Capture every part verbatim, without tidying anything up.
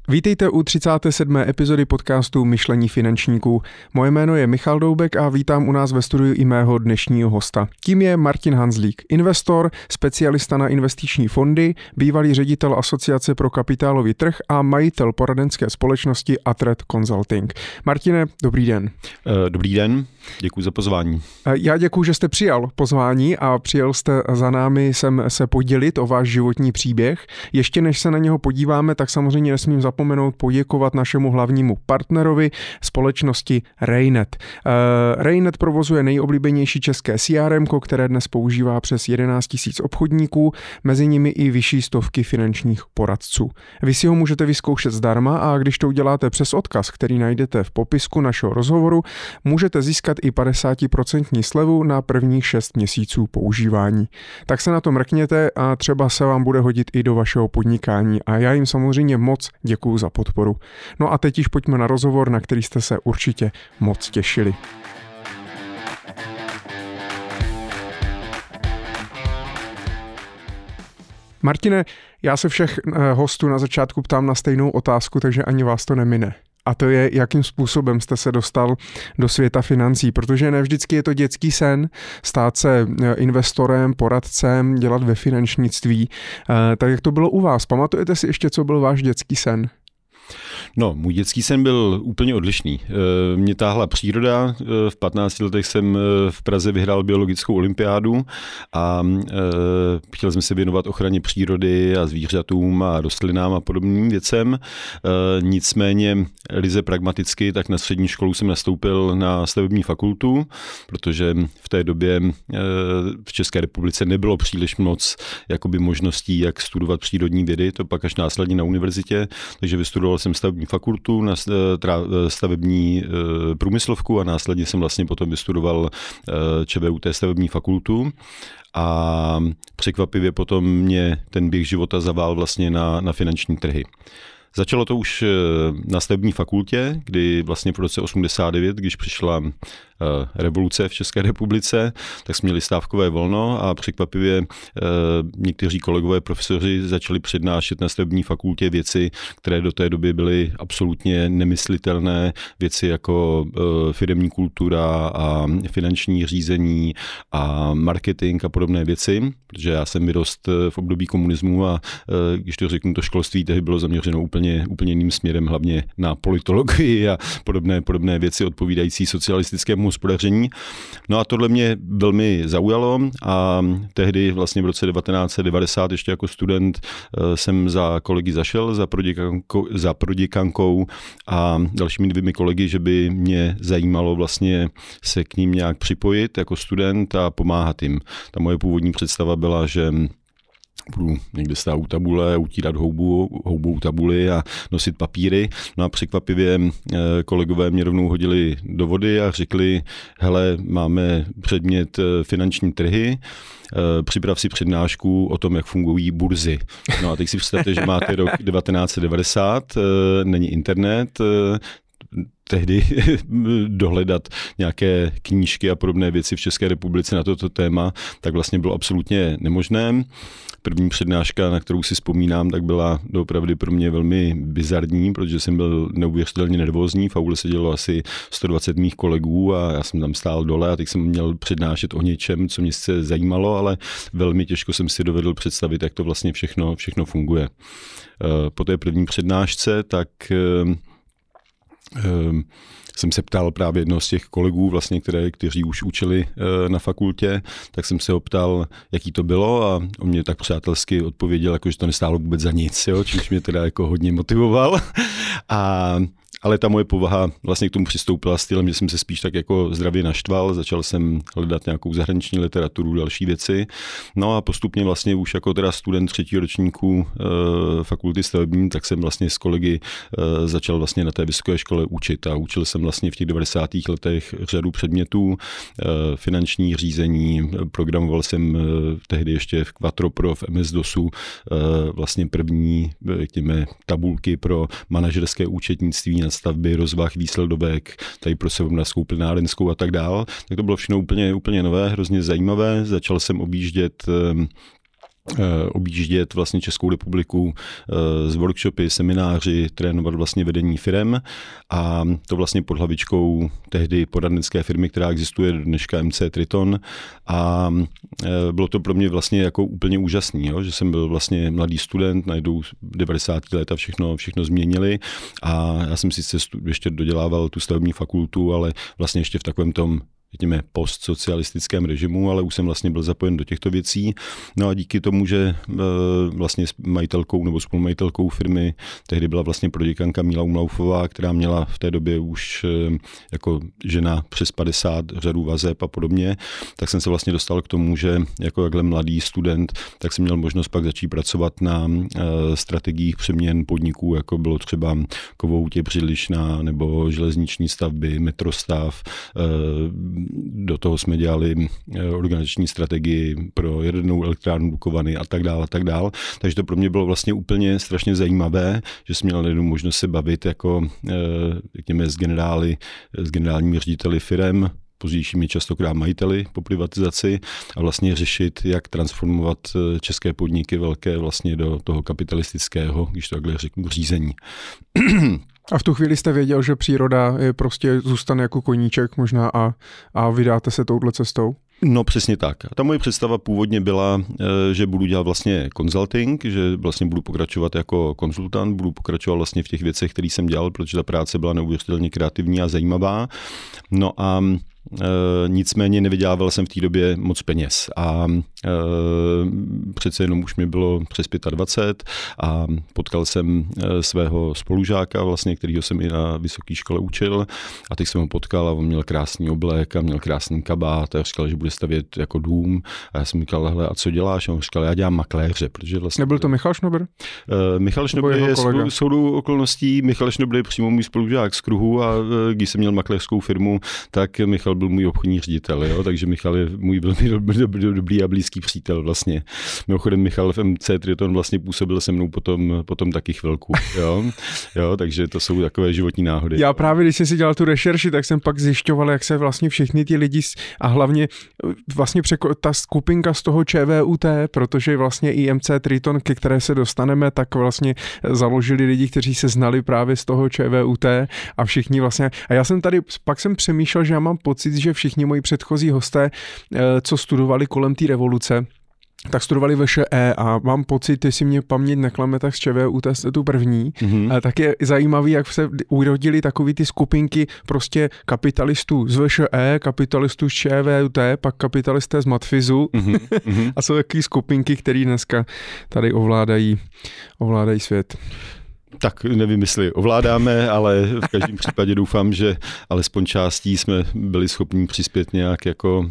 Vítejte u třicáté sedmé epizody podcastu Myšlení finančníků. Moje jméno je Michal Doubek a vítám u nás ve studiu i mého dnešního hosta. Tím je Martin Hanzlík, investor, specialista na investiční fondy, bývalý ředitel Asociace pro kapitálový trh a majitel poradenské společnosti Atred Consulting. Martine, dobrý den. Dobrý den, děkuji za pozvání. Já děkuji, že jste přijal pozvání a přijel jste za námi sem se podělit o váš životní příběh. Ještě než se na něho podíváme, tak samozřejmě nesmím zapomenout poděkovat našemu hlavnímu partnerovi, společnosti Raynet. Uh, Raynet provozuje nejoblíbenější české C R M, které dnes používá přes jedenáct tisíc obchodníků, mezi nimi i vyšší stovky finančních poradců. Vy si ho můžete vyzkoušet zdarma a když to uděláte přes odkaz, který najdete v popisku našeho rozhovoru, můžete získat i padesát procent slevu na prvních šest měsíců používání. Tak se na to mrkněte a třeba se vám bude hodit i do vašeho podnikání a já jim samozřejmě moc děkuju za podporu. No a teď již pojďme na rozhovor, na který jste se určitě moc těšili. Martine, já se všech hostů na začátku ptám na stejnou otázku, takže ani vás to nemine. A to je, jakým způsobem jste se dostal do světa financí, protože ne vždycky je to dětský sen stát se investorem, poradcem, dělat ve finančnictví. Tak jak to bylo u vás? Pamatujete si ještě, co byl váš dětský sen? No, můj dětský sen byl úplně odlišný. Mě táhla příroda, v patnácti letech jsem v Praze vyhrál biologickou olympiádu a chtěl jsem se věnovat ochraně přírody a zvířatům a rostlinám a podobným věcem. Nicméně ryze pragmaticky, tak na střední školu jsem nastoupil na stavební fakultu, protože v té době v České republice nebylo příliš moc jakoby možností, jak studovat přírodní vědy, to pak až následně na univerzitě, takže vystudoval jsem stavební fakultu, na stavební průmyslovku a následně jsem vlastně potom vystudoval ČVUT stavební fakultu a překvapivě potom mě ten běh života zavál vlastně na, na finanční trhy. Začalo to už na stavební fakultě, kdy vlastně v roce osmdesát devět, když přišla revoluce v České republice, tak jsme měli stávkové volno a překvapivě někteří kolegové profesoři začali přednášet na stavební fakultě věci, které do té doby byly absolutně nemyslitelné, věci jako firemní kultura a finanční řízení a marketing a podobné věci, protože já jsem vyrost v období komunismu a když to řeknu, to školství tehdy bylo zaměřeno úplně, úplně jiným směrem, hlavně na politologii a podobné, podobné věci odpovídající socialistickému hospodaření. No a tohle mě velmi zaujalo a tehdy vlastně v roce devatenáct set devadesát ještě jako student jsem za kolegy zašel, za proděkankou, za proděkankou a dalšími dvěmi kolegy, že by mě zajímalo vlastně se k ním nějak připojit jako student a pomáhat jim. Ta moje původní představa byla, že budu někde stát u tabule, utírat houbu, houbou tabuli a nosit papíry. No a překvapivě kolegové mě rovnou hodili do vody a řekli, hele, máme předmět finanční trhy, připrav si přednášku o tom, jak fungují burzy. No a teď si představte, že máte rok devatenáct set devadesát, není internet, tehdy dohledat nějaké knížky a podobné věci v České republice na toto téma, tak vlastně bylo absolutně nemožné. První přednáška, na kterou si vzpomínám, tak byla doopravdy pro mě velmi bizarní, protože jsem byl neuvěřitelně nervózní. V aule sedělo asi sto dvacet mých kolegů a já jsem tam stál dole a teď jsem měl přednášet o něčem, co mě se zajímalo, ale velmi těžko jsem si dovedl představit, jak to vlastně všechno, všechno funguje. Po té první přednášce tak jsem se ptal právě jednoho z těch kolegů, vlastně, které, kteří už učili na fakultě, tak jsem se ho ptal, jaký to bylo a on mě tak přátelsky odpověděl, jako, že to nestálo vůbec za nic, jo, čímž mě teda jako hodně motivoval. A ale ta moje povaha vlastně k tomu přistoupila stylem, že jsem se spíš tak jako zdravě naštval, začal jsem hledat nějakou zahraniční literaturu, další věci. No a postupně vlastně už jako teda student třetího ročníku e, fakulty stavební, tak jsem vlastně s kolegy e, začal vlastně na té vysoké škole učit a učil jsem vlastně v těch devadesátých letech řadu předmětů, e, finanční řízení, programoval jsem e, tehdy ještě v Quattro v em es dosu e, vlastně první, řekněme, tabulky pro manažerské účetnictví, nadstavby, rozvah, výsledovek, tady pro Severnaskou plynárenskou a tak dál. Tak to bylo všechno úplně, úplně nové, hrozně zajímavé. Začal jsem objíždět objíždět vlastně Českou republiku z workshopy, semináři, trénovat vlastně vedení firem a to vlastně pod hlavičkou tehdy poradenské firmy, která existuje do dneška M C Triton a bylo to pro mě vlastně jako úplně úžasný, jo? Že jsem byl vlastně mladý student, najednou devadesátá léta všechno, všechno změnili a já jsem sice ještě dodělával tu stavební fakultu, ale vlastně ještě v takovém tom řekněme, postsocialistickém režimu, ale už jsem vlastně byl zapojen do těchto věcí. No a díky tomu, že vlastně s majitelkou nebo spolumajitelkou firmy tehdy byla vlastně proděkanka Míla Umlaufová, která měla v té době už jako žena přes padesát řadu vazeb a podobně, tak jsem se vlastně dostal k tomu, že jako takhle mladý student, tak jsem měl možnost pak začít pracovat na strategiích přeměn podniků, jako bylo třeba Kovoutě Břidlišná nebo železniční stavby, metrostav. Do toho jsme dělali organizační strategii pro jadernou elektrárnu Dukovany a tak dále a tak dále. Takže to pro mě bylo vlastně úplně strašně zajímavé, že jsem měl najednou možnost se bavit jako řekněme s generály, s generálními řediteli firem, pozdějšími častokrát majiteli po privatizaci a vlastně řešit, jak transformovat české podniky velké vlastně do toho kapitalistického, když to takhle řeknu, řízení. A v tu chvíli jste věděl, že příroda je prostě zůstane jako koníček možná a, a vydáte se touhle cestou? No přesně tak. A ta moje představa původně byla, že budu dělat vlastně consulting, že vlastně budu pokračovat jako konzultant, budu pokračovat vlastně v těch věcech, které jsem dělal, protože ta práce byla neuvěřitelně kreativní a zajímavá. No a E, nicméně nevydělával jsem v té době moc peněz a e, přece jenom už mi bylo přes dvacet pět a potkal jsem e, svého spolužáka, vlastně, kterýho jsem i na vysoké škole učil a teď jsem ho potkal a on měl krásný oblek a měl krásný kabát a říkal, že bude stavět jako dům a já jsem říkal, hele, a co děláš? A on říkal, já dělám makléře. Protože vlastně... Nebyl to Michal Šnobr? E, Michal Šnobr je soudou okolností, Michal Šnobr je přímo můj spolužák z kruhu a e, když jsem měl makléřskou firmu, tak Michal byl můj obchodní ředitel, jo? Takže Michal je můj velmi dobrý, dobrý, dobrý a blízký přítel vlastně. Mimochodem Michal v M C Triton vlastně působil se mnou potom, potom taky chvilku, jo? Jo, takže to jsou takové životní náhody. Já právě, když jsem si dělal tu rešerši, tak jsem pak zjišťoval, jak se vlastně všichni ti lidi a hlavně vlastně překo, ta skupinka z toho ČVUT, protože vlastně i M C Triton, ke které se dostaneme, tak vlastně založili lidi, kteří se znali právě z toho ČVUT a všichni vlastně, a já jsem tady, pak jsem přemýšlel, že já mám pocit, že všichni moji předchozí hosté, co studovali kolem té revoluce, tak studovali V Š E a mám pocit, jestli mě paměť neklame, tak z ČVUT jste tu první. Mm-hmm. Tak je zajímavý, jak se urodili takový ty skupinky prostě kapitalistů z V Š E, kapitalistů z ČVUT, pak kapitalisté z Matfizu mm-hmm. a jsou takový skupinky, které dneska tady ovládají, ovládají svět. Tak nevím, jestli ovládáme, ale v každém případě doufám, že alespoň částí jsme byli schopni přispět nějak jako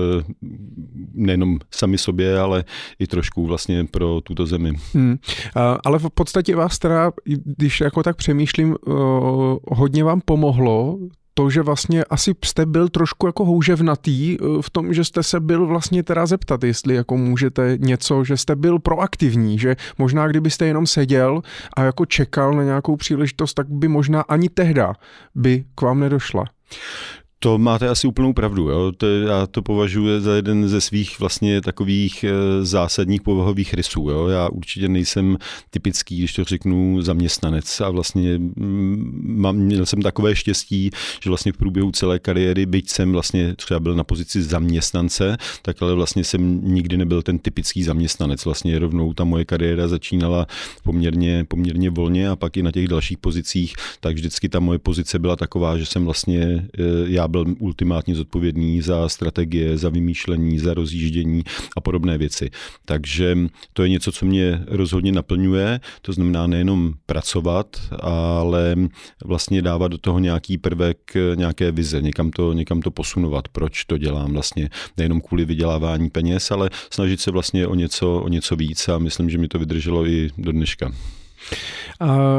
nejenom sami sobě, ale i trošku vlastně pro tuto zemi. Hmm. Ale v podstatě vás teda, když jako tak přemýšlím, hodně vám pomohlo to, že vlastně asi jste byl trošku jako houževnatý v tom, že jste se byl vlastně teda zeptat, jestli jako můžete něco, že jste byl proaktivní, že možná kdybyste jenom seděl a jako čekal na nějakou příležitost, tak by možná ani tehda by k vám nedošla. To máte asi úplnou pravdu. Jo? To, já to považuji za jeden ze svých vlastně takových zásadních povahových rysů. Jo? Já určitě nejsem typický, když to řeknu, zaměstnanec a vlastně mám, měl jsem takové štěstí, že vlastně v průběhu celé kariéry, byť jsem vlastně třeba byl na pozici zaměstnance, tak ale vlastně jsem nikdy nebyl ten typický zaměstnanec. Vlastně rovnou ta moje kariéra začínala poměrně, poměrně volně a pak i na těch dalších pozicích, tak vždycky ta moje pozice byla taková, že jsem vlastně já byl ultimátně zodpovědný za strategie, za vymýšlení, za rozjíždění a podobné věci. Takže to je něco, co mě rozhodně naplňuje, to znamená nejenom pracovat, ale vlastně dávat do toho nějaký prvek, nějaké vize, někam to, někam to posunovat, proč to dělám vlastně, nejenom kvůli vydělávání peněz, ale snažit se vlastně o něco, o něco víc a myslím, že mi to vydrželo i do dneška. Uh...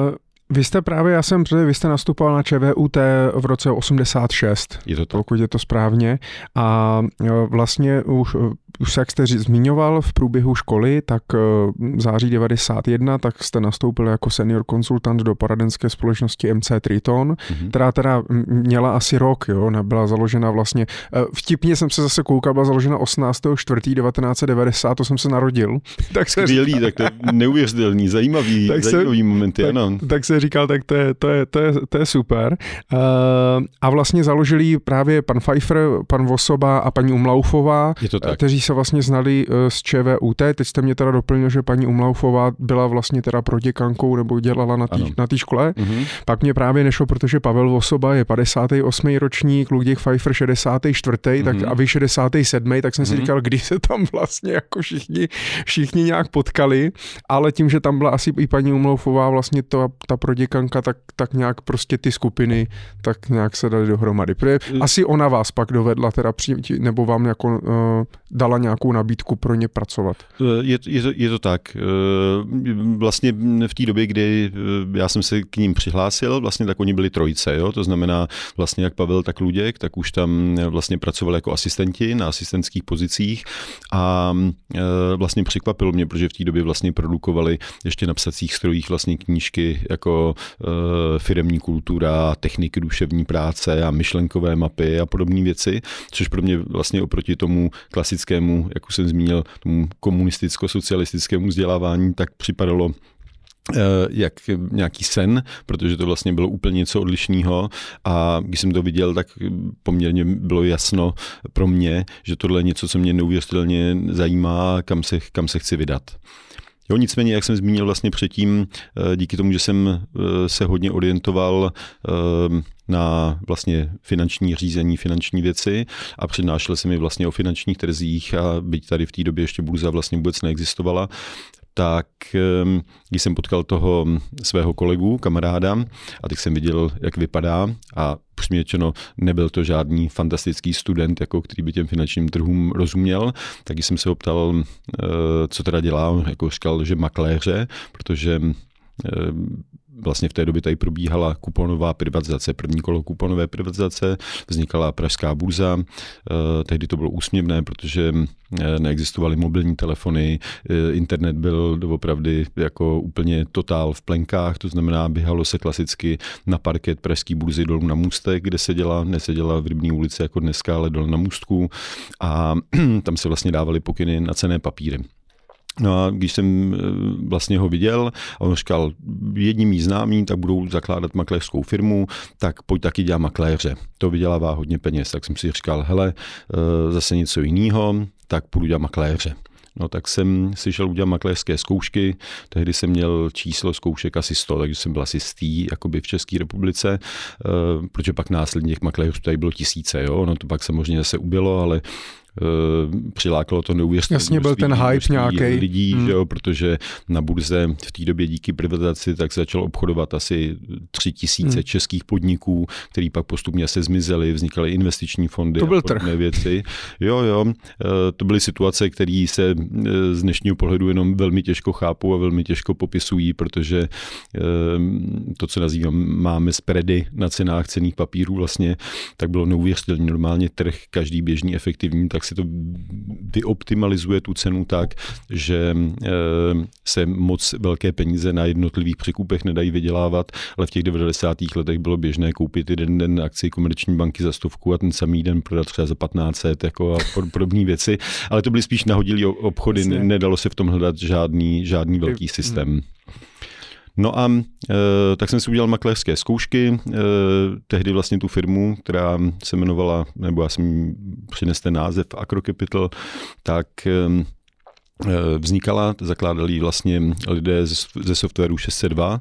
Vy jste právě, já jsem, protože vy jste nastupoval na ČVUT v roce osmdesát šest, je to tak. Pokud je to správně. A vlastně už, už jak jste zmiňoval v průběhu školy, tak v září devadesát jedna, tak jste nastoupil jako senior konzultant do poradenské společnosti M C Triton, mm-hmm. která teda měla asi rok, jo, nebyla založena vlastně, vtipně jsem se zase koukal, byla založena osmnáctého čtvrtého devatenáct set devadesát, to jsem se narodil. Tak se Skvělý, tak to je neuvěřitelný, zajímavý, tak zajímavý se, momenty, tak, ano. Tak se říkal, tak to je, to je, to je, to je super. Uh, a vlastně založili právě pan Pfeiffer, pan Vosoba a paní Umlaufová, kteří se vlastně znali z ČVUT. Teď jste mě teda doplnil, že paní Umlaufová byla vlastně teda proděkankou nebo dělala na té na té škole. Mm-hmm. Pak mě právě nešlo, protože Pavel Vosoba je padesátý osmý ročník, Luděk Pfeiffer šedesátý čtvrtý Mm-hmm. tak a vy šedesátý sedmý tak jsem mm-hmm. si říkal, kdy se tam vlastně jako všichni, všichni nějak potkali, ale tím, že tam byla asi i paní Umlaufová, vlastně to, ta proděkanka, tak, tak nějak prostě ty skupiny tak nějak se dali dohromady. Protože mm. asi ona vás pak dovedla teda přijít, nebo vám jako uh, dala nějakou nabídku pro ně pracovat. Je, je, to, je to tak. Vlastně v té době, kdy já jsem se k ním přihlásil, vlastně tak oni byli trojice, jo? To znamená vlastně jak Pavel, tak Luděk, tak už tam vlastně pracovali jako asistenti na asistentských pozicích a vlastně překvapilo mě, protože v té době vlastně produkovali ještě na psacích strojích vlastně knížky jako firemní kultura, techniky duševní práce a myšlenkové mapy a podobné věci, což pro mě vlastně oproti tomu klasickému, jak už jsem zmínil, tomu komunisticko-socialistickému vzdělávání, tak připadalo jak nějaký sen, protože to vlastně bylo úplně něco odlišného a když jsem to viděl, tak poměrně bylo jasno pro mě, že tohle je něco, co mě neuvěřitelně zajímá, kam se, kam se chci vydat. Jo, nicméně, jak jsem zmínil vlastně předtím, díky tomu, že jsem se hodně orientoval na vlastně finanční řízení, finanční věci a přednášel jsem mi vlastně o finančních trzích a byť tady v té době ještě burza vlastně vůbec neexistovala, tak když jsem potkal toho svého kolegu, kamaráda a teď jsem viděl, jak vypadá a upřímně řečeno, nebyl to žádný fantastický student, jako který by těm finančním trhům rozuměl, tak když jsem se ho ptal, co teda dělá, on jako říkal, že makléře, protože vlastně v té době tady probíhala kuponová privatizace, první kolo kuponové privatizace, vznikala pražská burza, tehdy to bylo úsměvné, protože neexistovaly mobilní telefony, internet byl doopravdy jako úplně totál v plenkách, to znamená, běhalo se klasicky na parket pražský burzy dolů na Můstek, kde seděla, neseděla v Rybní ulici jako dneska, ale dole na Můstku a tam se vlastně dávaly pokyny na cenné papíry. No a když jsem vlastně ho viděl a on říkal, jedni mý známí, tak budou zakládat makléřskou firmu, tak pojď taky dělat makléře. To vydělává hodně peněz. Tak jsem si říkal, hele, zase něco jiného, tak půjdu dělat makléře. No tak jsem si šel udělat makléřské zkoušky, tehdy jsem měl číslo zkoušek asi sto, takže jsem byl asi stý jakoby v České republice, protože pak následně těch makléřů tady bylo tisíce, jo, no to pak samozřejmě zase ubylo, ale přilákalo to neuvěřitelné. Jasně byl ten hype nějaký lidí, hmm. že jo, protože na burze v té době díky privatizaci tak se začalo obchodovat asi tři tisíce hmm. českých podniků, který pak postupně se zmizely, vznikaly investiční fondy to byl a podobné trh. Věci. Jo, jo, to byly situace, které se z dnešního pohledu jenom velmi těžko chápou a velmi těžko popisují, protože to, co nazývám, máme spready na cenách cenných papírů vlastně, tak bylo neuvěřitelně normálně trh, každý běžný efektivní, tak si to vyoptimalizuje tu cenu tak, že se moc velké peníze na jednotlivých překupech nedají vydělávat, ale v těch devadesátých letech bylo běžné koupit jeden den akci Komerční banky za stovku a ten samý den prodat třeba za patnáct set jako a podobné věci, ale to byly spíš nahodilý obchody, Jasně. nedalo se v tom hledat žádný, žádný velký systém. Hmm. No a e, tak jsem si udělal makléřské zkoušky, e, tehdy vlastně tu firmu, která se jmenovala, nebo já jsem přines ten název Acrocapital, tak e, vznikala, zakládali vlastně lidé ze softwaru šest set dva,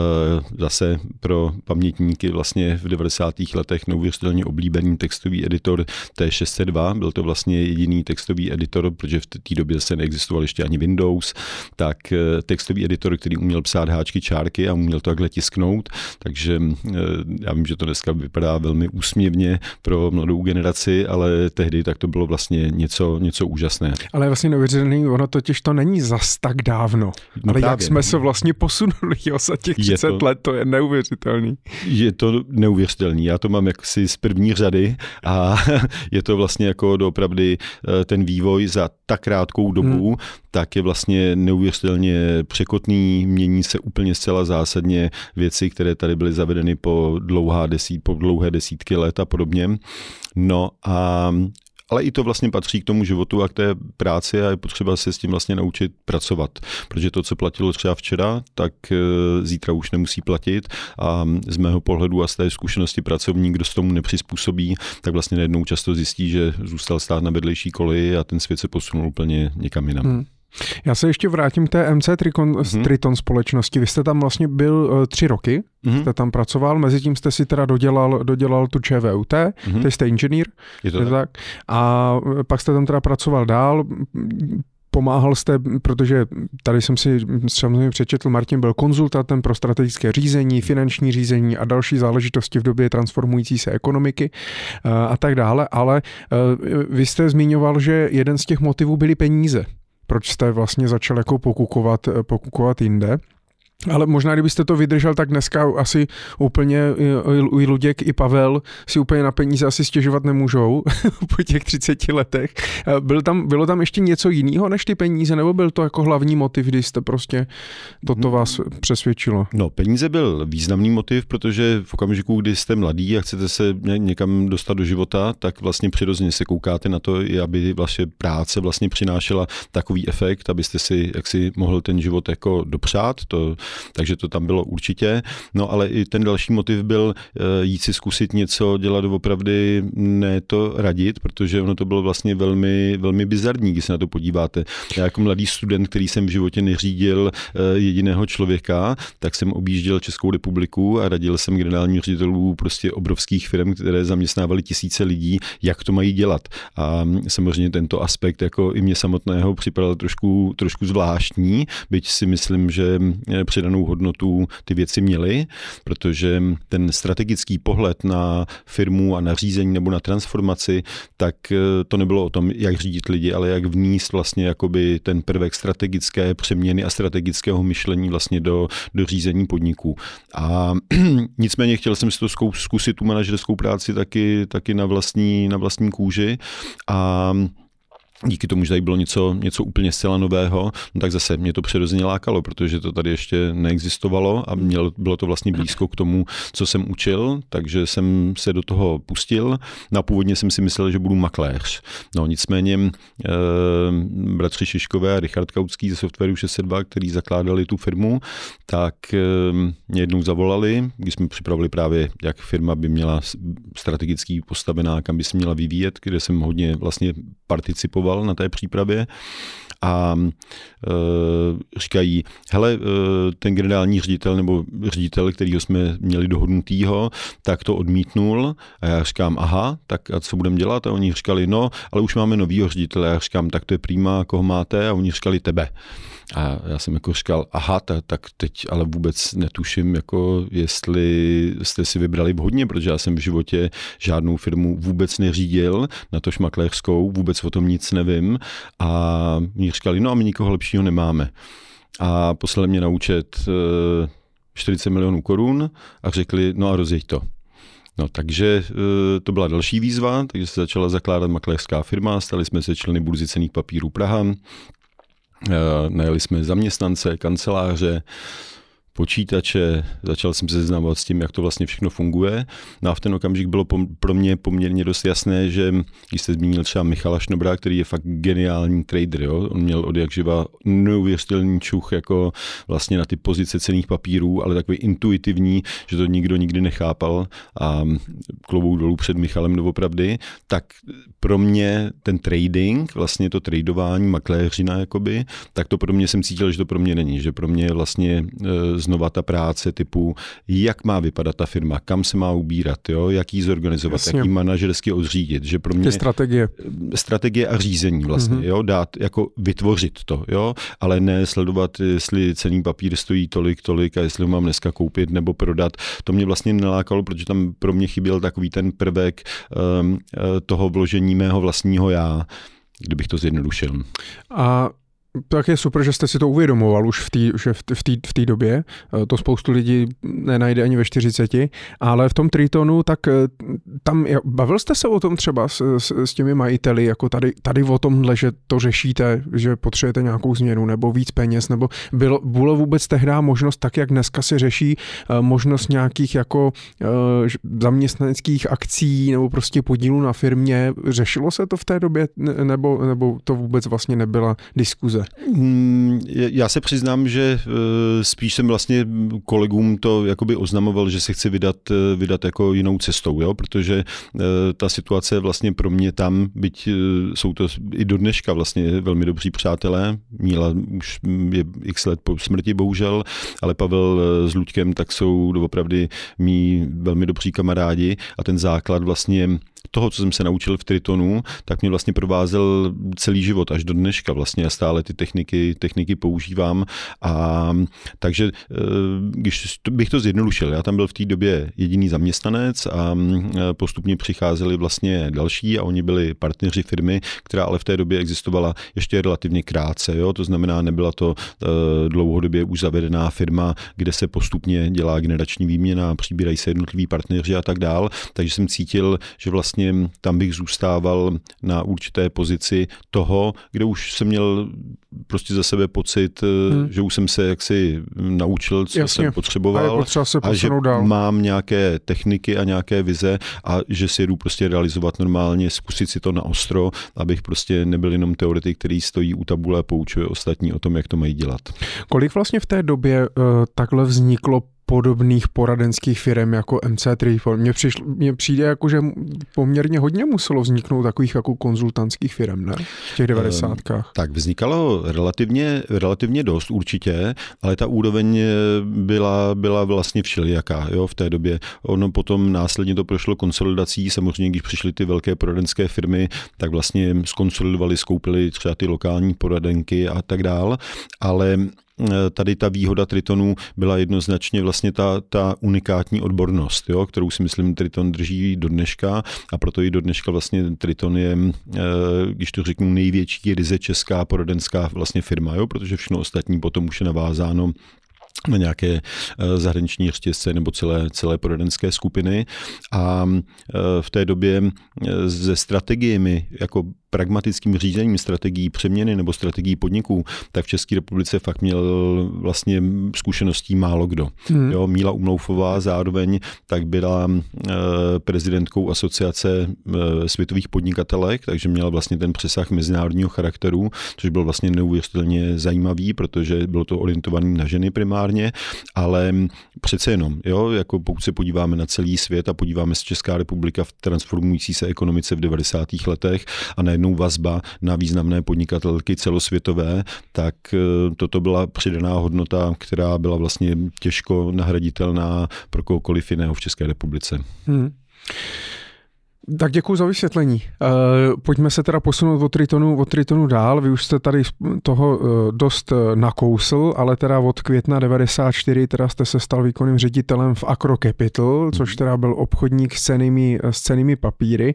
zase pro pamětníky vlastně v devadesátých letech neuvěřitelně oblíbený textový editor T šest set dva, byl to vlastně jediný textový editor, protože v té době se neexistoval ještě ani Windows, tak textový editor, který uměl psát háčky, čárky a uměl to takhle tisknout, takže já vím, že to dneska vypadá velmi úsměvně pro mladou generaci, ale tehdy tak to bylo vlastně něco, něco úžasné. Ale vlastně neuvěřitelný, ono totiž to není zas tak dávno, no ale právě. Jak jsme se vlastně posunuli jo, za těch třicet to, let, to je neuvěřitelný. Je to neuvěřitelný, já to mám jaksi z první řady a je to vlastně jako doopravdy ten vývoj za tak krátkou dobu, hmm. tak je vlastně neuvěřitelně překotný, mění se úplně zcela zásadně věci, které tady byly zavedeny po, dlouhá desít, po dlouhé desítky let a podobně. No a ale i to vlastně patří k tomu životu a k té práci a je potřeba se s tím vlastně naučit pracovat, protože to, co platilo třeba včera, tak zítra už nemusí platit a z mého pohledu a z té zkušenosti pracovník, kdo se tomu nepřizpůsobí, tak vlastně najednou často zjistí, že zůstal stát na vedlejší koleji a ten svět se posunul úplně někam jinam. Hmm. Já se ještě vrátím k té M C Triton, mm-hmm. Triton společnosti. Vy jste tam vlastně byl uh, tři roky, mm-hmm. jste tam pracoval, mezi tím jste si teda dodělal, dodělal tu ČVUT, mm-hmm. teď jste inženýr. Je to tak. tak. A pak jste tam teda pracoval dál, pomáhal jste, protože tady jsem si samozřejmě přečetl, Martin byl konzultantem pro strategické řízení, finanční řízení a další záležitosti v době transformující se ekonomiky uh, a tak dále, ale uh, vy jste zmiňoval, že jeden z těch motivů byly peníze. Proč jste vlastně začal jako pokukovat, pokukovat jinde. Ale možná, kdybyste to vydržel, tak dneska asi úplně i Luděk, i Pavel si úplně na peníze asi stěžovat nemůžou po těch třiceti letech. Byl tam, bylo tam ještě něco jiného než ty peníze, nebo byl to jako hlavní motiv, kdy jste prostě toto vás přesvědčilo? No, peníze byl významný motiv, protože v okamžiku, kdy jste mladý a chcete se někam dostat do života, tak vlastně přirozeně se koukáte na to, aby vaše práce vlastně přinášela takový efekt, abyste si jaksi mohl ten život jako dopřát. To Takže to tam bylo určitě. No ale i ten další motiv byl jít si zkusit něco dělat opravdu, ne to radit, protože ono to bylo vlastně velmi, velmi bizarní, když se na to podíváte. Já jako mladý student, který jsem v životě neřídil jediného člověka, tak jsem objížděl Českou republiku a radil jsem generálním ředitelů prostě obrovských firm, které zaměstnávaly tisíce lidí, jak to mají dělat. A samozřejmě tento aspekt jako i mě samotného připadal trošku, trošku zvláštní, byť si myslím, že přidanou hodnotu ty věci měly, protože ten strategický pohled na firmu a na řízení nebo na transformaci, tak to nebylo o tom, jak řídit lidi, ale jak vníst vlastně jakoby ten prvek strategické přeměny a strategického myšlení vlastně do, do řízení podniků. A nicméně chtěl jsem si to zkusit tu manažerskou práci taky, taky na vlastní, na vlastní kůži a díky tomu, že tady bylo něco, něco úplně zcela nového, no tak zase mě to přirozeně lákalo, protože to tady ještě neexistovalo a mělo, bylo to vlastně blízko k tomu, co jsem učil, takže jsem se do toho pustil. No a původně jsem si myslel, že budu makléř. No nicméně eh, bratři Šiškové a Richard Kautský ze Softwaru šest set dva, který zakládali tu firmu, tak eh, mě jednou zavolali, když jsme připravili právě, jak firma by měla strategicky postavená, kam by se měla vyvíjet, kde jsem hodně vlastně participoval na té přípravě a e, říkají, hele, e, ten generální ředitel nebo ředitel, kterýho jsme měli dohodnutýho, tak to odmítnul a já říkám, aha, tak a co budeme dělat? A oni říkali, no, ale už máme novýho ředitele. Já říkám, tak to je prima, koho máte? A oni říkali, tebe. A já jsem jako říkal, aha, tak, tak teď ale vůbec netuším, jako jestli jste si vybrali vhodně, protože já jsem v životě žádnou firmu vůbec neřídil, natož makléřskou, vůbec o tom nic nevím. A mě říkali, no a my nikoho lepšího nemáme. A poslali mě na účet čtyřicet milionů korun a řekli, no a rozjeď to. No, takže to byla další výzva, takže se začala zakládat makléřská firma, stali jsme se členy burzy cenných papírů Praha, najeli jsme zaměstnance, kanceláře, počítače, začal jsem se seznamovat s tím, jak to vlastně všechno funguje. No a v ten okamžik bylo pro mě poměrně dost jasné, že když jste zmínil třeba Michala Šnobra, který je fakt geniální trader, jo? On měl od jak živa neuvěřitelný čuch jako vlastně na ty pozice cenných papírů, ale takový intuitivní, že to nikdo nikdy nechápal a klobouk dolů před Michalem doopravdy, tak pro mě ten trading, vlastně to tradování, makléřina jakoby, tak to pro mě jsem cítil, že to pro mě není, že pro mě je vlastně znova ta práce typu, jak má vypadat ta firma, kam se má ubírat, jo, jak ji zorganizovat, Jasně. jak ji manažersky odřídit, že pro mě ty strategie. strategie a řízení vlastně, mm-hmm. jo, dát, jako vytvořit to, jo, ale ne sledovat, jestli cenný papír stojí tolik, tolik a jestli ho mám dneska koupit nebo prodat. To mě vlastně nelákalo, protože tam pro mě chyběl takový ten prvek um, toho vložení mého vlastního já, kdybych to zjednodušil. A Tak je super, že jste si to uvědomoval už v té že v v v té době. To spoustu lidí nenajde ani ve čtyřiceti, ale v tom Tritonu, tak tam, bavil jste se o tom třeba s, s, s těmi majiteli, jako tady, tady o tomhle, že to řešíte, že potřebujete nějakou změnu nebo víc peněz, nebo bylo, bylo vůbec tehdy možnost, tak jak dneska se řeší, možnost nějakých jako zaměstnaneckých akcí nebo prostě podílů na firmě, řešilo se to v té době, nebo, nebo to vůbec vlastně nebyla diskuze? Já se přiznám, že spíš jsem vlastně kolegům to jakoby oznamoval, že se chci vydat, vydat jako jinou cestou, jo? Protože ta situace vlastně pro mě tam, byť jsou to i do dneška vlastně velmi dobří přátelé, Míla už je x let po smrti bohužel, ale Pavel s Luďkem tak jsou opravdu mý velmi dobří kamarádi a ten základ vlastně toho, co jsem se naučil v Tritonu, tak mě vlastně provázel celý život až do dneška vlastně. Já stále ty techniky, techniky používám a takže když bych to zjednodušil, já tam byl v té době jediný zaměstnanec a postupně přicházeli vlastně další a oni byli partneři firmy, která ale v té době existovala ještě relativně krátce. Jo? To znamená, nebyla to dlouhodobě už zavedená firma, kde se postupně dělá generační výměna, přibírají se jednotliví partneři a tak dál. Takže jsem cítil, že vlastně tam bych zůstával na určité pozici toho, kde už jsem měl prostě za sebe pocit, hmm. že už jsem se jaksi naučil, co Jasně. jsem potřeboval a, se a že dál. mám nějaké techniky a nějaké vize a že si jdu prostě realizovat normálně, zkusit si to na ostro, abych prostě nebyl jenom teoretik, který stojí u tabule a poučuje ostatní o tom, jak to mají dělat. Kolik vlastně v té době uh, takhle vzniklo podobných poradenských firm jako M C tři? Mně, přišlo, mně přijde jako, že poměrně hodně muselo vzniknout takových jako konzultantských firm, ne? V těch devadesátkách. Tak vznikalo relativně, relativně dost určitě, ale ta úroveň byla, byla vlastně všelijaká, jo, v té době. Ono potom následně to prošlo konsolidací, samozřejmě když přišly ty velké poradenské firmy, tak vlastně skonsolidovali, skoupili třeba ty lokální poradenky a tak dál, ale tady ta výhoda Tritonu byla jednoznačně vlastně ta, ta unikátní odbornost, jo, kterou si myslím Triton drží do dneška a proto i do dneška vlastně Triton je, když to řeknu, největší ryze česká poradenská vlastně firma, jo, protože všechno ostatní potom už je navázáno na nějaké zahraniční řetězce nebo celé, celé poradenské skupiny a v té době se strategiemi jako pragmatickým řízením strategií přeměny nebo strategií podniků, tak v České republice fakt měl vlastně zkušeností málo kdo. Hmm. Jo, Míla Umloufová zároveň tak byla e, prezidentkou asociace e, světových podnikatelek, takže měla vlastně ten přesah mezinárodního charakteru, což byl vlastně neuvěřitelně zajímavý, protože bylo to orientované na ženy primárně, ale přece jenom, jo, jako pokud se podíváme na celý svět a podíváme se Česká republika v transformující se ekonomice v devadesátých letech a najednou vazba na významné podnikatelky celosvětové, tak toto byla přidaná hodnota, která byla vlastně těžko nahraditelná pro kohokoliv jiného v České republice. Hmm. Tak děkuji za vysvětlení. Pojďme se teda posunout od Tritonu, od Tritonu dál. Vy už jste tady toho dost nakousl, ale teda od května devadesát čtyři teda jste se stal výkonným ředitelem v Acro Capital, což teda byl obchodník s cennými, s cennými papíry.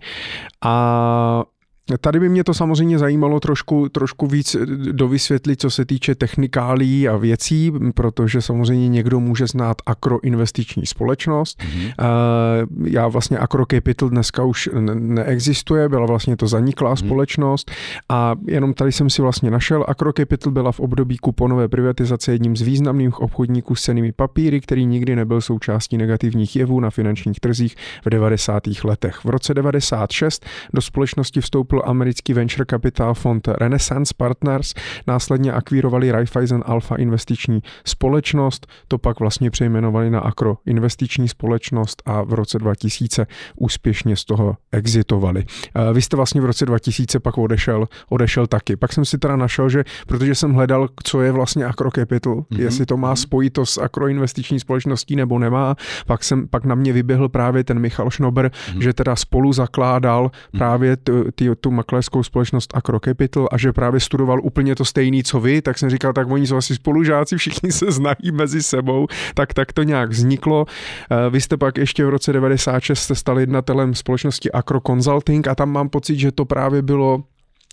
A tady by mě to samozřejmě zajímalo trošku, trošku víc dovysvětlit, co se týče technikálí a věcí, protože samozřejmě někdo může znát Acro investiční společnost. Mm-hmm. Já vlastně Acro Capital dneska už neexistuje, byla vlastně to zaniklá mm-hmm. společnost a jenom tady jsem si vlastně našel, Acro Capital byla v období kuponové privatizace jedním z významných obchodníků s cennými papíry, který nikdy nebyl součástí negativních jevů na finančních trzích v devadesátých letech. V roce devadesát šest do společnosti vstoupil americký venture capital fond Renaissance Partners, následně akvírovali Raiffeisen Alpha investiční společnost, to pak vlastně přejmenovali na Acro investiční společnost a v roce dva tisíce úspěšně z toho exitovali. Vy jste vlastně v roce dva tisíce pak odešel, odešel taky. Pak jsem si teda našel, že protože jsem hledal, co je vlastně Acro Capital, mm-hmm. jestli to má spojitost s Acro investiční společností nebo nemá, pak, jsem, pak na mě vyběhl právě ten Michal Šnober, mm-hmm. že teda spolu zakládal mm-hmm. právě tu, tu, tu makléřskou společnost Acro Capital a že právě studoval úplně to stejný, co vy, tak jsem říkal, tak oni jsou asi spolužáci, všichni se znají mezi sebou, tak, tak to nějak vzniklo. Vy jste pak ještě v roce devadesát šest jste stal jednatelem společnosti Acro Consulting a tam mám pocit, že to právě bylo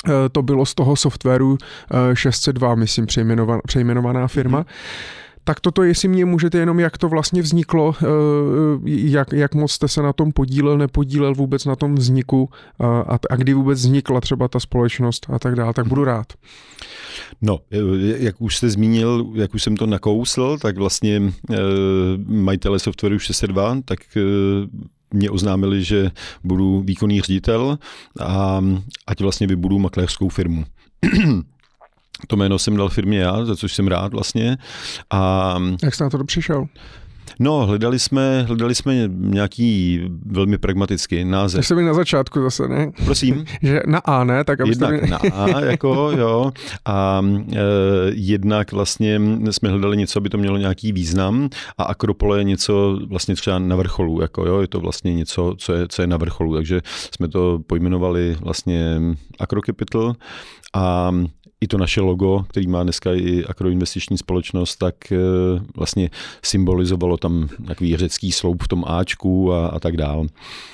to bylo z toho softwaru šest set dva, myslím, přejmenovaná, přejmenovaná firma. Mm. Tak toto, jestli mě můžete jenom, jak to vlastně vzniklo, jak, jak moc jste se na tom podílel, nepodílel vůbec na tom vzniku a, a kdy vůbec vznikla třeba ta společnost a tak dále, tak budu rád. No, jak už jste zmínil, jak už jsem to nakousl, tak vlastně e, majitele softwaru šest set dva, tak e, mě oznámili, že budu výkonný ředitel a ať vlastně vybudu makléřskou firmu. To jméno jsem dal firmě já, za což jsem rád vlastně. A jak jste na to přišel? No, hledali jsme, hledali jsme nějaký velmi pragmatický název. Tak jste byl na začátku zase, ne? Prosím? Že na A, ne? Tak jednak byli... na A, jako jo. A e, jednak vlastně jsme hledali něco, aby to mělo nějaký význam a Akropole je něco vlastně třeba na vrcholu, jako jo, je to vlastně něco, co je, co je na vrcholu, takže jsme to pojmenovali vlastně Acrocapital a i to naše logo, který má dneska i Akroinvestiční společnost, tak vlastně symbolizovalo tam takový řecký sloup v tom Ačku a, a tak dál.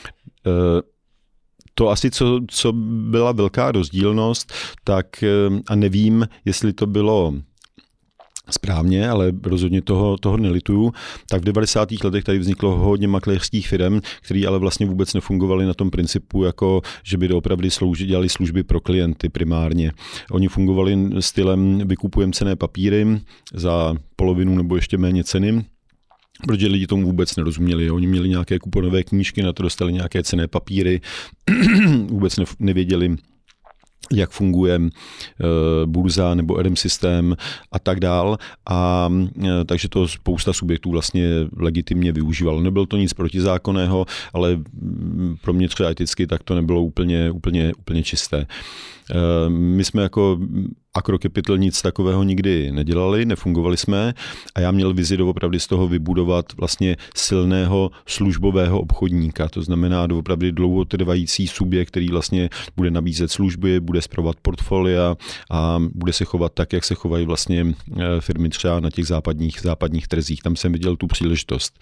To asi, co, co byla velká rozdílnost, tak a nevím, jestli to bylo správně, ale rozhodně toho, toho nelituju, tak v devadesátých letech tady vzniklo hodně makléřských firm, které ale vlastně vůbec nefungovaly na tom principu, jako že by doopravdy slouži, dělali služby pro klienty primárně. Oni fungovali stylem vykupujeme cenné papíry za polovinu nebo ještě méně ceny, protože lidi tomu vůbec nerozuměli. Oni měli nějaké kuponové knížky, na to dostali nějaké cenné papíry, vůbec nevěděli, jak funguje uh, burza nebo R M systém a tak dál. A uh, takže to spousta subjektů vlastně legitimně využívalo. Nebylo to nic protizákonného, ale pro mě třeba eticky tak to nebylo úplně, úplně, úplně čisté. Uh, my jsme jako Acrocapital nic takového nikdy nedělali, nefungovali jsme a já měl vizi doopravdy z toho vybudovat vlastně silného službového obchodníka. To znamená doopravdy dlouhotrvající subjekt, který vlastně bude nabízet služby, bude spravovat portfolia a bude se chovat tak, jak se chovají vlastně firmy třeba na těch západních, západních trzích. Tam jsem viděl tu příležitost.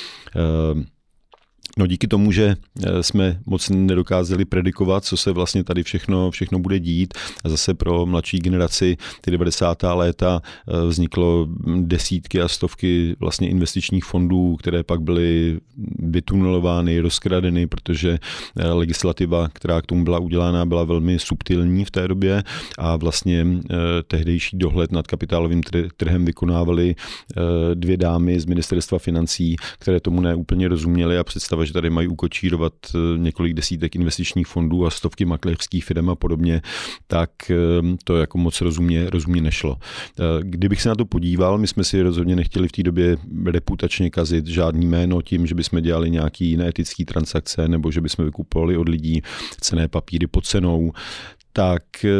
No díky tomu, že jsme moc nedokázali predikovat, co se vlastně tady všechno, všechno bude dít a zase pro mladší generaci ty devadesátá léta vzniklo desítky a stovky vlastně investičních fondů, které pak byly vytunelovány, rozkradeny, protože legislativa, která k tomu byla udělána, byla velmi subtilní v té době a vlastně tehdejší dohled nad kapitálovým trhem vykonávaly dvě dámy z ministerstva financí, které tomu neúplně rozuměly a představa, že tady mají ukočírovat několik desítek investičních fondů a stovky makléřských firm a podobně, tak to jako moc rozumně, rozumně nešlo. Kdybych se na to podíval, my jsme si rozhodně nechtěli v té době reputačně kazit žádný jméno tím, že bychom dělali nějaký neetický transakce nebo že bychom vykupovali od lidí cenné papíry pod cenou. Tak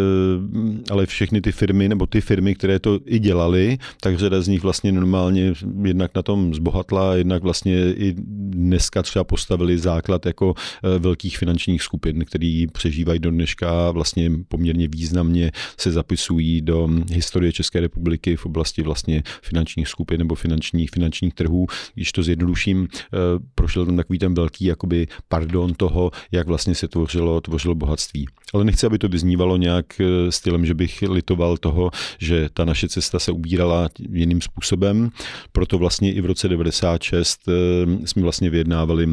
ale všechny ty firmy, nebo ty firmy, které to i dělaly, tak řada z nich vlastně normálně jednak na tom zbohatla, jednak vlastně i dneska třeba postavili základ jako velkých finančních skupin, který přežívají do dneška, vlastně poměrně významně se zapisují do historie České republiky v oblasti vlastně finančních skupin nebo finančních, finančních trhů. Když to zjednoduším, prošel tam takový ten velký jakoby pardon toho, jak vlastně se tvořilo, tvořilo bohatství. Ale nechci, aby to vyznívalo nějak stylem, že bych litoval toho, že ta naše cesta se ubírala jiným způsobem. Proto vlastně i v roce devadesát šest jsme vlastně vyjednávali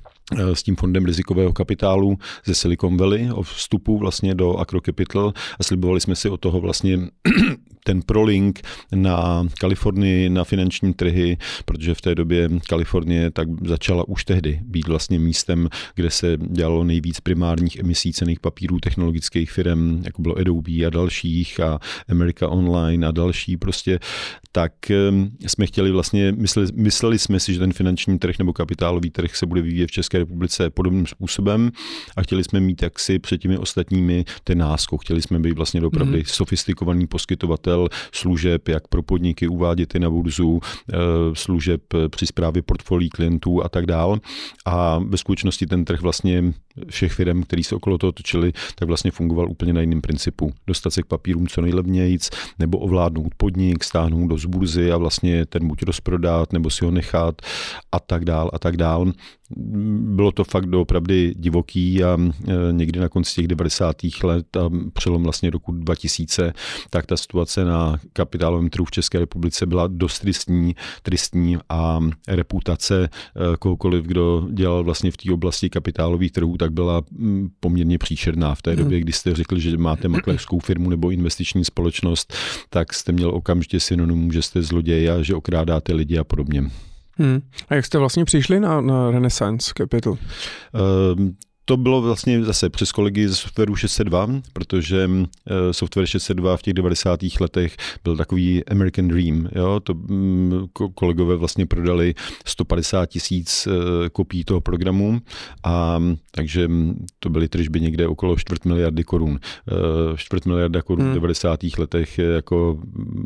s tím fondem rizikového kapitálu ze Silicon Valley o vstupu vlastně do Acrocapital a slibovali jsme si od toho vlastně ten prolink na Kalifornii, na finanční trhy, protože v té době Kalifornie tak začala už tehdy být vlastně místem, kde se dělalo nejvíc primárních emisí cenných papírů technologických firm, jako bylo Adobe a dalších a America Online a další prostě, tak jsme chtěli vlastně, mysleli, mysleli jsme si, že ten finanční trh nebo kapitálový trh se bude vyvíjet v České republice podobným způsobem a chtěli jsme mít jaksi před těmi ostatními ten náskok. Chtěli jsme být vlastně opravdu mm. sofistikovaný poskytovatel služeb, jak pro podniky uvádět na burzu, služeb při správě portfolií klientů a tak dál. A ve skutečnosti ten trh vlastně všech firm, který se okolo toho točili, tak vlastně fungoval úplně na jiném principu. Dostat se k papírům co nejlevnějc, nebo ovládnout podnik, stáhnout do z burzy a vlastně ten buď rozprodat, nebo si ho nechat a tak dál a tak dál. bylo to fakt doopravdy divoký a někdy na konci těch devadesátých let a přelom vlastně roku dva tisíce, tak ta situace na kapitálovém trhu v České republice byla dost tristní, tristní a reputace kohokoliv, kdo dělal vlastně v té oblasti kapitálových trhů, tak byla poměrně příšerná. V té hmm. době, kdy jste řekli, že máte makléřskou firmu nebo investiční společnost, tak jste měl okamžitě synonymum, že jste zloděj a že okrádáte lidi a podobně. Hmm. A jak jste vlastně přišli na, na Renaissance Capital? Um, To bylo vlastně zase přes kolegy ze Softwaru šest set dva, protože Software šest set dva v těch devadesátých letech byl takový American Dream. Jo? To kolegové vlastně prodali sto padesát tisíc kopií toho programu a takže to byly tržby někde okolo čtvrt miliardy korun. Čtvrt miliarda korun hmm. v devadesátých letech je jako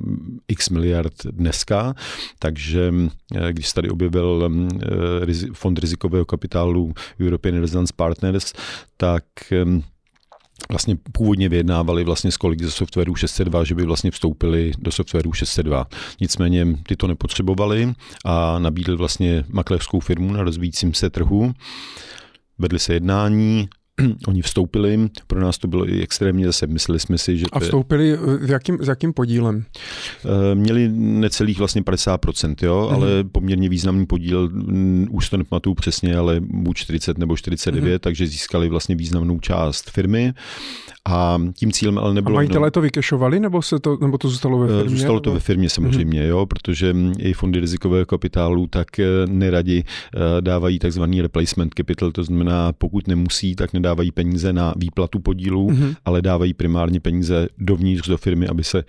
x miliard dneska, takže když se tady objevil fond rizikového kapitálu European Renaissance Partners, tak vlastně původně vyjednávali vlastně s kolegy ze Softwaru šest set dva, že by vlastně vstoupili do Softwaru šest set dva. Nicméně ty to nepotřebovali a nabídli vlastně makléřskou firmu na rozvíjícím se trhu. Vedli se jednání, oni vstoupili, pro nás to bylo i extrémně zase, mysleli jsme si, že... A vstoupili v jakým, s jakým podílem? Měli necelých vlastně padesát procent, jo, mm. ale poměrně významný podíl, už to nepamatuju přesně, ale buď čtyřicet nebo čtyřicet devět, mm. takže získali vlastně významnou část firmy. A tím cílem ale nebylo... A majitelé no, to vykešovali, nebo, se to, nebo to zůstalo ve firmě? Zůstalo nebo? to ve firmě samozřejmě, mm. jo, protože i fondy rizikového kapitálu tak neradi dávají takzvaný replacement capital, to znamená, pokud nemusí, tak nedávají peníze na výplatu podílů, mm. ale dávají primárně peníze dovnitř do firmy, aby se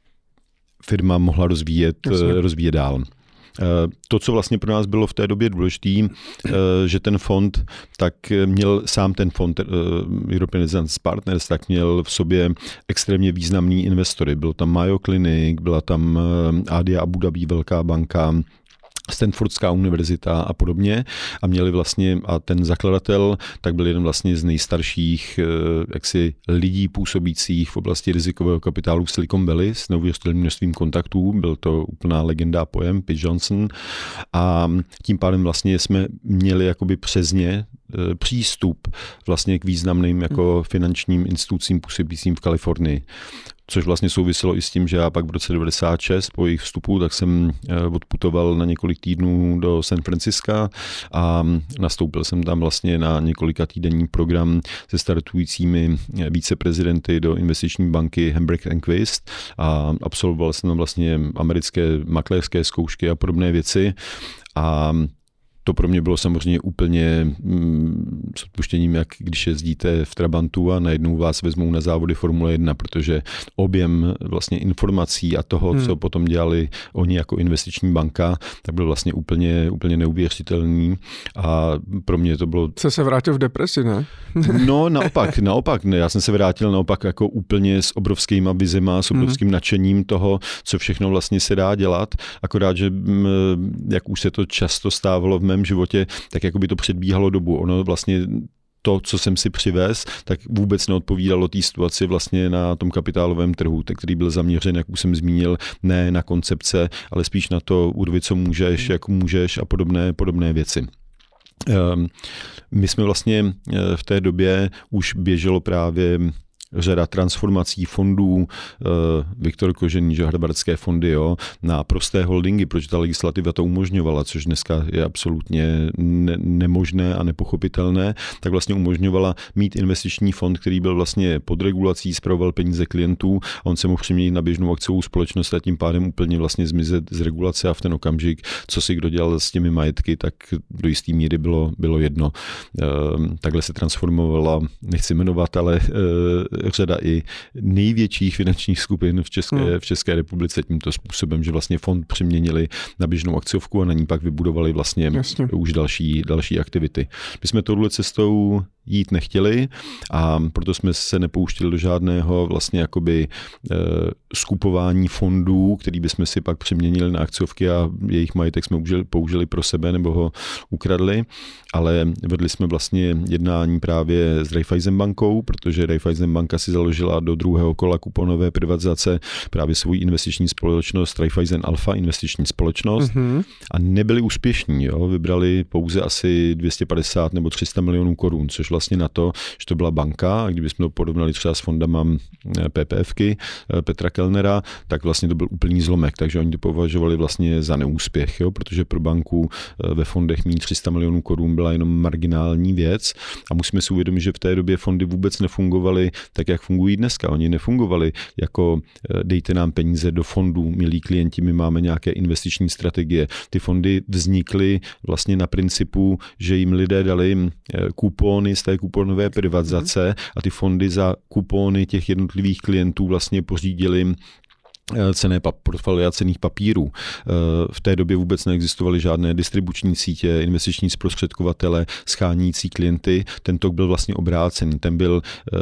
firma mohla rozvíjet, rozvíjet dál. To, co vlastně pro nás bylo v té době důležitý, že ten fond, tak měl sám ten fond European Renaissance Partners, tak měl v sobě extrémně významný investory. Byl tam Mayo Clinic, byla tam Adia Abu Dhabi, velká banka, Stanfordská univerzita a podobně a měli vlastně, a ten zakladatel tak byl jeden vlastně z nejstarších jaksi lidí působících v oblasti rizikového kapitálu v Silicon Valley s neuvěřitelným množstvím kontaktů, byl to úplná legenda a pojem, Pete Johnson a tím pádem vlastně jsme měli jakoby přes ně přístup vlastně k významným jako finančním institucím působícím v Kalifornii. Což vlastně souviselo i s tím, že já pak v roce devadesát šest po jejich vstupu, tak jsem odputoval na několik týdnů do San Francisca a nastoupil jsem tam vlastně na několika týdenní program se startujícími víceprezidenty do investiční banky Hembrech and Quist a absolvoval jsem tam vlastně americké makléřské zkoušky a podobné věci a to pro mě bylo samozřejmě úplně mm, s odpuštěním, jak když jezdíte v Trabantu a najednou vás vezmou na závody Formule jedna, protože objem vlastně informací a toho, hmm. co potom dělali oni jako investiční banka, tak byl vlastně úplně, úplně neuvěřitelný a pro mě to bylo... Jste se vrátil v depresi, ne? No naopak, naopak, ne, já jsem se vrátil naopak jako úplně s obrovskýma vizema, s obrovským hmm. nadšením toho, co všechno vlastně se dá dělat, akorát, že jak už se to často stávalo v mém životě, tak jako by to předbíhalo dobu. Ono vlastně to, co jsem si přivez, tak vůbec neodpovídalo té situaci vlastně na tom kapitálovém trhu, který byl zaměřen, jak už jsem zmínil, ne na koncepce, ale spíš na to, urvi, co můžeš, jak můžeš a podobné, podobné věci. My jsme vlastně v té době už běželo právě řada transformací fondů, Viktor Kožený, že harvardské fondy, jo, na prosté holdingy, protože ta legislativa to umožňovala, což dneska je absolutně ne- nemožné a nepochopitelné, tak vlastně umožňovala mít investiční fond, který byl vlastně pod regulací, spravoval peníze klientů, a on se mohl přeměnit na běžnou akciovou společnost a tím pádem úplně vlastně zmizet z regulace a v ten okamžik, co si kdo dělal s těmi majetky, tak do jistý míry bylo, bylo jedno. Takhle se transformovala, nechci jmenovat, ale řada i největších finančních skupin v České, hmm. v České republice tímto způsobem, že vlastně fond přeměnili na běžnou akciovku a na ní pak vybudovali vlastně Jasně. už další, další aktivity. My jsme touhle cestou jít nechtěli a proto jsme se nepouštili do žádného vlastně jakoby e, skupování fondů, který bychom si pak přeměnili na akciovky a jejich majetek jsme užili, použili pro sebe nebo ho ukradli, ale vedli jsme vlastně jednání právě s Raiffeisen bankou, protože Raiffeisen banka banka si založila do druhého kola kuponové privatizace právě svou investiční společnost Raiffeisen Alpha investiční společnost mm-hmm. a nebyli úspěšní. Jo? Vybrali pouze asi dvě stě padesát nebo tři sta milionů korun, což vlastně na to, že to byla banka, a kdybychom to porovnali třeba s fondama PPFky Petra Kellnera, tak vlastně to byl úplný zlomek, takže oni to považovali vlastně za neúspěch, jo? Protože pro banku ve fondech mít tři sta milionů korun byla jenom marginální věc a musíme si uvědomit, že v té době fondy vůbec nefungovaly tak, jak fungují dneska. Oni nefungovali jako dejte nám peníze do fondů, milí klienti, my máme nějaké investiční strategie. Ty fondy vznikly vlastně na principu, že jim lidé dali kupóny z té kuponové privatizace a ty fondy za kupóny těch jednotlivých klientů vlastně pořídili cenné portfolia cenných papírů. V té době vůbec neexistovaly žádné distribuční sítě, investiční zprostředkovatele, shánící klienty. Ten tok byl vlastně obrácený. Ten byl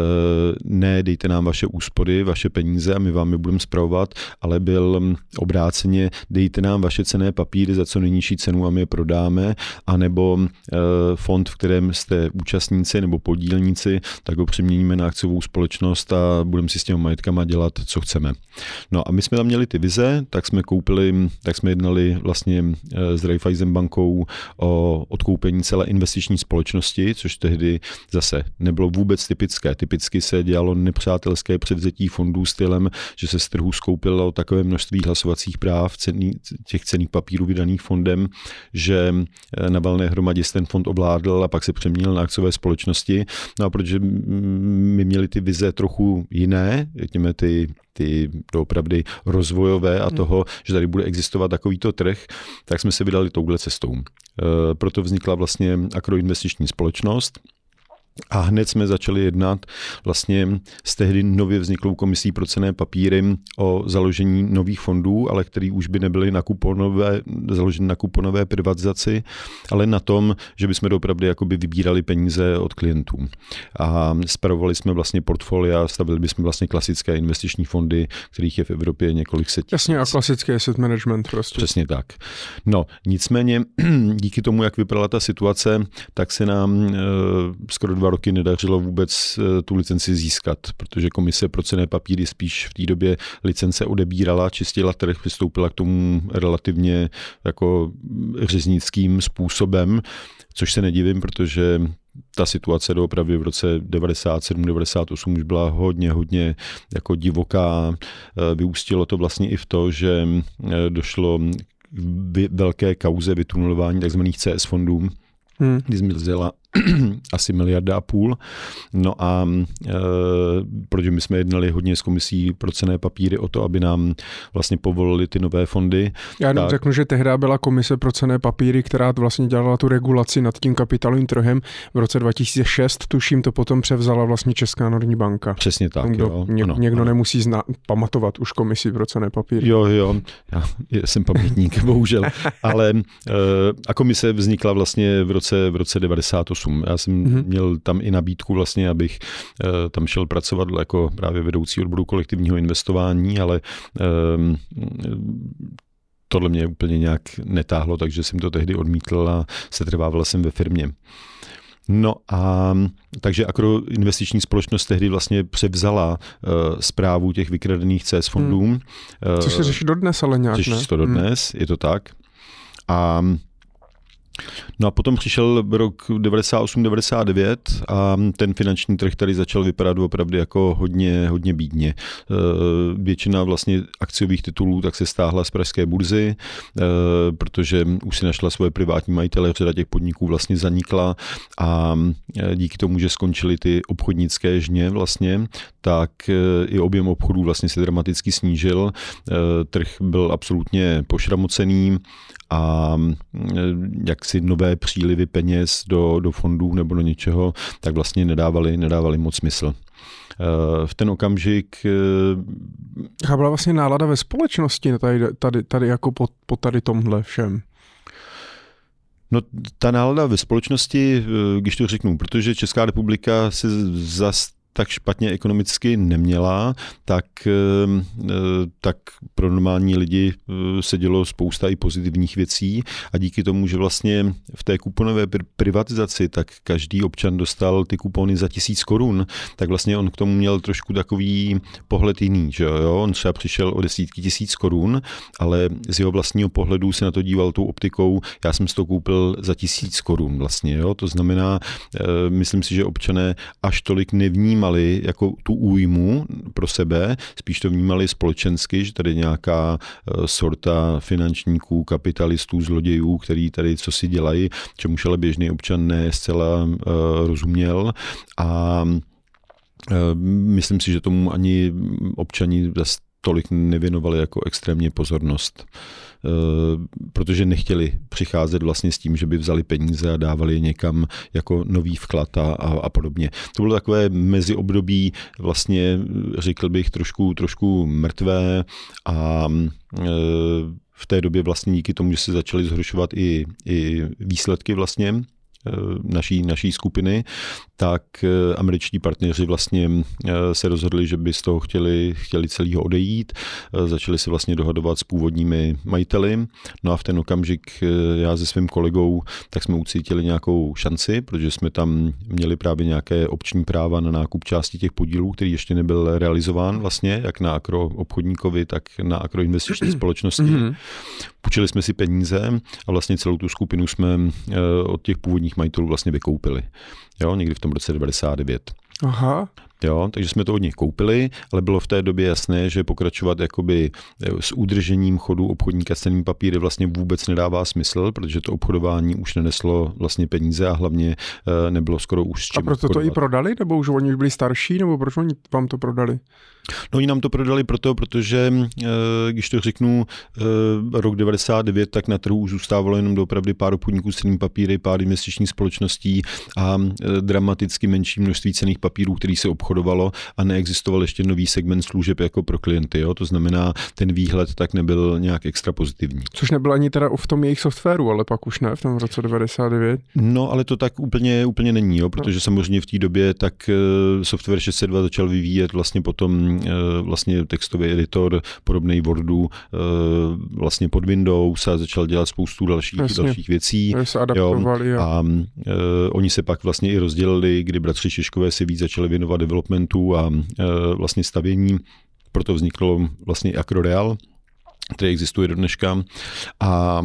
ne dejte nám vaše úspory, vaše peníze a my vám je budeme spravovat, ale byl obráceně dejte nám vaše cenné papíry za co nejnižší cenu a my je prodáme, anebo fond, v kterém jste účastníci nebo podílníci, tak ho přeměníme na akciovou společnost a budeme si s těmi majetkama dělat, co chceme. No a my jsme tam měli ty vize, tak jsme koupili, tak jsme jednali vlastně s Raiffeisen bankou o odkoupení celé investiční společnosti, což tehdy zase nebylo vůbec typické. Typicky se dělalo nepřátelské převzetí fondů stylem, že se z trhu skoupilo takové množství hlasovacích práv cený, těch cenných papírů vydaných fondem, že na valné hromadě ten fond ovládl a pak se přeměnil na akciové společnosti. No a protože my měli ty vize trochu jiné, řekněme ty ty doopravdy rozvojové a toho, že tady bude existovat takovýto trh, tak jsme se vydali touhle cestou. E, proto vznikla vlastně agroinvestiční společnost a hned jsme začali jednat vlastně s tehdy nově vzniklou komisí pro cenné papíry o založení nových fondů, ale který už by nebyly na kuponové, založeny na kuponové privatizaci, ale na tom, že bychom doopravdy jakoby vybírali peníze od klientů. A spravovali jsme vlastně portfolia, stavili bychom vlastně klasické investiční fondy, kterých je v Evropě několik set tisíc. Jasně, a klasický asset management prostě. Přesně tak. No, nicméně díky tomu, jak vypadala ta situace, tak se nám e, skoro dva roky nedařilo vůbec tu licenci získat, protože komise pro cenné papíry spíš v té době licence odebírala, čistila trh, přistoupila k tomu relativně jako řeznickým způsobem, což se nedivím, protože ta situace doopravdy v roce devadesát sedm devadesát osm už byla hodně, hodně jako divoká. Vyústilo to vlastně i v to, že došlo k velké kauze vytunelování tzv. C S fondů, hmm. kdy zmizela asi miliarda a půl. No a e, protože my jsme jednali hodně s komisí pro cenné papíry o to, aby nám vlastně povolili ty nové fondy. Já jenom tak... řeknu, že tehdy byla komise pro cenné papíry, která vlastně dělala tu regulaci nad tím kapitálovým trhem. V roce dva tisíce šest, tuším, to potom převzala vlastně Česká národní banka. Přesně tak, Kdo, jo. Ně, ano, někdo ano. nemusí zna, pamatovat už komisi pro cenné papíry. Jo, jo, já jsem pamětník, bohužel. Ale e, a komise vznikla vlastně v roce, v roce devadesát osm. Já jsem mm-hmm. měl tam i nabídku vlastně, abych e, tam šel pracovat jako právě vedoucí odboru kolektivního investování, ale e, tohle mě úplně nějak netáhlo, takže jsem to tehdy odmítl a setrvával jsem ve firmě. No a takže agroinvestiční společnost tehdy vlastně převzala uh, správu těch vykradených C S fondů. Hmm. Což se řeší dodnes, ale nějak, řeší ne? to dodnes, hmm. je to tak. A No a potom přišel rok devadesát osm devadesát devět a ten finanční trh tady začal vypadat opravdu jako hodně, hodně bídně. Většina vlastně akciových titulů tak se stáhla z pražské burzy, protože už si našla svoje privátní majitele, řada těch podniků vlastně zanikla a díky tomu, že skončily ty obchodnické žně vlastně, tak i objem obchodů vlastně se dramaticky snížil. Trh byl absolutně pošramocený a jaksi nové přílivy peněz do, do fondů nebo do něčeho, tak vlastně nedávali, nedávali moc smysl. V ten okamžik... Jaká byla vlastně nálada ve společnosti tady, tady, tady jako po, po tady tomhle všem? No ta nálada ve společnosti, když to řeknu, protože Česká republika se zas tak špatně ekonomicky neměla, tak, tak pro normální lidi se dělo spousta i pozitivních věcí a díky tomu, že vlastně v té kuponové privatizaci, tak každý občan dostal ty kupony za tisíc korun, tak vlastně on k tomu měl trošku takový pohled jiný, že jo, on třeba přišel o desítky tisíc korun, ale z jeho vlastního pohledu se na to díval tou optikou, já jsem si to koupil za tisíc korun vlastně, jo, to znamená, myslím si, že občané až tolik nevnímali jako tu újmu pro sebe, spíš to vnímali společensky, že tady nějaká sorta finančníků, kapitalistů, zlodějů, který tady co si dělají, čemuž ale běžný občan ne zcela uh, rozuměl a uh, myslím si, že tomu ani občani tolik nevěnovali jako extrémně pozornost, protože nechtěli přicházet vlastně s tím, že by vzali peníze a dávali je někam jako nový vklad a, a podobně. To bylo takové meziobdobí, vlastně řekl bych trošku, trošku mrtvé a v té době vlastně díky tomu, že se začaly zhoršovat i, i výsledky vlastně naší, naší skupiny, tak američtí partneři vlastně se rozhodli, že by z toho chtěli, chtěli celýho odejít. Začali se vlastně dohadovat s původními majiteli. No a v ten okamžik já se svým kolegou tak jsme ucítili nějakou šanci, protože jsme tam měli právě nějaké opční práva na nákup části těch podílů, který ještě nebyl realizován vlastně, jak na Akro obchodníkovi, tak na Akro investiční společnosti. Mm-hmm. Půjčili jsme si peníze a vlastně celou tu skupinu jsme od těch původních majitelů vlastně vykoupili. Jo, někdy v tom roce devadesát devět. Aha. Jo, takže jsme to od nich koupili, ale bylo v té době jasné, že pokračovat jakoby s udržením chodu obchodníka s cennými papíry vlastně vůbec nedává smysl, protože to obchodování už neneslo vlastně peníze a hlavně nebylo skoro už s čím A proto obchodovat. To i prodali? Nebo už oni už byli starší? Nebo proč oni vám to prodali? No oni nám to prodali proto, protože, když to řeknu, rok devadesát devět, tak na trhu už zůstávalo jenom doopravdy pár obchodníků s cennými papíry, pár investičních společností a dramaticky menší množství cenných papírů, který se obchodovalo a neexistoval ještě nový segment služeb jako pro klienty. Jo? To znamená, ten výhled tak nebyl nějak extra pozitivní. Což nebyl ani teda v tom jejich softwaru, ale pak už ne, v tom roce devadesát devět. No, ale to tak úplně, úplně není, jo? Protože no. samozřejmě v té době tak software šest set dva začal vyvíjet vlastně potom vlastně textový editor podobný Wordu vlastně pod Windows a začal dělat spoustu dalších, dalších věcí. Se adaptovali, jo. A uh, oni se pak vlastně i rozdělili, kdy bratři Šiškové se víc začali věnovat developmentu a uh, vlastně stavění. Proto vzniklo vlastně Acroreal, který existuje do dneška. A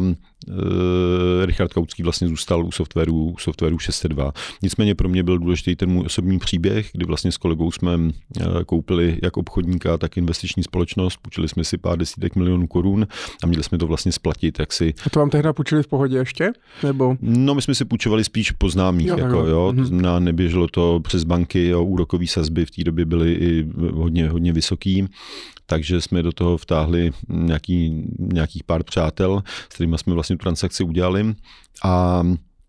e, Richard Kautský vlastně zůstal u softwaru, u softwaru šest set dva. Nicméně pro mě byl důležitý ten můj osobní příběh, kdy vlastně s kolegou jsme e, koupili jak obchodníka, tak investiční společnost, půjčili jsme si pár desítek milionů korun a měli jsme to vlastně splatit. Jak si... A to vám tehdy půjčili v pohodě ještě? Nebo? No, my jsme si půjčovali spíš po známých, jo, jako, jo. Mm-hmm. To znamená, neběželo to přes banky, jo, úrokové sazby v té době byly i hodně, hodně vysoký. Takže jsme do toho vtáhli nějaký, nějakých pár přátel, s kterými jsme vlastně tu transakci udělali a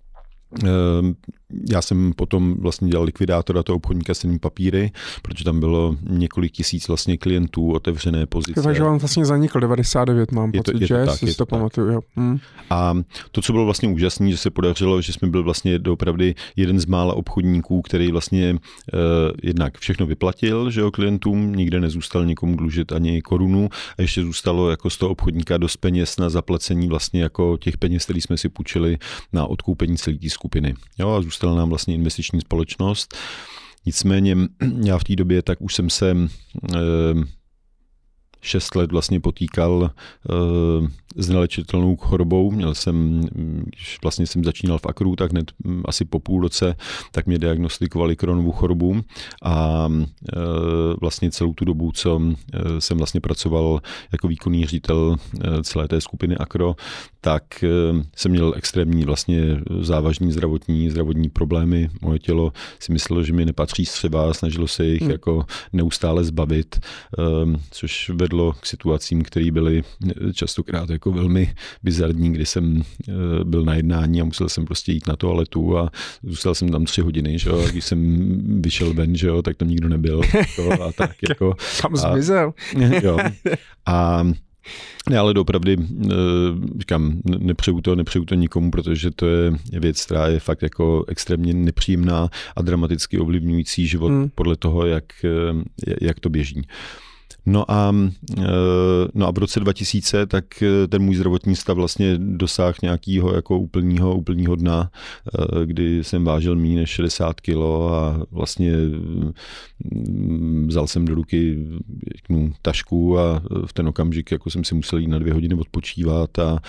e, já jsem potom vlastně dělal likvidátora toho obchodníka s cennými papíry, protože tam bylo několik tisíc vlastně klientů, otevřené pozice. Takže on vlastně zanikl devadesát devět, mám je pocit, to, je že? To tak, si to pamatuju, jo. Hmm. A to, co bylo vlastně úžasné, že se podařilo, že jsme byl vlastně doopravdy jeden z mála obchodníků, který vlastně eh, jednak všechno vyplatil, že jo, klientům, nikde nezůstal nikomu dlužit ani korunu a ještě zůstalo jako z toho obchodníka dost peněz na zaplacení vlastně jako těch peněz, které jsme si půjčili na odkoupení celé té skupiny. Jo, a zůstala nám vlastně investiční společnost. Nicméně já v té době tak už jsem se eh, šest let vlastně potýkal uh, s nelečitelnou chorobou. Měl jsem, když vlastně jsem začínal v Akru, tak hned asi po půl roce, tak mě diagnostikovali Crohnovu chorobu a uh, vlastně celou tu dobu, co uh, jsem vlastně pracoval jako výkonný ředitel uh, celé té skupiny Akro, tak uh, jsem měl extrémní vlastně závažný zdravotní, zdravotní problémy. Moje tělo si myslelo, že mi nepatří střeva, snažilo se jich hmm. jako neustále zbavit, uh, což vedlo k situacím, které byly častokrát jako velmi bizarní, kdy jsem byl na jednání a musel jsem prostě jít na toaletu a zůstal jsem tam tři hodiny, že jo, a když jsem vyšel ven, že jo, tak tam nikdo nebyl. To, a tak jako. Kam zmizel. Jo. A Ne, ale doopravdy, říkám, nepřeju to, nepřeju to nikomu, protože to je věc, která je fakt jako extrémně nepříjemná a dramaticky ovlivňující život hmm. podle toho, jak, jak to běží. No a, no a v roce dva tisíce tak ten můj zdravotní stav vlastně dosáhl nějakého jako úplného, úplného dna, kdy jsem vážil méně než šedesát kilo a vlastně vzal jsem do ruky řeknu, tašku a v ten okamžik jako jsem si musel jít na dvě hodiny odpočívat a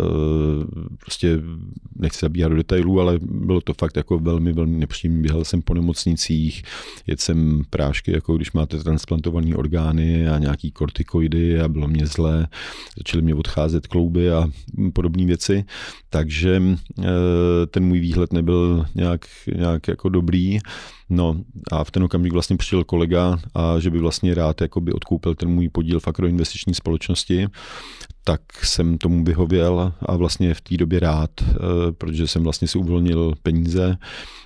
prostě nechci zabíhat do detailů, ale bylo to fakt jako velmi, velmi nepříjemné. Běhal jsem po nemocnicích, jedl jsem prášky, jako když máte transplantované orgány a nějaký kortikoidy a bylo mě zlé, začaly mě odcházet klouby a podobné věci, takže ten můj výhled nebyl nějak, nějak jako dobrý. No a v ten okamžik vlastně přišel kolega a že by vlastně rád jakoby odkoupil ten můj podíl v agroinvestiční společnosti, tak jsem tomu vyhověl a vlastně v té době rád, protože jsem vlastně si uvolnil peníze.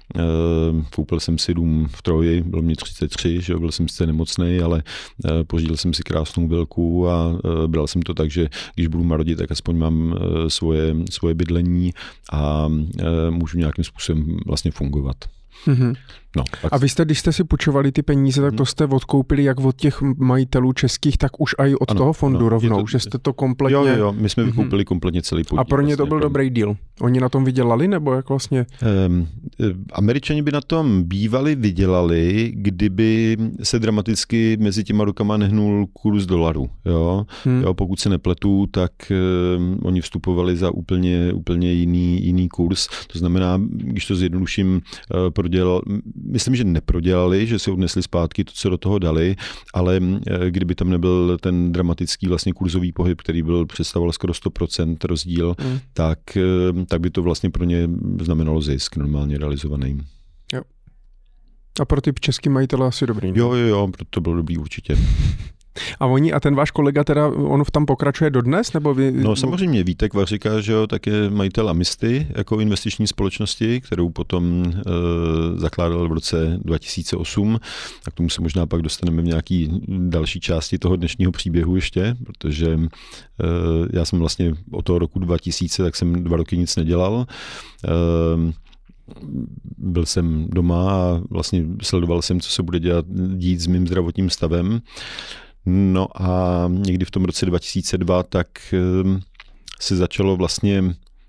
Koupil jsem si dům v Troji, bylo mě třicet tři, že byl jsem sice nemocnej, ale pořídil jsem si krásnou vilku a bral jsem to tak, že když budu marodit, tak aspoň mám svoje, svoje bydlení a můžu nějakým způsobem vlastně fungovat. Mm-hmm. No, a vy jste, když jste si půjčovali ty peníze, tak to jste odkoupili jak od těch majitelů českých, tak už i od ano, toho fondu ano, rovnou, to, že jste to kompletně... Jo, jo, my jsme vykoupili mm-hmm. kompletně celý podíl. A pro ně vlastně to byl jako... dobrý deal. Oni na tom vydělali, nebo jak vlastně? Um, Američani by na tom bývali vydělali, kdyby se dramaticky mezi těma rokama nehnul kurz dolaru. Jo? Hmm. Jo, pokud se nepletu, tak um, oni vstupovali za úplně, úplně jiný, jiný kurz. To znamená, když to zjednoduším, uh, prodělal, myslím, že neprodělali, že si odnesli zpátky to, co do toho dali, ale uh, kdyby tam nebyl ten dramatický vlastně kurzový pohyb, který byl představoval skoro sto procent rozdíl, hmm. tak uh, tak by to vlastně pro ně znamenalo zisk normálně realizovaný. Jo. A pro ty český majitele asi dobrý. Ne? Jo, jo, jo, to bylo dobrý určitě. A oni, a ten váš kolega teda, on tam pokračuje dodnes, nebo vy? No samozřejmě, Vítek Vařika, že jo, tak je majitel Amisty jako investiční společnosti, kterou potom e, zakládal v roce dva tisíce osm, a k tomu se možná pak dostaneme v nějaký další části toho dnešního příběhu ještě, protože e, já jsem vlastně od toho roku dva tisíce, tak jsem dva roky nic nedělal. E, Byl jsem doma a vlastně sledoval jsem, co se bude dělat, dít s mým zdravotním stavem. No a někdy v tom roce dva tisíce dva tak se začalo vlastně,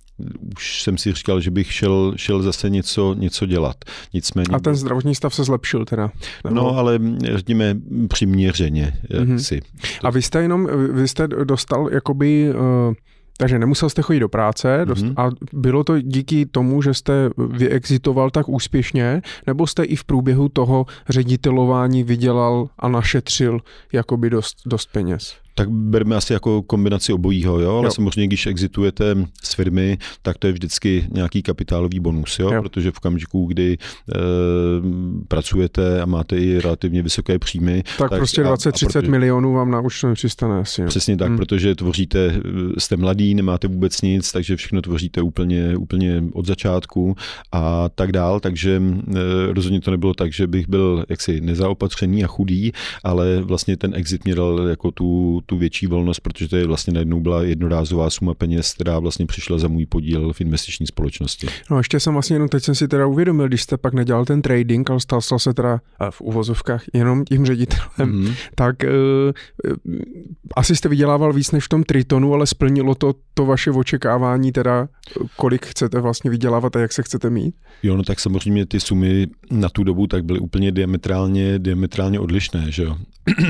už jsem si říkal, že bych šel, šel zase něco, něco dělat. Nicméně... A ten zdravotní stav se zlepšil teda? Nebo... No, ale řekněme přiměřeně. Mm-hmm. Si. A vy jste jenom, vy jste dostal jakoby... Uh... Takže nemusel jste chodit do práce dost, mm-hmm. a bylo to díky tomu, že jste vyexitoval tak úspěšně, nebo jste i v průběhu toho ředitelování vydělal a našetřil jakoby dost, dost peněz? Tak bereme asi jako kombinaci obojího, jo? Ale jo. Samozřejmě, když exitujete z firmy, tak to je vždycky nějaký kapitálový bonus, jo? Jo. Protože v okamžiku, kdy e, pracujete a máte i relativně vysoké příjmy. Tak, tak prostě dvacet třicet milionů vám na účtu nepřistane asi. Jo? Přesně tak, hmm. protože tvoříte, jste mladý, nemáte vůbec nic, takže všechno tvoříte úplně, úplně od začátku a tak dál, takže e, rozhodně to nebylo tak, že bych byl jaksi nezaopatřený a chudý, ale vlastně ten exit mě dal jako tu tu větší volnost, protože to je vlastně najednou byla jednorázová suma peněz, která vlastně přišla za můj podíl v investiční společnosti. No a ještě jsem vlastně jenom teď jsem si teda uvědomil, když jste pak nedělal ten trading, ale stal se teda v uvozovkách jenom tím ředitelem, mm-hmm. tak uh, asi jste vydělával víc než v tom Tritonu, ale splnilo to, to vaše očekávání teda, kolik chcete vlastně vydělávat a jak se chcete mít? Jo, no tak samozřejmě ty sumy na tu dobu tak byly úplně diametrálně, diametrálně odlišné, že jo.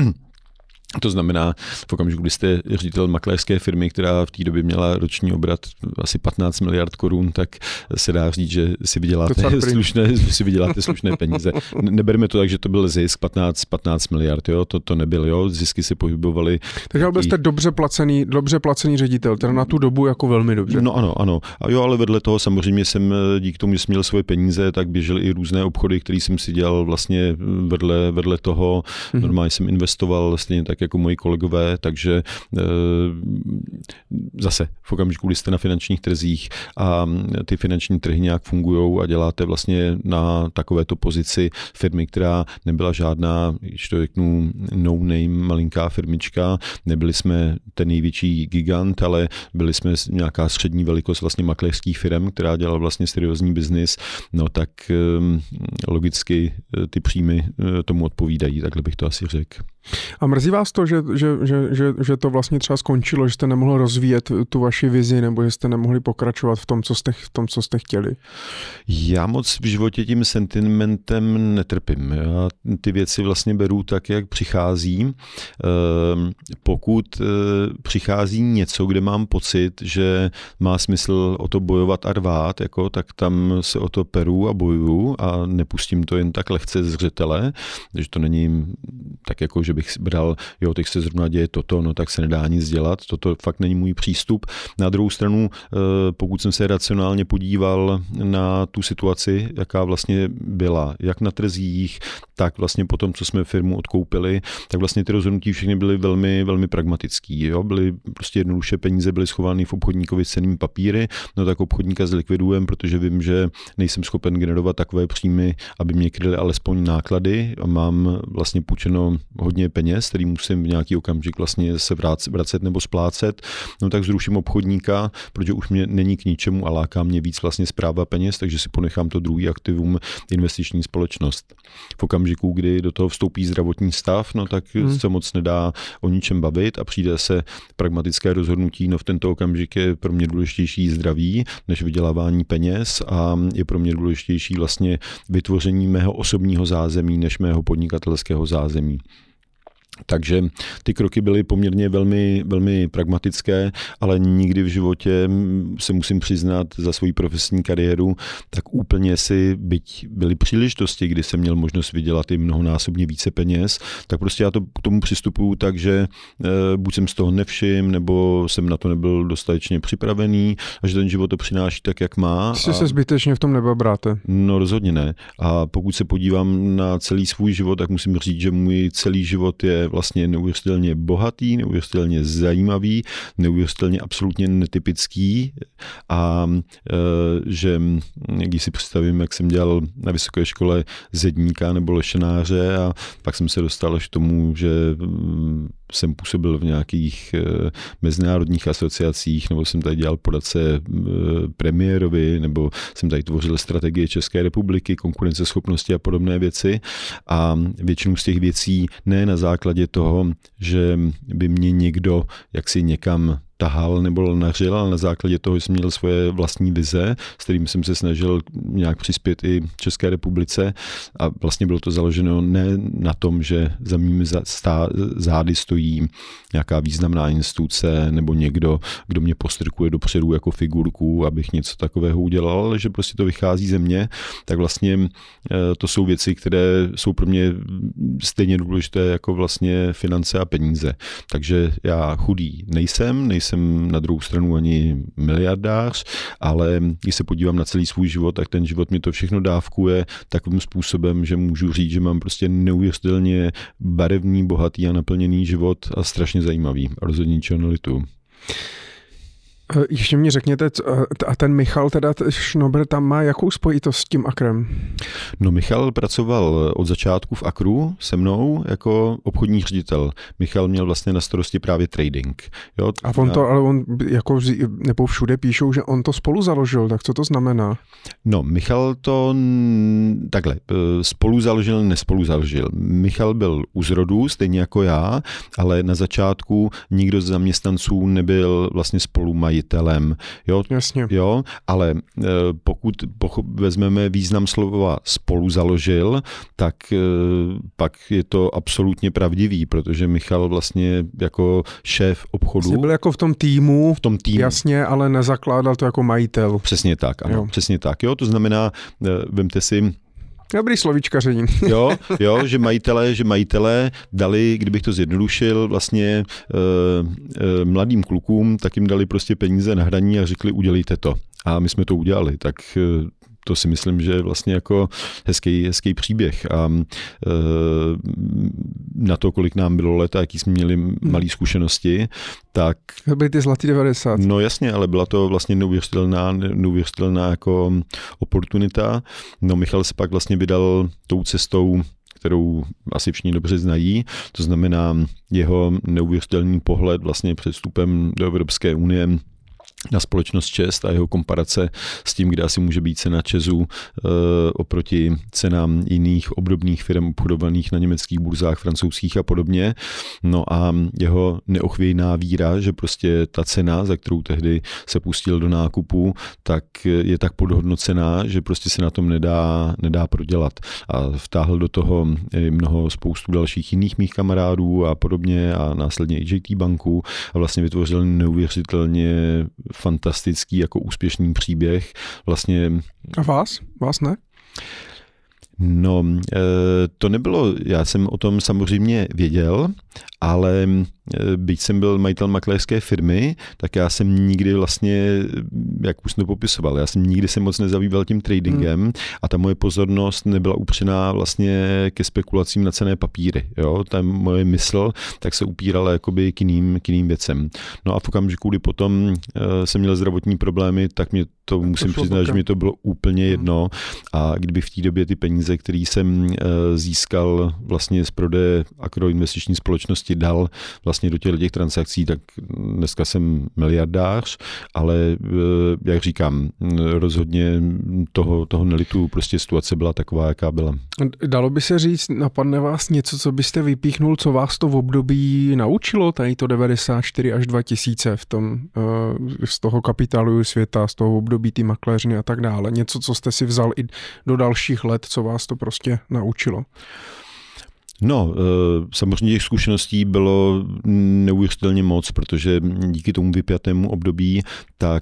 To znamená, v okamžiku, kdy jste ředitel makléřské firmy, která v té době měla roční obrat asi patnáct miliard korun, tak se dá říct, že si vyděláte slušné, si vyděláte slušné peníze. Nebereme to tak, že to byl zisk patnáct miliard, jo? To, to nebyl, jo? Zisky se pohybovaly. Takže byl jste dobře placený, dobře placený ředitel, teda na tu dobu jako velmi dobře. No ano, ano. A jo, ale vedle toho samozřejmě jsem díky tomu, že jsem měl svoje peníze, tak běžely i různé obchody, které jsem si dělal vlastně vedle, vedle toho. Normálně jsem investoval stejně tak tak jako moji kolegové, takže zase v okamžiku, kdy jste na finančních trzích a ty finanční trhy nějak fungují a děláte vlastně na takovéto pozici firmy, která nebyla žádná, když to řeknu, no-name malinká firmička, nebyli jsme ten největší gigant, ale byli jsme nějaká střední velikost vlastně makléřských firm, která dělala vlastně seriózní biznis, no tak logicky ty příjmy tomu odpovídají, takhle bych to asi řekl. A mrzí vás to, že, že, že, že, že to vlastně třeba skončilo, že jste nemohl rozvíjet tu vaši vizi, nebo že jste nemohli pokračovat v tom, co jste, v tom, co jste chtěli? Já moc v životě tím sentimentem netrpím. Já ty věci vlastně beru tak, jak přichází. Pokud přichází něco, kde mám pocit, že má smysl o to bojovat a rvát, jako, tak tam se o to peru a bojuju a nepustím to jen tak lehce z zřetele, že to není tak jako, že bych bral, jo, teď se zrovna děje toto, no tak se nedá nic dělat, toto fakt není můj přístup. Na druhou stranu, pokud jsem se racionálně podíval na tu situaci, jaká vlastně byla, jak na trzích, tak vlastně po tom, co jsme firmu odkoupili, tak vlastně ty rozhodnutí všechny byly velmi, velmi pragmatický. Jo? Byly prostě jednoduše peníze byly schovány v obchodníkovi s cennými papíry, no tak obchodníka zlikvidujem, protože vím, že nejsem schopen generovat takové příjmy, aby mě kryly alespoň náklady a mám vlastně půjčeno hodně peněz, který musím v nějaký okamžik vlastně se vracet nebo splácet, no tak zruším obchodníka, protože už mě není k ničemu a láká mě víc vlastně správa peněz, takže si ponechám to druhý aktivum, investiční společnost. V okamžiku, kdy do toho vstoupí zdravotní stav, no tak hmm. se moc nedá o ničem bavit a přijde se pragmatické rozhodnutí, no v tento okamžik je pro mě důležitější zdraví než vydělávání peněz a je pro mě důležitější vlastně vytvoření mého osobního zázemí než mého podnikatelského zázemí. Takže ty kroky byly poměrně velmi, velmi pragmatické, ale nikdy v životě se musím přiznat za svoji profesní kariéru, tak úplně si, byť byly příležitosti, kdy jsem měl možnost vydělat i mnohonásobně více peněz, tak prostě já to k tomu přistupuju tak, že buď jsem z toho nevšim, nebo jsem na to nebyl dostatečně připravený a že ten život to přináší tak, jak má. Jsi se zbytečně v tom nebabráte? No rozhodně ne. A pokud se podívám na celý svůj život, tak musím říct, že můj celý život je vlastně neuvěřitelně bohatý, neuvěřitelně zajímavý, neuvěřitelně absolutně netypický a e, že když si představím, jak jsem dělal na vysoké škole zedníka nebo lešenáře a pak jsem se dostal až k tomu, že jsem působil v nějakých e, mezinárodních asociacích, nebo jsem tady dělal poradce e, premiérovi, nebo jsem tady tvořil strategie České republiky, konkurenceschopnosti a podobné věci a většinu z těch věcí ne na základě toho, že by mě někdo jaksi někam tahal nebo lanařil, ale na základě toho jsem měl svoje vlastní vize, s kterým jsem se snažil nějak přispět i České republice a vlastně bylo to založeno ne na tom, že za mými zády stojí nějaká významná instituce nebo někdo, kdo mě postrkuje dopředu jako figurku, abych něco takového udělal, ale že prostě to vychází ze mě, tak vlastně to jsou věci, které jsou pro mě stejně důležité jako vlastně finance a peníze. Takže já chudý nejsem, nejsem jsem na druhou stranu ani miliardář, ale když se podívám na celý svůj život, tak ten život mi to všechno dávkuje takovým způsobem, že můžu říct, že mám prostě neuvěřitelně barevný, bohatý a naplněný život a strašně zajímavý. A rozhodně ničeho nelituju. Ještě mi řekněte, a ten Michal, teda Schnobr, tam má jakou spojitost s tím Akrem? No Michal pracoval od začátku v Akru se mnou jako obchodní ředitel. Michal měl vlastně na starosti právě trading. Jo? A on to, ale on jako, nebo všude píšou, že on to spolu založil, tak co to znamená? No, Michal to takhle, spolu založil, nespolu založil. Michal byl u zrodu, stejně jako já, ale na začátku nikdo z zaměstnanců nebyl vlastně spolumajitel. Jo, Jasně. Jo, ale e, pokud pochop, vezmeme význam slova spolu založil, tak e, pak je to absolutně pravdivý, protože Michal vlastně jako šéf obchodu. Jsi byl jako v tom týmu, v tom týmu. Jasně, ale nezakládal to jako majitel. Přesně tak, ano, jo. Přesně tak. Jo, to znamená, e, vemte si, dobrý slovíčkaření. Jo, jo, že majitelé, že majitelé dali, kdybych to zjednodušil, vlastně e, e, mladým klukům, tak jim dali prostě peníze na hraní a řekli, udělejte to. A my jsme to udělali, tak e, to si myslím, že je vlastně jako hezký, hezký příběh a e, na to, kolik nám bylo let a jaký jsme měli malé zkušenosti, tak... To byly ty zlatý devadesát. No jasně, ale byla to vlastně neuvěřitelná, neuvěřitelná jako oportunita. No Michal se pak vlastně vydal tou cestou, kterou asi všichni dobře znají, to znamená jeho neuvěřitelný pohled vlastně před vstupem do Evropské unie na společnost ČEZ a jeho komparace s tím, kde asi může být cena ČEZu e, oproti cenám jiných obdobných firm obchodovaných na německých burzách, francouzských a podobně. No a jeho neochvějná víra, že prostě ta cena, za kterou tehdy se pustil do nákupu, tak je tak podhodnocená, že prostě se na tom nedá, nedá prodělat. A vtáhl do toho mnoho spoustu dalších jiných mých kamarádů a podobně a následně i J T banku a vlastně vytvořil neuvěřitelně fantastický jako úspěšný příběh. Vlastně... A vás? Vás ne? No, to nebylo, já jsem o tom samozřejmě věděl, ale byť jsem byl majitel makléřské firmy, tak já jsem nikdy vlastně, jak už jsem to popisoval, já jsem nikdy se moc nezabýval tím tradingem hmm. a ta moje pozornost nebyla upřená vlastně ke spekulacím na cenné papíry. Jo? Ta moje mysl tak se upírala jakoby k jiným, k jiným věcem. No a v okamžiku, kdy potom uh, jsem měl zdravotní problémy, tak mě to musím to přiznat, že mi to bylo úplně jedno a kdyby v té době ty peníze, které jsem uh, získal vlastně z prodeje agroinvestiční společnosti dal vlastně do těch, těch transakcí, tak dneska jsem miliardář, ale jak říkám, rozhodně toho, toho nelitu, prostě situace byla taková, jaká byla. Dalo by se říct, napadne vás něco, co byste vypíchnul, co vás to v období naučilo, tady to devadesát čtyři až dva tisíce v tom, z toho kapitálu světa, z toho období ty makléřiny a tak dále. Něco, co jste si vzal i do dalších let, co vás to prostě naučilo? No, samozřejmě těch zkušeností bylo neuvěřitelně moc, protože díky tomu vypjatému období, tak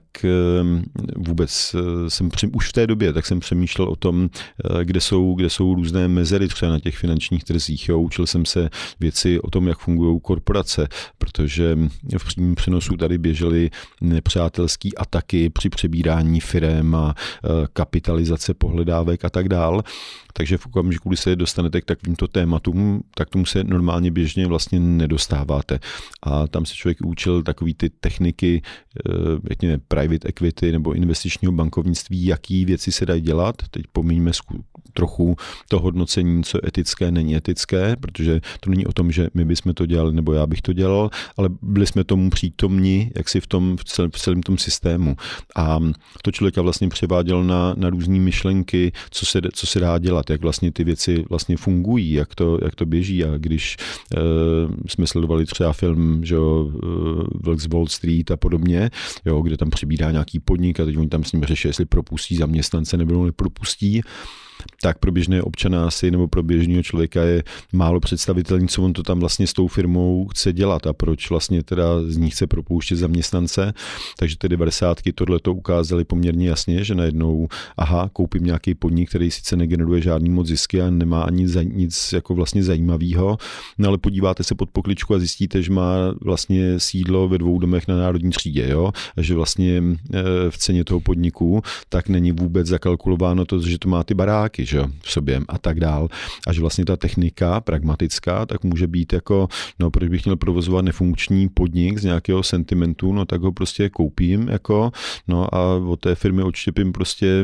vůbec jsem už v té době, tak jsem přemýšlel o tom, kde jsou, kde jsou různé mezery třeba na těch finančních trzích. Jo. Učil jsem se věci o tom, jak fungují korporace, protože v přímém přenosu tady běžely nepřátelské ataky při přebírání firem a kapitalizace pohledávek a tak dál. Takže v okamžiku, kdy se dostanete k takovýmto tématům, tak tomu se normálně běžně vlastně nedostáváte. A tam se člověk učil takový ty techniky, řekněme private equity nebo investičního bankovnictví, jaký věci se dají dělat. Teď pomíňme trochu to hodnocení, co etické, není etické, protože to není o tom, že my bychom to dělali nebo já bych to dělal, ale byli jsme tomu přítomni, jak si v tom v celém, v celém tom systému. A to člověka vlastně převádělo na, na různé myšlenky, co se, co se dá dělat, jak vlastně ty věci vlastně fungují, jak to, jak to běží. A když e, jsme sledovali třeba film, že jo, Vlk z Wall Street a podobně, jo, kde tam přibírá nějaký podnik a teď oni tam s ním řeší, jestli propustí zaměstnance nebo nepropustí, tak pro běžné občana asi nebo pro běžného člověka je málo představitelný, co on to tam vlastně s tou firmou chce dělat a proč vlastně teda z ní chce propouštět zaměstnance. Takže ty devadesátky tohle to ukázaly poměrně jasně, že najednou, aha, koupím nějaký podnik, který sice negeneruje žádný moc zisky a nemá ani nic jako vlastně zajímavého, no ale podíváte se pod pokličku a zjistíte, že má vlastně sídlo ve dvou domech na Národní třídě, jo? A že vlastně v ceně toho podniku tak není vůbec zakalkulováno to, že to má ty baráky, že v sobě a tak dál. A že vlastně ta technika pragmatická, tak může být jako, no proč bych měl provozovat nefunkční podnik z nějakého sentimentu, no tak ho prostě koupím, jako, no a od té firmy odštěpím prostě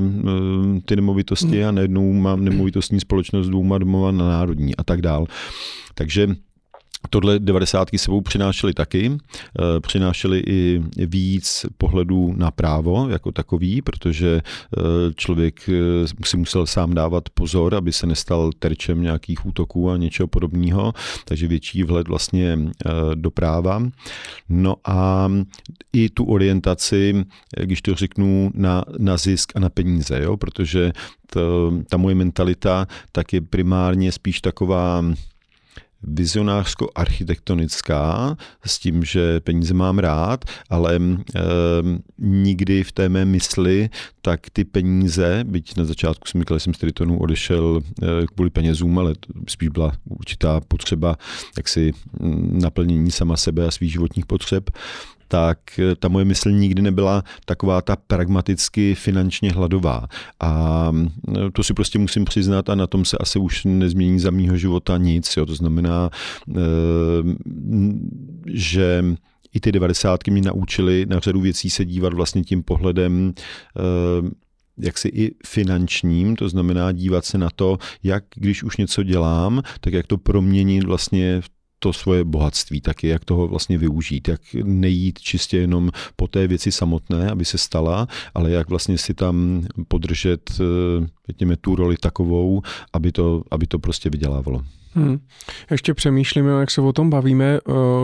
ty nemovitosti a najednou mám nemovitostní společnost dvouma domova na Národní a tak dál. Takže tohle devadesátky sebou přinášely taky, přinášely i víc pohledů na právo jako takový, protože člověk si musel sám dávat pozor, aby se nestal terčem nějakých útoků a něčeho podobného, takže větší vhled vlastně do práva. No a i tu orientaci, když to řeknu, na, na zisk a na peníze, jo? Protože to, ta moje mentalita tak je primárně spíš taková vizionářsko-architektonická s tím, že peníze mám rád, ale e, nikdy v té mé mysli tak ty peníze, byť na začátku jsem říkal, že jsem z Tritonu odešel e, kvůli penězům, ale spíš byla určitá potřeba jaksi naplnění sama sebe a svých životních potřeb, tak ta moje mysl nikdy nebyla taková ta pragmaticky finančně hladová. A to si prostě musím přiznat a na tom se asi už nezmění za mýho života nic. Jo. To znamená, že i ty devadesátky mě naučily na řadu věcí se dívat vlastně tím pohledem jaksi i finančním, to znamená dívat se na to, jak když už něco dělám, tak jak to proměnit vlastně v to svoje bohatství taky, jak toho vlastně využít, jak nejít čistě jenom po té věci samotné, aby se stala, ale jak vlastně si tam podržet, řekněme, tu roli takovou, aby to, aby to prostě vydělávalo. Hmm. Ještě přemýšlíme, jak se o tom bavíme,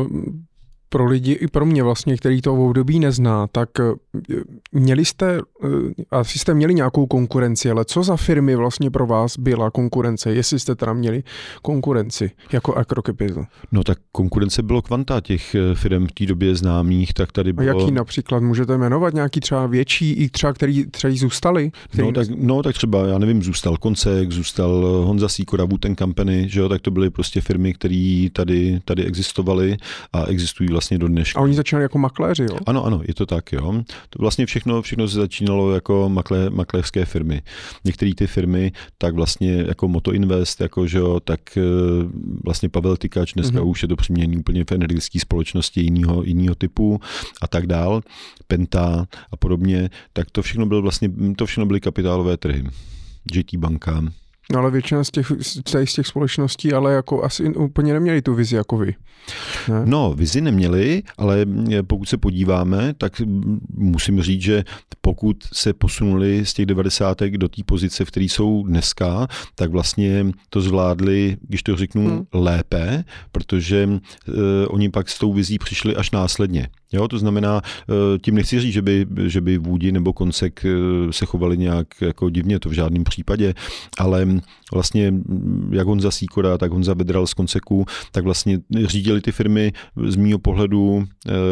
pro lidi i pro mě vlastně, který to období nezná, tak měli jste, asi jste měli nějakou konkurenci, ale co za firmy vlastně pro vás byla konkurence, jestli jste teda měli konkurenci jako Acrocapital? No tak konkurence bylo kvanta těch firm v té době známých, tak tady bylo... A jaký například můžete jmenovat, nějaký třeba větší, i třeba, který třeba zůstali? No tak, no tak třeba, já nevím, zůstal Koncek, zůstal Honza Sýkora, Wooten Company, že jo, tak to byly prostě firmy, které tady, tady existovaly a existují vlastně do dneška. A oni začínali jako makléři, jo? Ano, ano, je to tak, jo. To vlastně všechno, všechno se začínalo jako makle, makléřské firmy. Některé ty firmy, tak vlastně jako Moto Invest, jako, že jo, tak vlastně Pavel Tykač, dneska mm-hmm. už je to přeměněný úplně v energetické společnosti jiného, jiného typu a tak dál, Penta a podobně, tak to všechno bylo vlastně, to všechno byly kapitálové trhy. J T banka. No ale většina z těch, z těch společností ale jako asi úplně neměli tu vizi jako vy. Ne? No, vizi neměli, ale pokud se podíváme, tak musím říct, že pokud se posunuli z těch devadesátek do té pozice, v které jsou dneska, tak vlastně to zvládli, když to řeknu, hmm. lépe, protože uh, oni pak s tou vizí přišli až následně. Jo, to znamená, tím nechci říct, že by, že by Woody nebo Koncek se chovali nějak jako divně, to v žádném případě, ale vlastně jak Honza Sýkora, tak Honza Vedral z Konceku, tak vlastně řídili ty firmy z mýho pohledu